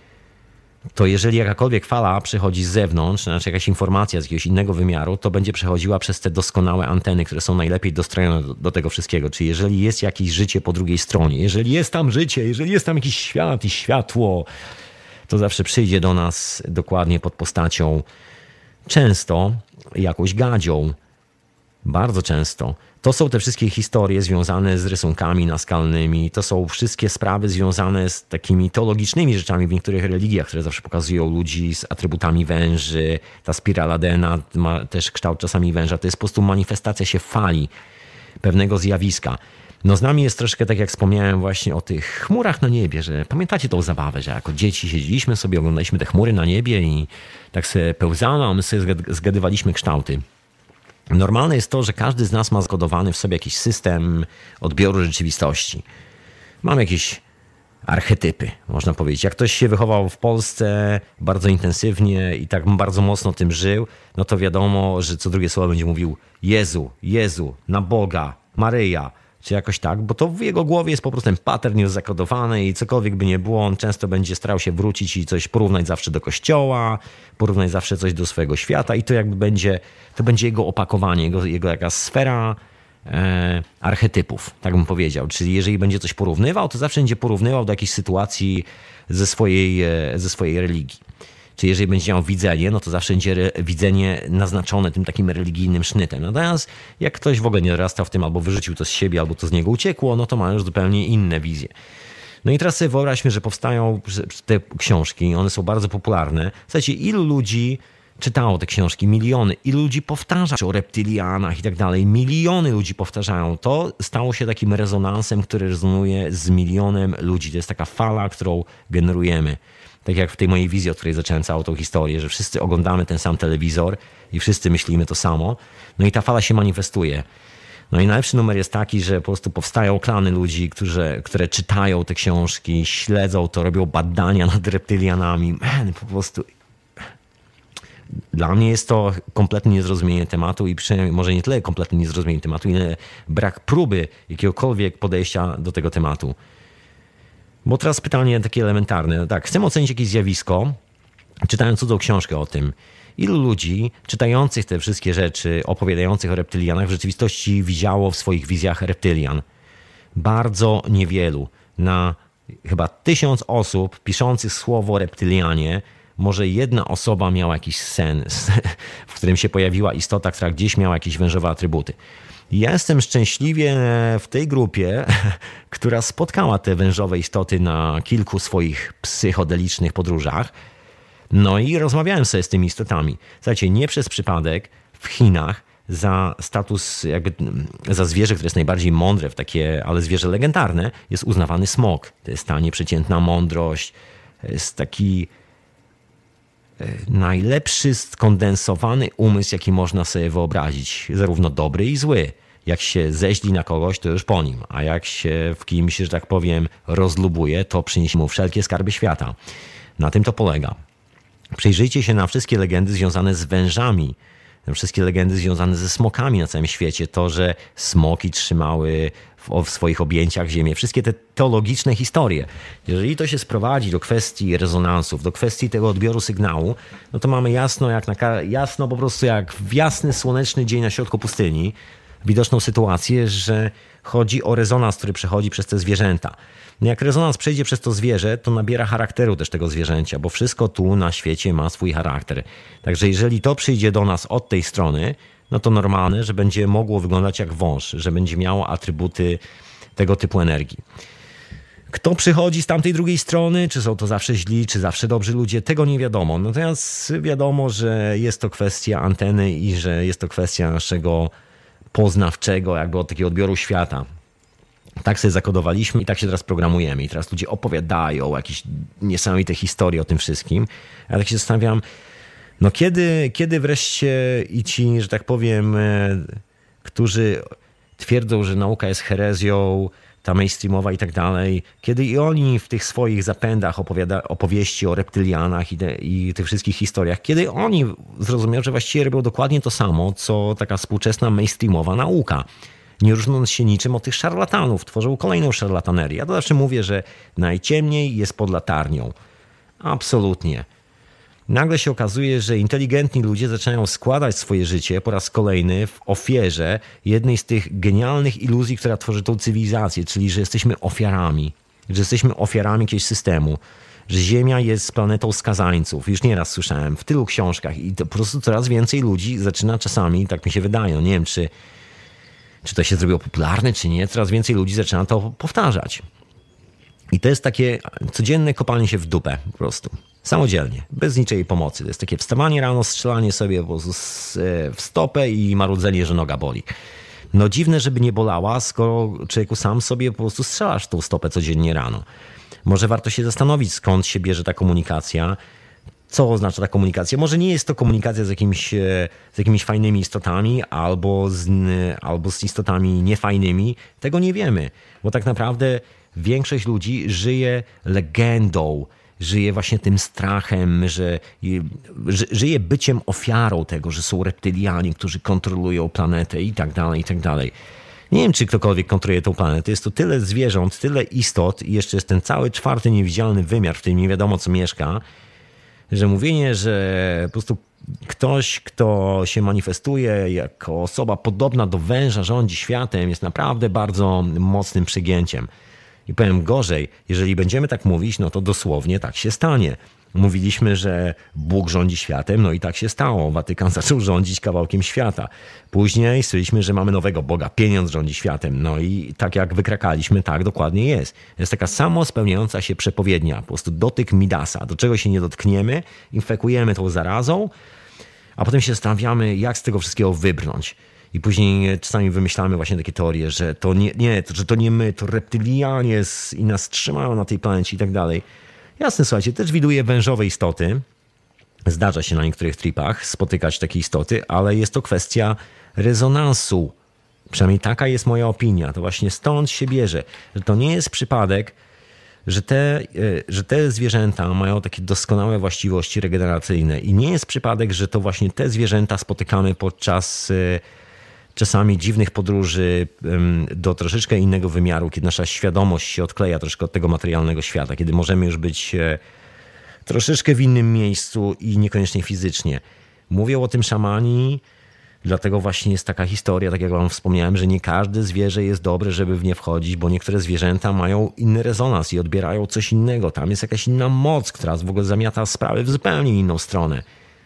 to jeżeli jakakolwiek fala przychodzi z zewnątrz, znaczy jakaś informacja z jakiegoś innego wymiaru, to będzie przechodziła przez te doskonałe anteny, które są najlepiej dostrojone do, do tego wszystkiego. Czyli jeżeli jest jakieś życie po drugiej stronie, jeżeli jest tam życie, jeżeli jest tam jakiś świat i światło, to zawsze przyjdzie do nas dokładnie pod postacią często jakąś gadzią. Bardzo często. To są te wszystkie historie związane z rysunkami naskalnymi, to są wszystkie sprawy związane z takimi teologicznymi rzeczami w niektórych religiach, które zawsze pokazują ludzi z atrybutami węży. Ta spirala D N A ma też kształt czasami węża. To jest po prostu manifestacja się fali, pewnego zjawiska. No z nami jest troszkę tak, jak wspomniałem właśnie o tych chmurach na niebie, że pamiętacie tą zabawę, że jako dzieci siedzieliśmy sobie, oglądaliśmy te chmury na niebie i tak sobie pełzano, a my sobie zgadywaliśmy kształty. Normalne jest to, że każdy z nas ma zkodowany w sobie jakiś system odbioru rzeczywistości. Mam jakieś archetypy, można powiedzieć. Jak ktoś się wychował w Polsce bardzo intensywnie i tak bardzo mocno tym żył, no to wiadomo, że co drugie słowo będzie mówił Jezu, Jezu, na Boga, Maryja, czy jakoś tak, bo to w jego głowie jest po prostu ten pattern już zakodowany i cokolwiek by nie było, on często będzie starał się wrócić i coś porównać zawsze do kościoła, porównać zawsze coś do swojego świata i to jakby będzie, to będzie jego opakowanie, jego, jego jakaś sfera e, archetypów, tak bym powiedział. Czyli jeżeli będzie coś porównywał, to zawsze będzie porównywał do jakiejś sytuacji ze swojej, e, ze swojej religii. Czyli jeżeli będzie miał widzenie, no to zawsze będzie widzenie naznaczone tym takim religijnym sznytem. Natomiast jak ktoś w ogóle nie dorastał w tym, albo wyrzucił to z siebie, albo to z niego uciekło, no to ma już zupełnie inne wizje. No i teraz sobie wyobraźmy, że powstają te książki, one są bardzo popularne. Słuchajcie, ilu ludzi czytało te książki? Miliony. Ilu ludzi powtarza o reptylianach i tak dalej? Miliony ludzi powtarzają. To stało się takim rezonansem, który rezonuje z milionem ludzi. To jest taka fala, którą generujemy. Tak jak w tej mojej wizji, od której zacząłem całą tą historię, że wszyscy oglądamy ten sam telewizor i wszyscy myślimy to samo. No i ta fala się manifestuje. No i najlepszy numer jest taki, że po prostu powstają klany ludzi, którzy, które czytają te książki, śledzą to, robią badania nad reptylianami. Man, po prostu... Dla mnie jest to kompletne niezrozumienie tematu i przynajmniej może nie tyle kompletne niezrozumienie tematu, ile brak próby jakiegokolwiek podejścia do tego tematu. Bo teraz pytanie takie elementarne. No tak, chcę ocenić jakieś zjawisko, czytając cudzą książkę o tym. Ilu ludzi czytających te wszystkie rzeczy, opowiadających o reptylianach w rzeczywistości widziało w swoich wizjach reptylian? Bardzo niewielu. Na chyba tysiąc osób piszących słowo reptylianie, może jedna osoba miała jakiś sen, w którym się pojawiła istota, która gdzieś miała jakieś wężowe atrybuty. Ja jestem szczęśliwie w tej grupie, która spotkała te wężowe istoty na kilku swoich psychodelicznych podróżach. No i rozmawiałem sobie z tymi istotami. Słuchajcie, nie przez przypadek w Chinach za status, jakby, za zwierzę, które jest najbardziej mądre, w takie, ale zwierzę legendarne, jest uznawany smok. To jest ta nieprzeciętna mądrość, jest taki najlepszy skondensowany umysł, jaki można sobie wyobrazić, zarówno dobry i zły. jak się zeźli na kogoś, to już po nim, a jak się w kimś, że tak powiem, rozlubuje, to przyniesie mu wszelkie skarby świata. Na tym to polega. Przyjrzyjcie się na wszystkie legendy związane z wężami, wszystkie legendy związane ze smokami na całym świecie. To, że smoki trzymały w, w swoich objęciach ziemię. Wszystkie te teologiczne historie. Jeżeli to się sprowadzi do kwestii rezonansów, do kwestii tego odbioru sygnału, no to mamy jasno, jak na, jasno po prostu jak w jasny, słoneczny dzień na środku pustyni, widoczną sytuację, że chodzi o rezonans, który przechodzi przez te zwierzęta. Jak rezonans przejdzie przez to zwierzę, to nabiera charakteru też tego zwierzęcia, bo wszystko tu na świecie ma swój charakter. Także jeżeli to przyjdzie do nas od tej strony, no to normalne, że będzie mogło wyglądać jak wąż, że będzie miało atrybuty tego typu energii. Kto przychodzi z tamtej drugiej strony, czy są to zawsze źli, czy zawsze dobrzy ludzie, tego nie wiadomo. Natomiast wiadomo, że jest to kwestia anteny i że jest to kwestia naszego poznawczego, jakby od takiego odbioru świata. Tak sobie zakodowaliśmy i tak się teraz programujemy. I teraz ludzie opowiadają jakieś niesamowite historie o tym wszystkim. Ja tak się zastanawiam, no kiedy, kiedy wreszcie i ci, że tak powiem, którzy twierdzą, że nauka jest herezją, ta mainstreamowa i tak dalej, kiedy i oni w tych swoich zapędach opowiada, opowieści o reptylianach i, te, i tych wszystkich historiach, kiedy oni zrozumiał, że właściwie robią dokładnie to samo, co taka współczesna mainstreamowa nauka. Nie różniąc się niczym od tych szarlatanów, tworzą kolejną szarlatanerię. Ja to zawsze mówię, że najciemniej jest pod latarnią. Absolutnie. Nagle się okazuje, że inteligentni ludzie zaczynają składać swoje życie po raz kolejny w ofierze jednej z tych genialnych iluzji, która tworzy tą cywilizację, czyli że jesteśmy ofiarami, że jesteśmy ofiarami jakiegoś systemu, że Ziemia jest planetą skazańców. Już nieraz słyszałem w tylu książkach i to po prostu coraz więcej ludzi zaczyna czasami, tak mi się wydaje, no nie wiem, czy Czy to się zrobiło popularne, czy nie, coraz więcej ludzi zaczyna to powtarzać. I to jest takie codzienne kopanie się w dupę po prostu. Samodzielnie, bez niczej pomocy. To jest takie wstawanie rano, strzelanie sobie po prostu w stopę i marudzenie, że noga boli. No dziwne, żeby nie bolała, skoro człowieku sam sobie po prostu strzelasz w tą stopę codziennie rano. Może warto się zastanowić, skąd się bierze ta komunikacja. Co oznacza ta komunikacja? Może nie jest to komunikacja z jakimiś, z jakimiś fajnymi istotami albo z, albo z istotami niefajnymi. Tego nie wiemy, bo tak naprawdę większość ludzi żyje legendą, żyje właśnie tym strachem, że żyje byciem ofiarą tego, że są reptylianie, którzy kontrolują planetę i tak dalej, i tak dalej. Nie wiem, czy ktokolwiek kontroluje tą planetę. Jest to tyle zwierząt, tyle istot i jeszcze jest ten cały czwarty niewidzialny wymiar, w którym nie wiadomo co mieszka, że mówienie, że po prostu ktoś, kto się manifestuje jako osoba podobna do węża, rządzi światem, jest naprawdę bardzo mocnym przegięciem. I powiem gorzej, jeżeli będziemy tak mówić, no to dosłownie tak się stanie. Mówiliśmy, że Bóg rządzi światem, no i tak się stało. Watykan zaczął rządzić kawałkiem świata. Później stwierdziliśmy, że mamy nowego Boga, pieniądz rządzi światem. No i tak jak wykrakaliśmy, tak dokładnie jest. Jest taka samo spełniająca się przepowiednia, po prostu dotyk Midasa. Do czego się nie dotkniemy, infekujemy tą zarazą, a potem się zastanawiamy, jak z tego wszystkiego wybrnąć. I później czasami wymyślamy właśnie takie teorie, że to nie, nie, to, że to nie my, to reptylianie i nas trzymają na tej planecie i tak dalej. Jasne, słuchajcie, też widuję wężowe istoty. Zdarza się na niektórych tripach spotykać takie istoty, ale jest to kwestia rezonansu. Przynajmniej taka jest moja opinia. To właśnie stąd się bierze, że to nie jest przypadek, że te, że te zwierzęta mają takie doskonałe właściwości regeneracyjne i nie jest przypadek, że to właśnie te zwierzęta spotykamy podczas czasami dziwnych podróży do troszeczkę innego wymiaru, kiedy nasza świadomość się odkleja troszkę od tego materialnego świata, kiedy możemy już być troszeczkę w innym miejscu i niekoniecznie fizycznie. Mówią o tym szamani, dlatego właśnie jest taka historia, tak jak wam wspomniałem, że nie każde zwierzę jest dobre, żeby w nie wchodzić, bo niektóre zwierzęta mają inny rezonans i odbierają coś innego. Tam jest jakaś inna moc, która w ogóle zamiata sprawy w zupełnie inną stronę.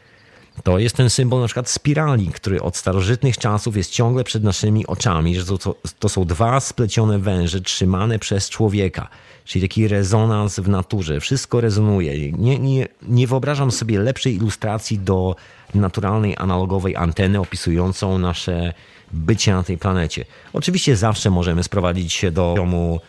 To jest ten symbol na przykład spirali, który od starożytnych czasów jest ciągle przed naszymi oczami, że to, to, to są dwa splecione węże trzymane przez człowieka, czyli taki rezonans w naturze. Wszystko rezonuje. Nie, nie, nie wyobrażam sobie lepszej ilustracji do naturalnej, analogowej anteny opisującą nasze bycie na tej planecie. Oczywiście zawsze możemy sprowadzić się do poziomu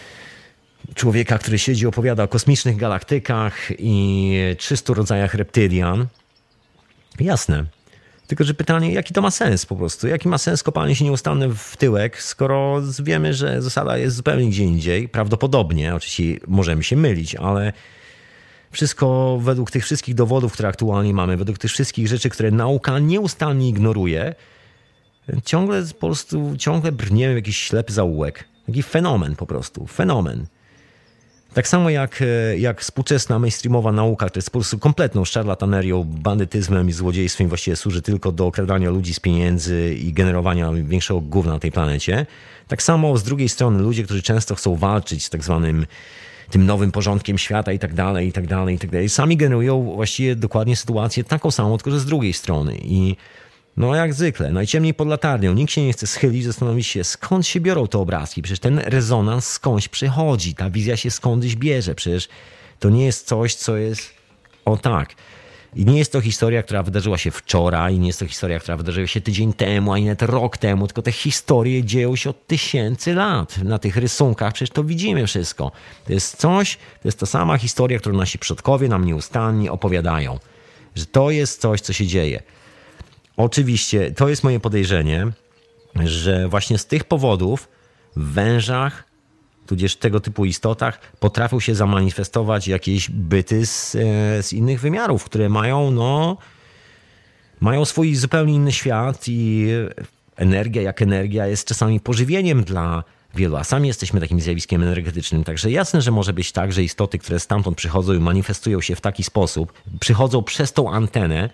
człowieka, który siedzi i opowiada o kosmicznych galaktykach i trzystu rodzajach reptylian. Jasne. Tylko, że pytanie, jaki to ma sens po prostu? Jaki ma sens kopanie się nieustannie w tyłek, skoro wiemy, że zasada jest zupełnie gdzie indziej? Prawdopodobnie, oczywiście możemy się mylić, ale wszystko według tych wszystkich dowodów, które aktualnie mamy, według tych wszystkich rzeczy, które nauka nieustannie ignoruje, ciągle po prostu, ciągle brniemy w jakiś ślepy zaułek. Taki fenomen po prostu, fenomen. Tak samo jak, jak współczesna mainstreamowa nauka, która jest po prostu kompletną szarlatanerią, bandytyzmem i złodziejstwem, właściwie służy tylko do okradania ludzi z pieniędzy i generowania większego gówna na tej planecie. Tak samo z drugiej strony ludzie, którzy często chcą walczyć z tak zwanym tym nowym porządkiem świata i tak dalej, i tak dalej, i tak dalej, sami generują właściwie dokładnie sytuację taką samą, tylko że z drugiej strony. I no jak zwykle, najciemniej pod latarnią. Nikt się nie chce schylić, zastanowić się, skąd się biorą te obrazki. Przecież ten rezonans skądś przychodzi, ta wizja się skądś bierze. Przecież to nie jest coś, co jest o tak. I nie jest to historia, która wydarzyła się wczoraj, nie jest to historia, która wydarzyła się tydzień temu, a nawet rok temu, tylko te historie dzieją się od tysięcy lat. Na tych rysunkach przecież to widzimy wszystko. To jest coś, to jest ta sama historia, którą nasi przodkowie nam nieustannie opowiadają. Że to jest coś, co się dzieje. Oczywiście, to jest moje podejrzenie, że właśnie z tych powodów w wężach, tudzież tego typu istotach potrafią się zamanifestować jakieś byty z, z innych wymiarów, które mają, no, mają swój zupełnie inny świat i energia jak energia jest czasami pożywieniem dla wielu, a sami jesteśmy takim zjawiskiem energetycznym. Także jasne, że może być tak, że istoty, które stamtąd przychodzą i manifestują się w taki sposób, przychodzą przez tą antenę,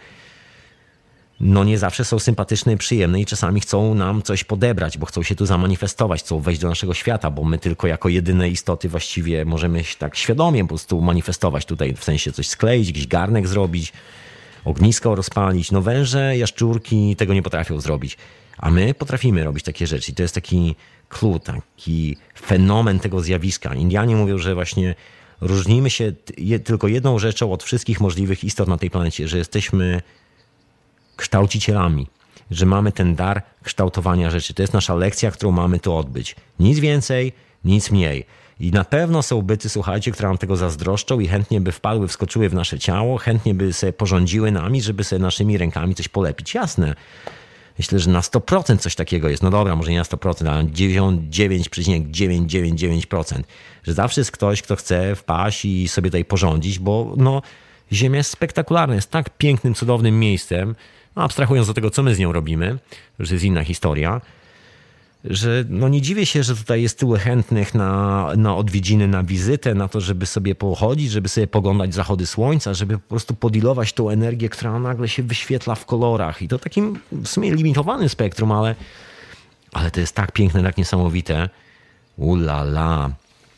no nie zawsze są sympatyczne i przyjemne i czasami chcą nam coś podebrać, bo chcą się tu zamanifestować, chcą wejść do naszego świata, bo my tylko jako jedyne istoty właściwie możemy się tak świadomie po prostu manifestować tutaj, w sensie coś skleić, jakiś garnek zrobić, ognisko rozpalić. No węże, jaszczurki tego nie potrafią zrobić, a my potrafimy robić takie rzeczy. I to jest taki clue, taki fenomen tego zjawiska. Indianie mówią, że właśnie różnimy się tylko jedną rzeczą od wszystkich możliwych istot na tej planecie, że jesteśmy kształcicielami, że mamy ten dar kształtowania rzeczy. To jest nasza lekcja, którą mamy tu odbyć. Nic więcej, nic mniej. I na pewno są byty, słuchajcie, które nam tego zazdroszczą i chętnie by wpadły, wskoczyły w nasze ciało, chętnie by sobie porządziły nami, żeby sobie naszymi rękami coś polepić. Jasne. Myślę, że na sto procent coś takiego jest. No dobra, może nie na sto procent, ale dziewięćdziesiąt dziewięć przecinek dziewięćset dziewięćdziesiąt dziewięć procent. Że zawsze jest ktoś, kto chce wpaść i sobie tutaj porządzić, bo no, Ziemia jest spektakularna, jest tak pięknym, cudownym miejscem, no, abstrahując do tego, co my z nią robimy, to już jest inna historia, że no nie dziwię się, że tutaj jest tylu chętnych na, na odwiedziny, na wizytę, na to, żeby sobie pochodzić, żeby sobie poglądać zachody słońca, żeby po prostu podilować tą energię, która nagle się wyświetla w kolorach. I to takim w sumie limitowanym spektrum, ale, ale to jest tak piękne, tak niesamowite. Ulala.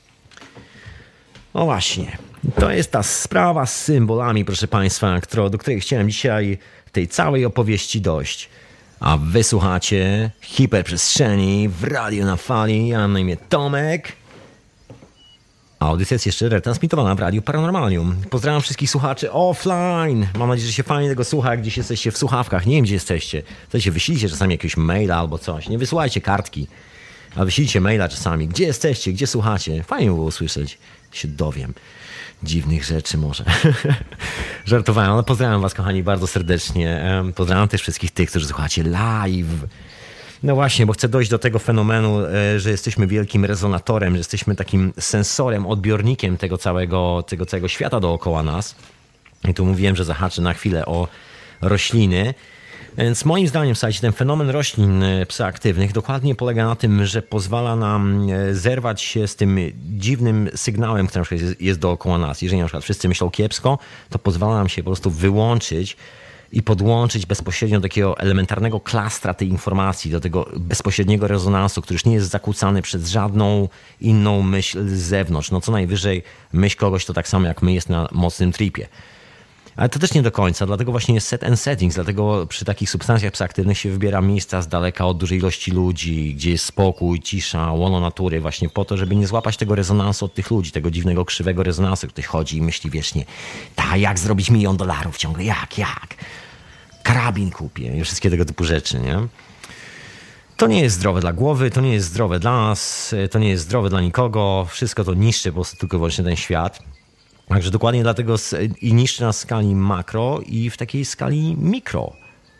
No właśnie. To jest ta sprawa z symbolami, proszę Państwa, którą, do której chciałem dzisiaj tej całej opowieści dojść. A wysłuchacie Hiperprzestrzeni w Radiu na Fali. Ja mam na imię Tomek. A audycja jest jeszcze retransmitowana w Radiu Paranormalium. Pozdrawiam wszystkich słuchaczy offline. Mam nadzieję, że się fajnie tego słucha, jak gdzieś jesteście w słuchawkach. Nie wiem, gdzie jesteście. Słuchajcie, wyślijcie czasami jakiegoś maila albo coś. Nie wysyłajcie kartki, a wyślijcie maila czasami. Gdzie jesteście? Gdzie słuchacie? Fajnie było usłyszeć. Się dowiem. Dziwnych rzeczy może. Żartowałem, ale pozdrawiam was, kochani, bardzo serdecznie. Pozdrawiam też wszystkich tych, którzy słuchacie live. No właśnie, bo chcę dojść do tego fenomenu, że jesteśmy wielkim rezonatorem, że jesteśmy takim sensorem, odbiornikiem tego całego, tego całego świata dookoła nas. I tu mówiłem, że zahaczę na chwilę o rośliny. Więc moim zdaniem, słuchajcie, ten fenomen roślin psychoaktywnych dokładnie polega na tym, że pozwala nam zerwać się z tym dziwnym sygnałem, który na przykład jest, jest dookoła nas. Jeżeli na przykład wszyscy myślą kiepsko, to pozwala nam się po prostu wyłączyć i podłączyć bezpośrednio do takiego elementarnego klastra tej informacji, do tego bezpośredniego rezonansu, który już nie jest zakłócany przez żadną inną myśl z zewnątrz. No co najwyżej myśl kogoś to tak samo jak my jest na mocnym tripie. Ale to też nie do końca, dlatego właśnie jest set and settings, dlatego przy takich substancjach psychoaktywnych się wybiera miejsca z daleka od dużej ilości ludzi, gdzie jest spokój, cisza, łono natury, właśnie po to, żeby nie złapać tego rezonansu od tych ludzi, tego dziwnego, krzywego rezonansu, ktoś chodzi i myśli wiecznie, ta, jak zrobić milion dolarów ciągle, jak, jak, karabin kupię i wszystkie tego typu rzeczy, nie? To nie jest zdrowe dla głowy, to nie jest zdrowe dla nas, to nie jest zdrowe dla nikogo, wszystko to niszczy po prostu tylko wyłącznie ten świat. Także dokładnie dlatego i niszczy nas w skali makro i w takiej skali mikro.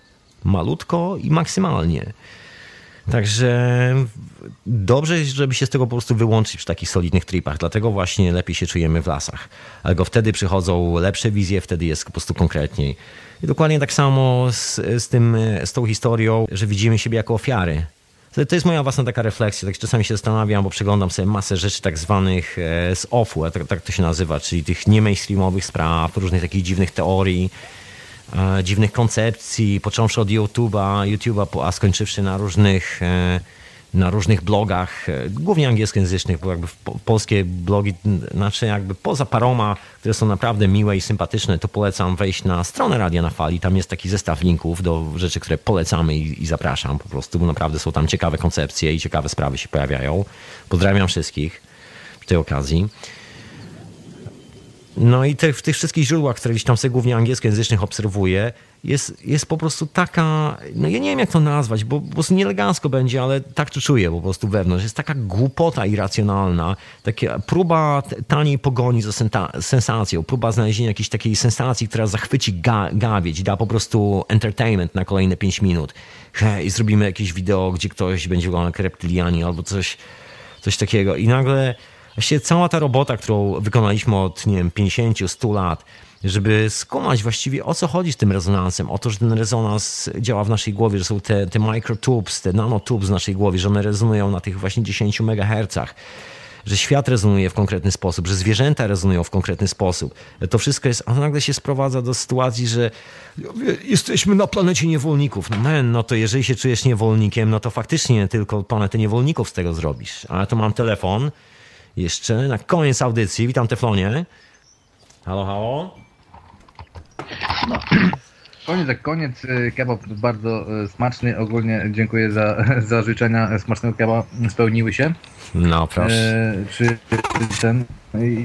Malutko i maksymalnie. Także dobrze jest, żeby się z tego po prostu wyłączyć przy takich solidnych tripach, dlatego właśnie lepiej się czujemy w lasach. Ale wtedy przychodzą lepsze wizje, wtedy jest po prostu konkretniej. I dokładnie tak samo z, z, tym, z tą historią, że widzimy siebie jako ofiary. To jest moja własna taka refleksja, tak czasami się zastanawiam, bo przeglądam sobie masę rzeczy tak zwanych z offu, tak, tak to się nazywa, czyli tych nie mainstreamowych spraw, różnych takich dziwnych teorii, e, dziwnych koncepcji, począwszy od YouTube'a, YouTube'a, a skończywszy na różnych, e, na różnych blogach, e, głównie angielskojęzycznych, bo jakby po, polskie blogi, znaczy jakby poza paroma, które są naprawdę miłe i sympatyczne, to polecam wejść na stronę Radia na Fali, tam jest taki zestaw linków do rzeczy, które polecamy i, i zapraszam po prostu, bo naprawdę są tam ciekawe koncepcje i ciekawe sprawy się pojawiają. Pozdrawiam wszystkich przy tej okazji. No i te, w tych wszystkich źródłach, które gdzieś tam sobie głównie angielskojęzycznych obserwuję, jest, jest po prostu taka, no ja nie wiem jak to nazwać, bo po prostu nieelegancko będzie, ale tak to czuję po prostu wewnątrz. Jest taka głupota irracjonalna, taka próba taniej pogoni za senta- sensacją, próba znalezienia jakiejś takiej sensacji, która zachwyci ga- gawieć i da po prostu entertainment na kolejne pięć minut. Hej, zrobimy jakieś wideo, gdzie ktoś będzie wyglądał jak reptylianie albo coś, coś takiego i nagle właściwie cała ta robota, którą wykonaliśmy od, nie wiem, pięćdziesiąt stu lat, żeby skumać właściwie o co chodzi z tym rezonansem, o to, że ten rezonans działa w naszej głowie, że są te, te microtubes, te nanotubes w naszej głowie, że one rezonują na tych właśnie dziesięciu megahercach, że świat rezonuje w konkretny sposób, że zwierzęta rezonują w konkretny sposób. To wszystko jest, a nagle się sprowadza do sytuacji, że jesteśmy na planecie niewolników. No man, no to jeżeli się czujesz niewolnikiem, no to faktycznie tylko planetę niewolników z tego zrobisz. Ale to mam telefon. Jeszcze na koniec audycji. Witam Teflonie. Halo, halo. No. Koniec jak koniec. Kebab bardzo smaczny. Ogólnie dziękuję za, za życzenia smacznego kebaba. Spełniły się. No, proszę. E, czy ten... I...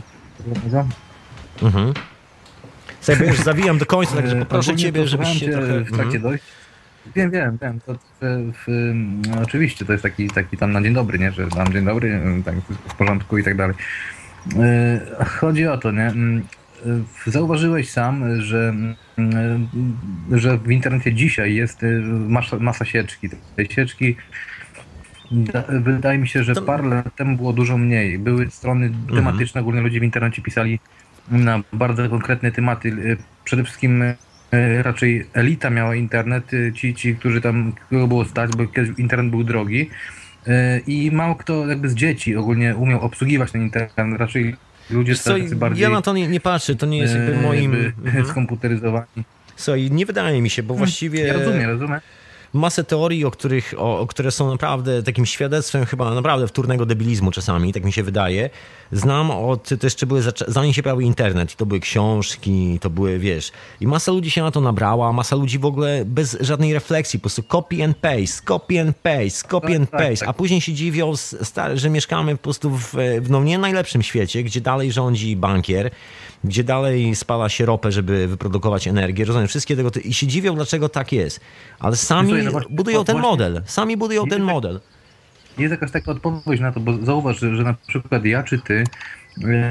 Mhm. Sobie już zawijam do końca, także poproszę Ogólnie ciebie, żebyś się trochę... w trakcie dojść. Wiem, wiem, wiem. To, w, w, no, oczywiście to jest taki, taki tam na dzień dobry, nie? Że tam dzień dobry, tak wszystko w porządku i tak dalej. Yy, chodzi o to, nie? Yy, zauważyłeś sam, że, yy, że w internecie dzisiaj jest yy, masa, masa sieczki. Tej sieczki da, wydaje mi się, że to... parę lat temu było dużo mniej. Były strony tematyczne, ogólnie ludzie w internecie pisali na bardzo konkretne tematy. Yy, przede wszystkim raczej elita miała internet, ci, ci którzy tam, kogo było stać, bo kiedyś internet był drogi i mało kto jakby z dzieci ogólnie umiał obsługiwać ten internet, raczej ludzie co, tacy bardziej... Ja na to nie, nie patrzę, to nie jest jakby moim... Jakby skomputeryzowani. Słuchaj, nie wydaje mi się, bo właściwie... Ja rozumiem, rozumiem. Masę teorii, o których, o, o które są naprawdę takim świadectwem chyba naprawdę wtórnego debilizmu czasami, tak mi się wydaje. Znam od, to jeszcze były, zanim się pojawił internet, to były książki, to były, wiesz, i masa ludzi się na to nabrała, masa ludzi w ogóle bez żadnej refleksji, po prostu copy and paste, copy and paste, copy and paste, tak, tak, tak. A później się dziwią, że mieszkamy po prostu w, w no, nie najlepszym świecie, gdzie dalej rządzi bankier, gdzie dalej spala się ropę, żeby wyprodukować energię, rozumiem, wszystkie tego, i się dziwią, dlaczego tak jest, ale sami Słuchaj, no, budują ten właśnie, model, sami budują ten tak, model. Jest jakaś taka odpowiedź na to, bo zauważ, że, że na przykład ja czy ty, yy,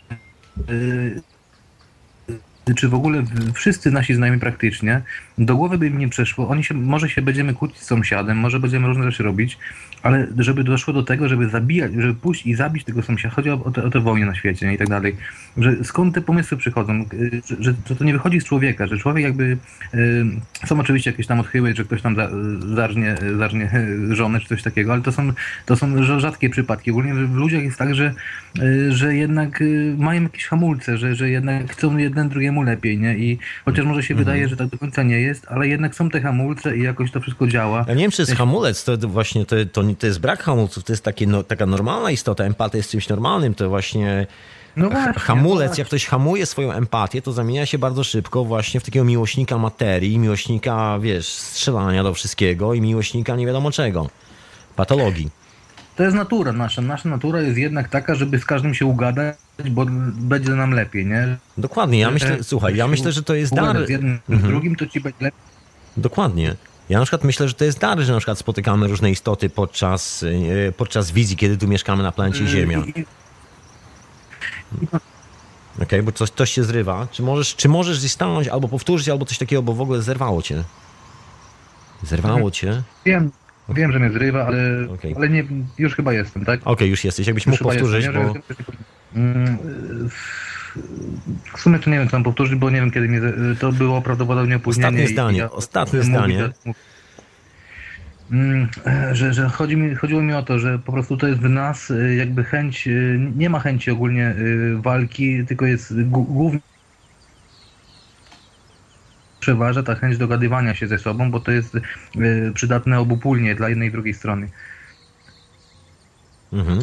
yy, czy w ogóle wszyscy nasi znajomi praktycznie, do głowy by im nie przeszło, oni się, może się będziemy kłócić z sąsiadem, może będziemy różne rzeczy robić, ale żeby doszło do tego, żeby zabijać, żeby pójść i zabić tego sąsiada, chodzi o, o, te, o te wojny na świecie, nie, i tak dalej, że skąd te pomysły przychodzą, że, że, że to nie wychodzi z człowieka, że człowiek jakby, y, są oczywiście jakieś tam odchyły, że ktoś tam za, zarżnie, zarżnie żonę, czy coś takiego, ale to są, to są rzadkie przypadki. Ogólnie w ludziach jest tak, że, y, że jednak y, mają jakieś hamulce, że, że jednak chcą jeden drugiemu lepiej, nie, i chociaż może się mhm. wydaje, że tak do końca nie jest, ale jednak są te hamulce i jakoś to wszystko działa. Ja nie wiem, czy jest hamulec, to właśnie to, to, to jest brak hamulców, to jest takie, no, taka normalna istota, empatia jest czymś normalnym, to właśnie no właśnie, hamulec, no jak ktoś hamuje swoją empatię, to zamienia się bardzo szybko właśnie w takiego miłośnika materii, miłośnika, wiesz, strzelania do wszystkiego i miłośnika nie wiadomo czego, patologii. To jest natura nasza. Nasza natura jest jednak taka, żeby z każdym się ugadać, bo będzie nam lepiej, nie? Dokładnie, ja myślę, słuchaj, ja myślę, że to jest dar. Z jednym, mhm. z drugim to ci będzie lepiej. Dokładnie. Ja na przykład myślę, że to jest dar, że na przykład spotykamy różne istoty podczas, podczas wizji, kiedy tu mieszkamy na planecie Ziemia. Okej, okay, bo coś, coś się zrywa. Czy możesz, czy możesz gdzieś stanąć albo powtórzyć, albo coś takiego, bo w ogóle zerwało cię? Zerwało cię? Wiem, wiem, że mnie zrywa, ale, Okay. ale nie, już chyba jestem, tak? Okej, okay, już jesteś. Jakbyś już mógł powtórzyć, jestem, bo... Nie, w sumie to nie wiem, co mam powtórzyć, bo nie wiem, kiedy mnie... To było prawdopodobnie opóźnienie. Ostatnie zdanie, ja, ostatnie zdanie. Że, że chodzi mi, chodziło mi o to, że po prostu to jest w nas jakby chęć, nie ma chęci ogólnie walki, tylko jest głównie przeważa ta chęć dogadywania się ze sobą, bo to jest przydatne obopólnie dla jednej i drugiej strony. Mhm.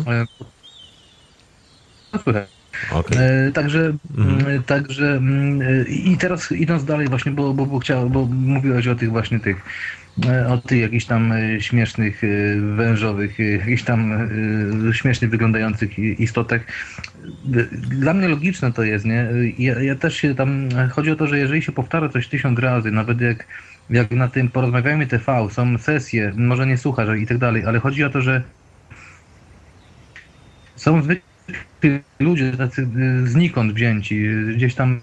Okay. E, także, mhm. także i teraz idąc dalej właśnie, bo, bo, bo, chciał, bo mówiłeś o tych właśnie tych o tych jakichś tam śmiesznych, wężowych, jakichś tam śmiesznie wyglądających istotach. Dla mnie logiczne to jest, nie? Ja, ja też się tam, chodzi o to, że jeżeli się powtarza coś tysiąc razy, nawet jak, jak na tym Porozmawiajmy T V, są sesje, może nie słuchasz i tak dalej, ale chodzi o to, że są zwykli ludzie tacy znikąd wzięci, gdzieś tam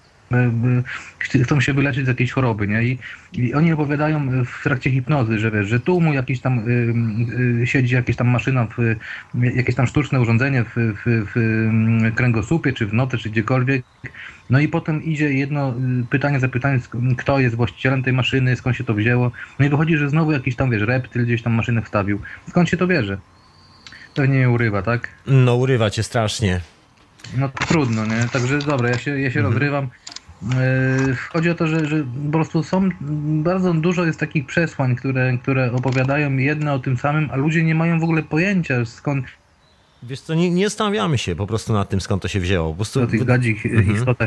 chcą się wyleczyć z jakiejś choroby, nie? I, i oni opowiadają w trakcie hipnozy, że wiesz, że tu mu jakiś tam y, y, siedzi jakaś tam maszyna, w, y, jakieś tam sztuczne urządzenie w, w, w kręgosłupie, czy w notę, czy gdziekolwiek. No i potem idzie jedno pytanie za pytanie, kto jest właścicielem tej maszyny, skąd się to wzięło. No i wychodzi, że znowu jakiś tam, wiesz, reptyl gdzieś tam maszynę wstawił. Skąd się to bierze? Pewnie mnie urywa, tak? No urywa cię strasznie. No to trudno, nie? Także dobra, ja się, ja się mhm. rozrywam. Yy, chodzi o to, że, że po prostu są, bardzo dużo jest takich przesłań, które, które opowiadają jedne o tym samym, a ludzie nie mają w ogóle pojęcia skąd... Wiesz co, nie, nie zastanawiamy się po prostu nad tym, skąd to się wzięło. Po prostu... O tych gadzich mhm. istotach.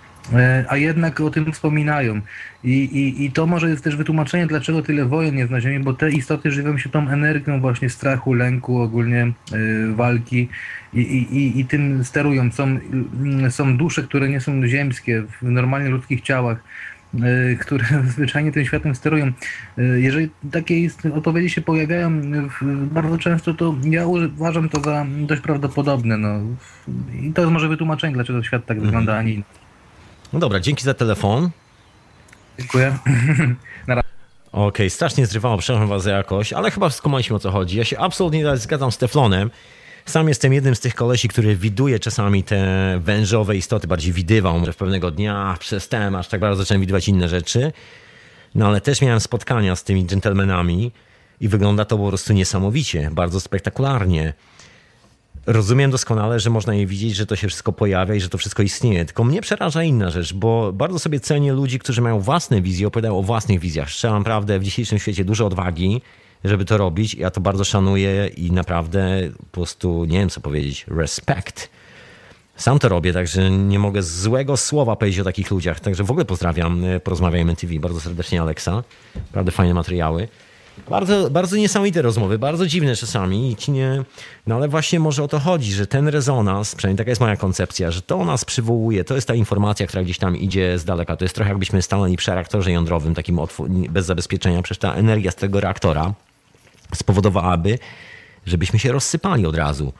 A jednak o tym wspominają. I, i, I to może jest też wytłumaczenie, dlaczego tyle wojen jest na Ziemi, bo te istoty żywią się tą energią właśnie strachu, lęku, ogólnie yy, walki i, i, i tym sterują. Są, yy, są dusze, które nie są ziemskie, w normalnie ludzkich ciałach, yy, które zwyczajnie tym światem sterują. Yy, jeżeli takie odpowiedzi się pojawiają w, bardzo często, to ja uważam to za dość prawdopodobne. No. I to jest może wytłumaczenie, dlaczego świat tak mhm. wygląda, a nie inaczej. No dobra, dzięki za telefon. Dziękuję. Okej, okay, strasznie zrywało, przepraszam was za jakość, ale chyba skumaliśmy, o co chodzi. Ja się absolutnie zgadzam z Teflonem. Sam jestem jednym z tych kolesi, który widuje czasami te wężowe istoty, bardziej widywał, że w pewnego dnia przestałem, aż tak bardzo zacząłem widywać inne rzeczy. No ale też miałem spotkania z tymi dżentelmenami i wygląda to po prostu niesamowicie, bardzo spektakularnie. Rozumiem doskonale, że można je widzieć, że to się wszystko pojawia i że to wszystko istnieje. Tylko mnie przeraża inna rzecz, bo bardzo sobie cenię ludzi, którzy mają własne wizje, opowiadają o własnych wizjach. Trzeba naprawdę w dzisiejszym świecie dużo odwagi, żeby to robić. Ja to bardzo szanuję i naprawdę po prostu, nie wiem co powiedzieć, respect. Sam to robię, także nie mogę złego słowa powiedzieć o takich ludziach. Także w ogóle pozdrawiam Porozmawiajmy T V, bardzo serdecznie Aleksa. Naprawdę fajne materiały. Bardzo, bardzo niesamowite rozmowy, bardzo dziwne czasami, ci nie, no ale właśnie może o to chodzi, że ten rezonans, przynajmniej taka jest moja koncepcja, że to nas przywołuje, to jest ta informacja, która gdzieś tam idzie z daleka. To jest trochę jakbyśmy stanęli przy reaktorze jądrowym, takim otw- bez zabezpieczenia, przecież ta energia z tego reaktora spowodowałaby, żebyśmy się rozsypali od razu.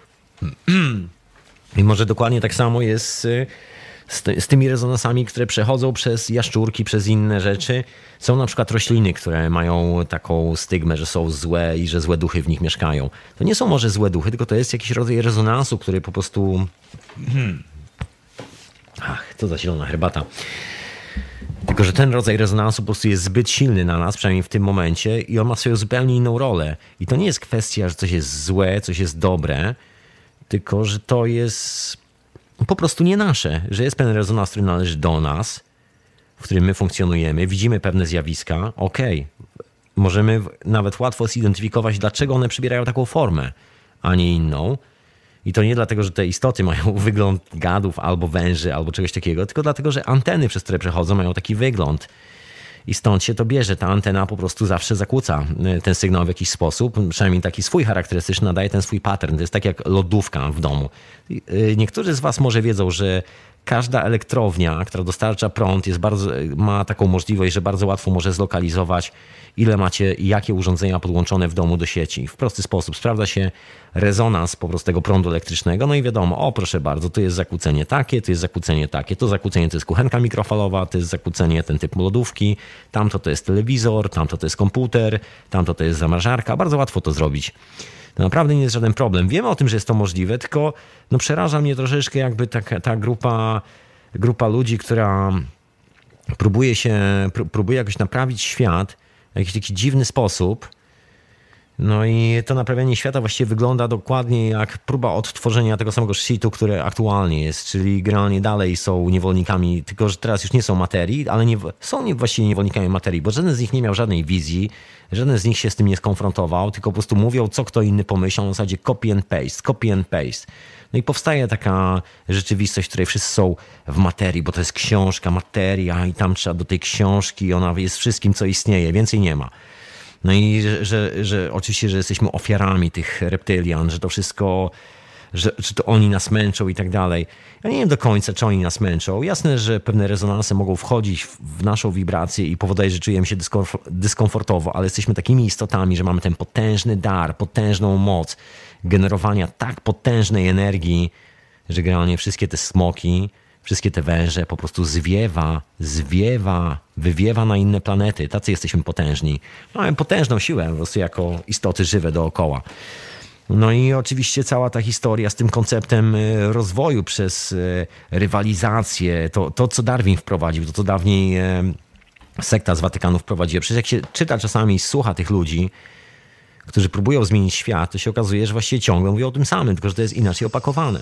I może dokładnie tak samo jest z, z tymi rezonansami, które przechodzą przez jaszczurki, przez inne rzeczy. Są na przykład rośliny, które mają taką stygmę, że są złe i że złe duchy w nich mieszkają. To nie są może złe duchy, tylko to jest jakiś rodzaj rezonansu, który po prostu... Hmm. Ach, co za zielona herbata. Tylko że ten rodzaj rezonansu po prostu jest zbyt silny na nas, przynajmniej w tym momencie, i on ma swoją zupełnie inną rolę. I to nie jest kwestia, że coś jest złe, coś jest dobre, tylko że to jest po prostu nie nasze, że jest pewien rezonans, który należy do nas, w którym my funkcjonujemy, widzimy pewne zjawiska, okej, okay. Możemy nawet łatwo zidentyfikować, dlaczego one przybierają taką formę, a nie inną. I to nie dlatego, że te istoty mają wygląd gadów albo węży, albo czegoś takiego, tylko dlatego, że anteny, przez które przechodzą, mają taki wygląd. I stąd się to bierze. Ta antena po prostu zawsze zakłóca ten sygnał w jakiś sposób, przynajmniej taki swój charakterystyczny, nadaje ten swój pattern. To jest tak jak lodówka w domu. Niektórzy z was może wiedzą, że każda elektrownia, która dostarcza prąd, jest bardzo, ma taką możliwość, że bardzo łatwo może zlokalizować, ile macie i jakie urządzenia podłączone w domu do sieci. W prosty sposób sprawdza się rezonans po prostu tego prądu elektrycznego, no i wiadomo, o proszę bardzo, tu jest zakłócenie takie, tu jest zakłócenie takie, to zakłócenie to jest kuchenka mikrofalowa, to jest zakłócenie ten typ lodówki, tamto to jest telewizor, tamto to jest komputer, tamto to jest zamrażarka. Bardzo łatwo to zrobić. To naprawdę nie jest żaden problem. Wiemy o tym, że jest to możliwe, tylko no przeraża mnie troszeczkę jakby ta, ta grupa, grupa ludzi, która próbuje się, próbuje jakoś naprawić świat w jakiś taki dziwny sposób. No i to naprawianie świata właściwie wygląda dokładnie jak próba odtworzenia tego samego shitu, które aktualnie jest, czyli generalnie dalej są niewolnikami, tylko że teraz już nie są materii, ale nie, są nie, właściwie niewolnikami materii, bo żaden z nich nie miał żadnej wizji, żaden z nich się z tym nie skonfrontował, tylko po prostu mówią, co kto inny pomyślał, na zasadzie copy and paste, copy and paste. No i powstaje taka rzeczywistość, w której wszyscy są w materii, bo to jest książka, materia i tam trzeba do tej książki, ona jest wszystkim, co istnieje, więcej nie ma. No i że, że, że oczywiście, że jesteśmy ofiarami tych reptylian, że to wszystko, że, że to oni nas męczą i tak dalej. Ja nie wiem do końca, czy oni nas męczą. Jasne, że pewne rezonanse mogą wchodzić w, w naszą wibrację i powodować, że czujemy się dyskomfort, dyskomfortowo, ale jesteśmy takimi istotami, że mamy ten potężny dar, potężną moc generowania tak potężnej energii, że generalnie wszystkie te smoki, wszystkie te węże po prostu zwiewa, zwiewa, wywiewa na inne planety. Tacy jesteśmy potężni. Mamy potężną siłę po prostu jako istoty żywe dookoła. No i oczywiście cała ta historia z tym konceptem rozwoju przez rywalizację, to, to co Darwin wprowadził, to co dawniej sekta z Watykanu wprowadziła. Przecież jak się czyta czasami i słucha tych ludzi, którzy próbują zmienić świat, to się okazuje, że właściwie ciągle mówią o tym samym, tylko że to jest inaczej opakowane.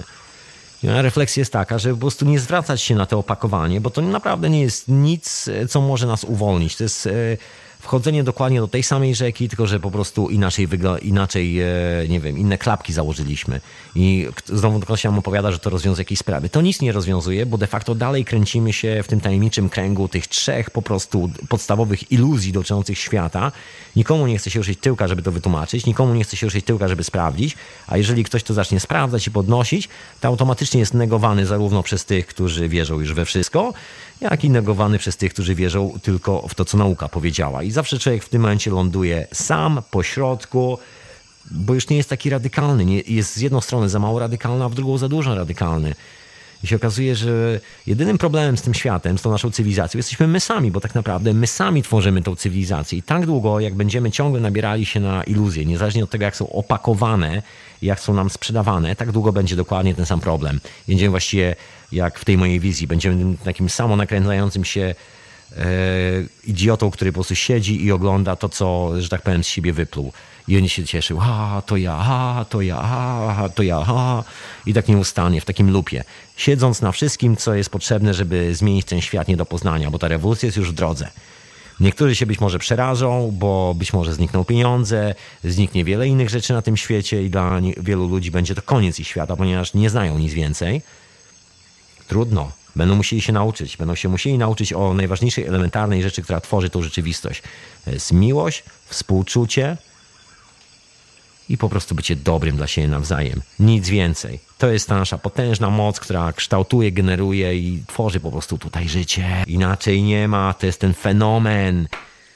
A refleksja jest taka, że po prostu nie zwracać się na to opakowanie, bo to naprawdę nie jest nic, co może nas uwolnić. To jest wchodzenie dokładnie do tej samej rzeki, tylko że po prostu inaczej, wygl- inaczej nie wiem, inne klapki założyliśmy. I znowu ktoś nam opowiada, że to rozwiązuje jakieś sprawy. To nic nie rozwiązuje, bo de facto dalej kręcimy się w tym tajemniczym kręgu tych trzech po prostu podstawowych iluzji dotyczących świata. Nikomu nie chce się ruszyć tyłka, żeby to wytłumaczyć, nikomu nie chce się ruszyć tyłka, żeby sprawdzić, a jeżeli ktoś to zacznie sprawdzać i podnosić, to automatycznie jest negowany zarówno przez tych, którzy wierzą już we wszystko, jak i negowany przez tych, którzy wierzą tylko w to, co nauka powiedziała. I zawsze człowiek w tym momencie ląduje sam, po środku, bo już nie jest taki radykalny. Nie, jest z jedną strony za mało radykalny, a w drugą za dużo radykalny. I się okazuje, że jedynym problemem z tym światem, z tą naszą cywilizacją jesteśmy my sami, bo tak naprawdę my sami tworzymy tą cywilizację. I tak długo, jak będziemy ciągle nabierali się na iluzje, niezależnie od tego, jak są opakowane, jak są nam sprzedawane, tak długo będzie dokładnie ten sam problem. Będziemy właściwie, jak w tej mojej wizji, będziemy takim samo nakręcającym się e, idiotą, który po prostu siedzi i ogląda to, co, że tak powiem, z siebie wypluł. I on się cieszył, a to ja, a to ja, a to ja, a i tak nieustannie, w takim lupie. Siedząc na wszystkim, co jest potrzebne, żeby zmienić ten świat nie do poznania, bo ta rewolucja jest już w drodze. Niektórzy się być może przerażą, bo być może znikną pieniądze, zniknie wiele innych rzeczy na tym świecie i dla wielu ludzi będzie to koniec ich świata, ponieważ nie znają nic więcej. Trudno. Będą musieli się nauczyć. Będą się musieli nauczyć o najważniejszej, elementarnej rzeczy, która tworzy tą rzeczywistość. To jest miłość, współczucie i po prostu bycie dobrym dla siebie nawzajem. Nic więcej. To jest ta nasza potężna moc, która kształtuje, generuje i tworzy po prostu tutaj życie. Inaczej nie ma. To jest ten fenomen.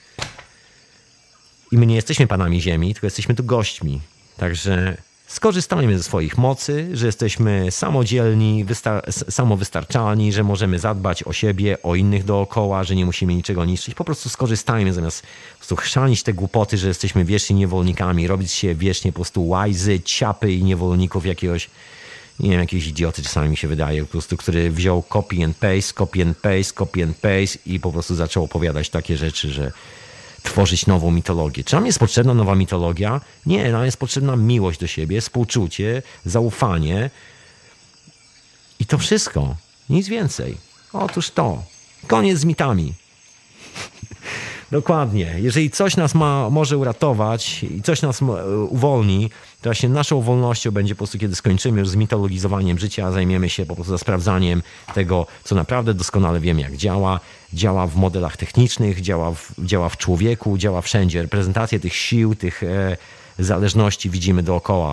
I my nie jesteśmy panami ziemi, tylko jesteśmy tu gośćmi. Także skorzystajmy ze swoich mocy, że jesteśmy samodzielni, wystar- samowystarczalni, że możemy zadbać o siebie, o innych dookoła, że nie musimy niczego niszczyć. Po prostu skorzystajmy, zamiast po prostu chrzanić te głupoty, że jesteśmy wiecznie niewolnikami, robić się wiecznie po prostu łajzy, ciapy i niewolników jakiegoś, nie wiem, jakiejś idioty czasami mi się wydaje, po prostu, który wziął copy and paste, copy and paste, copy and paste i po prostu zaczął opowiadać takie rzeczy, że tworzyć nową mitologię. Czy nam jest potrzebna nowa mitologia? Nie, nam jest potrzebna miłość do siebie, współczucie, zaufanie i to wszystko. Nic więcej. Otóż to. Koniec z mitami. Dokładnie. Jeżeli coś nas ma, może uratować i coś nas uwolni, to właśnie naszą wolnością będzie po prostu, kiedy skończymy już z mitologizowaniem życia, zajmiemy się po prostu sprawdzaniem tego, co naprawdę doskonale wiemy, jak działa. Działa w modelach technicznych, działa w, działa w człowieku, działa wszędzie. Reprezentację tych sił, tych e, zależności widzimy dookoła.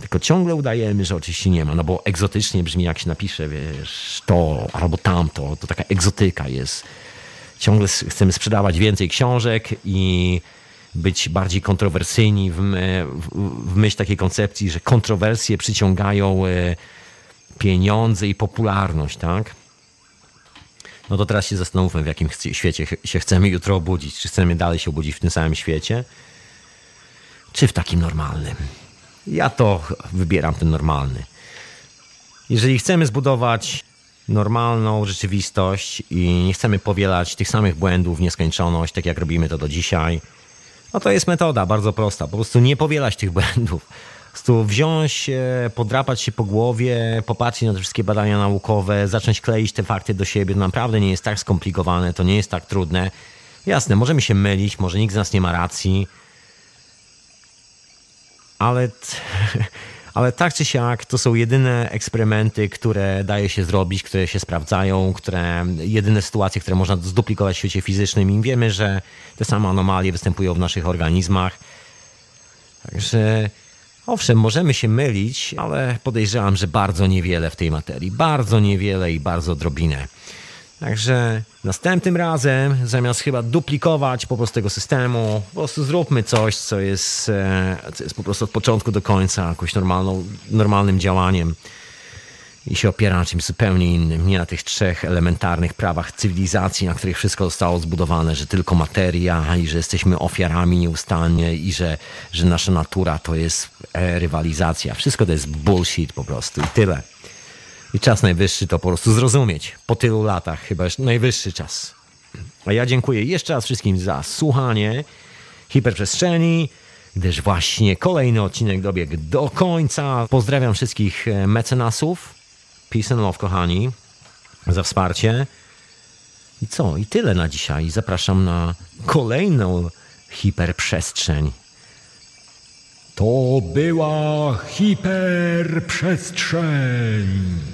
Tylko ciągle udajemy, że oczywiście nie ma, no bo egzotycznie brzmi, jak się napisze, wiesz, to albo tamto, to taka egzotyka jest. Ciągle chcemy sprzedawać więcej książek i być bardziej kontrowersyjni w, w, w myśl takiej koncepcji, że kontrowersje przyciągają pieniądze i popularność, tak? No to teraz się zastanówmy, w jakim świecie się chcemy jutro obudzić. Czy chcemy dalej się obudzić w tym samym świecie, czy w takim normalnym? Ja to wybieram ten normalny. Jeżeli chcemy zbudować normalną rzeczywistość i nie chcemy powielać tych samych błędów w nieskończoność, tak jak robimy to do dzisiaj, no to jest metoda bardzo prosta. Po prostu nie powielać tych błędów. Po prostu wziąć, podrapać się po głowie, popatrzeć na te wszystkie badania naukowe, zacząć kleić te fakty do siebie. To naprawdę nie jest tak skomplikowane, to nie jest tak trudne. Jasne, możemy się mylić, może nikt z nas nie ma racji, ale, ale tak czy siak to są jedyne eksperymenty, które daje się zrobić, które się sprawdzają, które jedyne sytuacje, które można zduplikować w świecie fizycznym i wiemy, że te same anomalie występują w naszych organizmach. Także owszem, możemy się mylić, ale podejrzewam, że bardzo niewiele w tej materii. Bardzo niewiele i bardzo odrobinę. Także następnym razem, zamiast chyba duplikować po prostu tego systemu, po prostu zróbmy coś, co jest, co jest po prostu od początku do końca jakąś normalną, normalnym działaniem i się opiera na czymś zupełnie innym, nie na tych trzech elementarnych prawach cywilizacji, na których wszystko zostało zbudowane, że tylko materia i że jesteśmy ofiarami nieustannie i że, że nasza natura to jest e, rywalizacja. Wszystko to jest bullshit po prostu i tyle. I czas najwyższy to po prostu zrozumieć. Po tylu latach chyba już najwyższy czas. A ja dziękuję jeszcze raz wszystkim za słuchanie Hiperprzestrzeni, gdyż właśnie kolejny odcinek dobiegł do końca. Pozdrawiam wszystkich mecenasów. Peace and love, kochani, za wsparcie. I co? I tyle na dzisiaj. Zapraszam na kolejną hiperprzestrzeń. To była hiperprzestrzeń.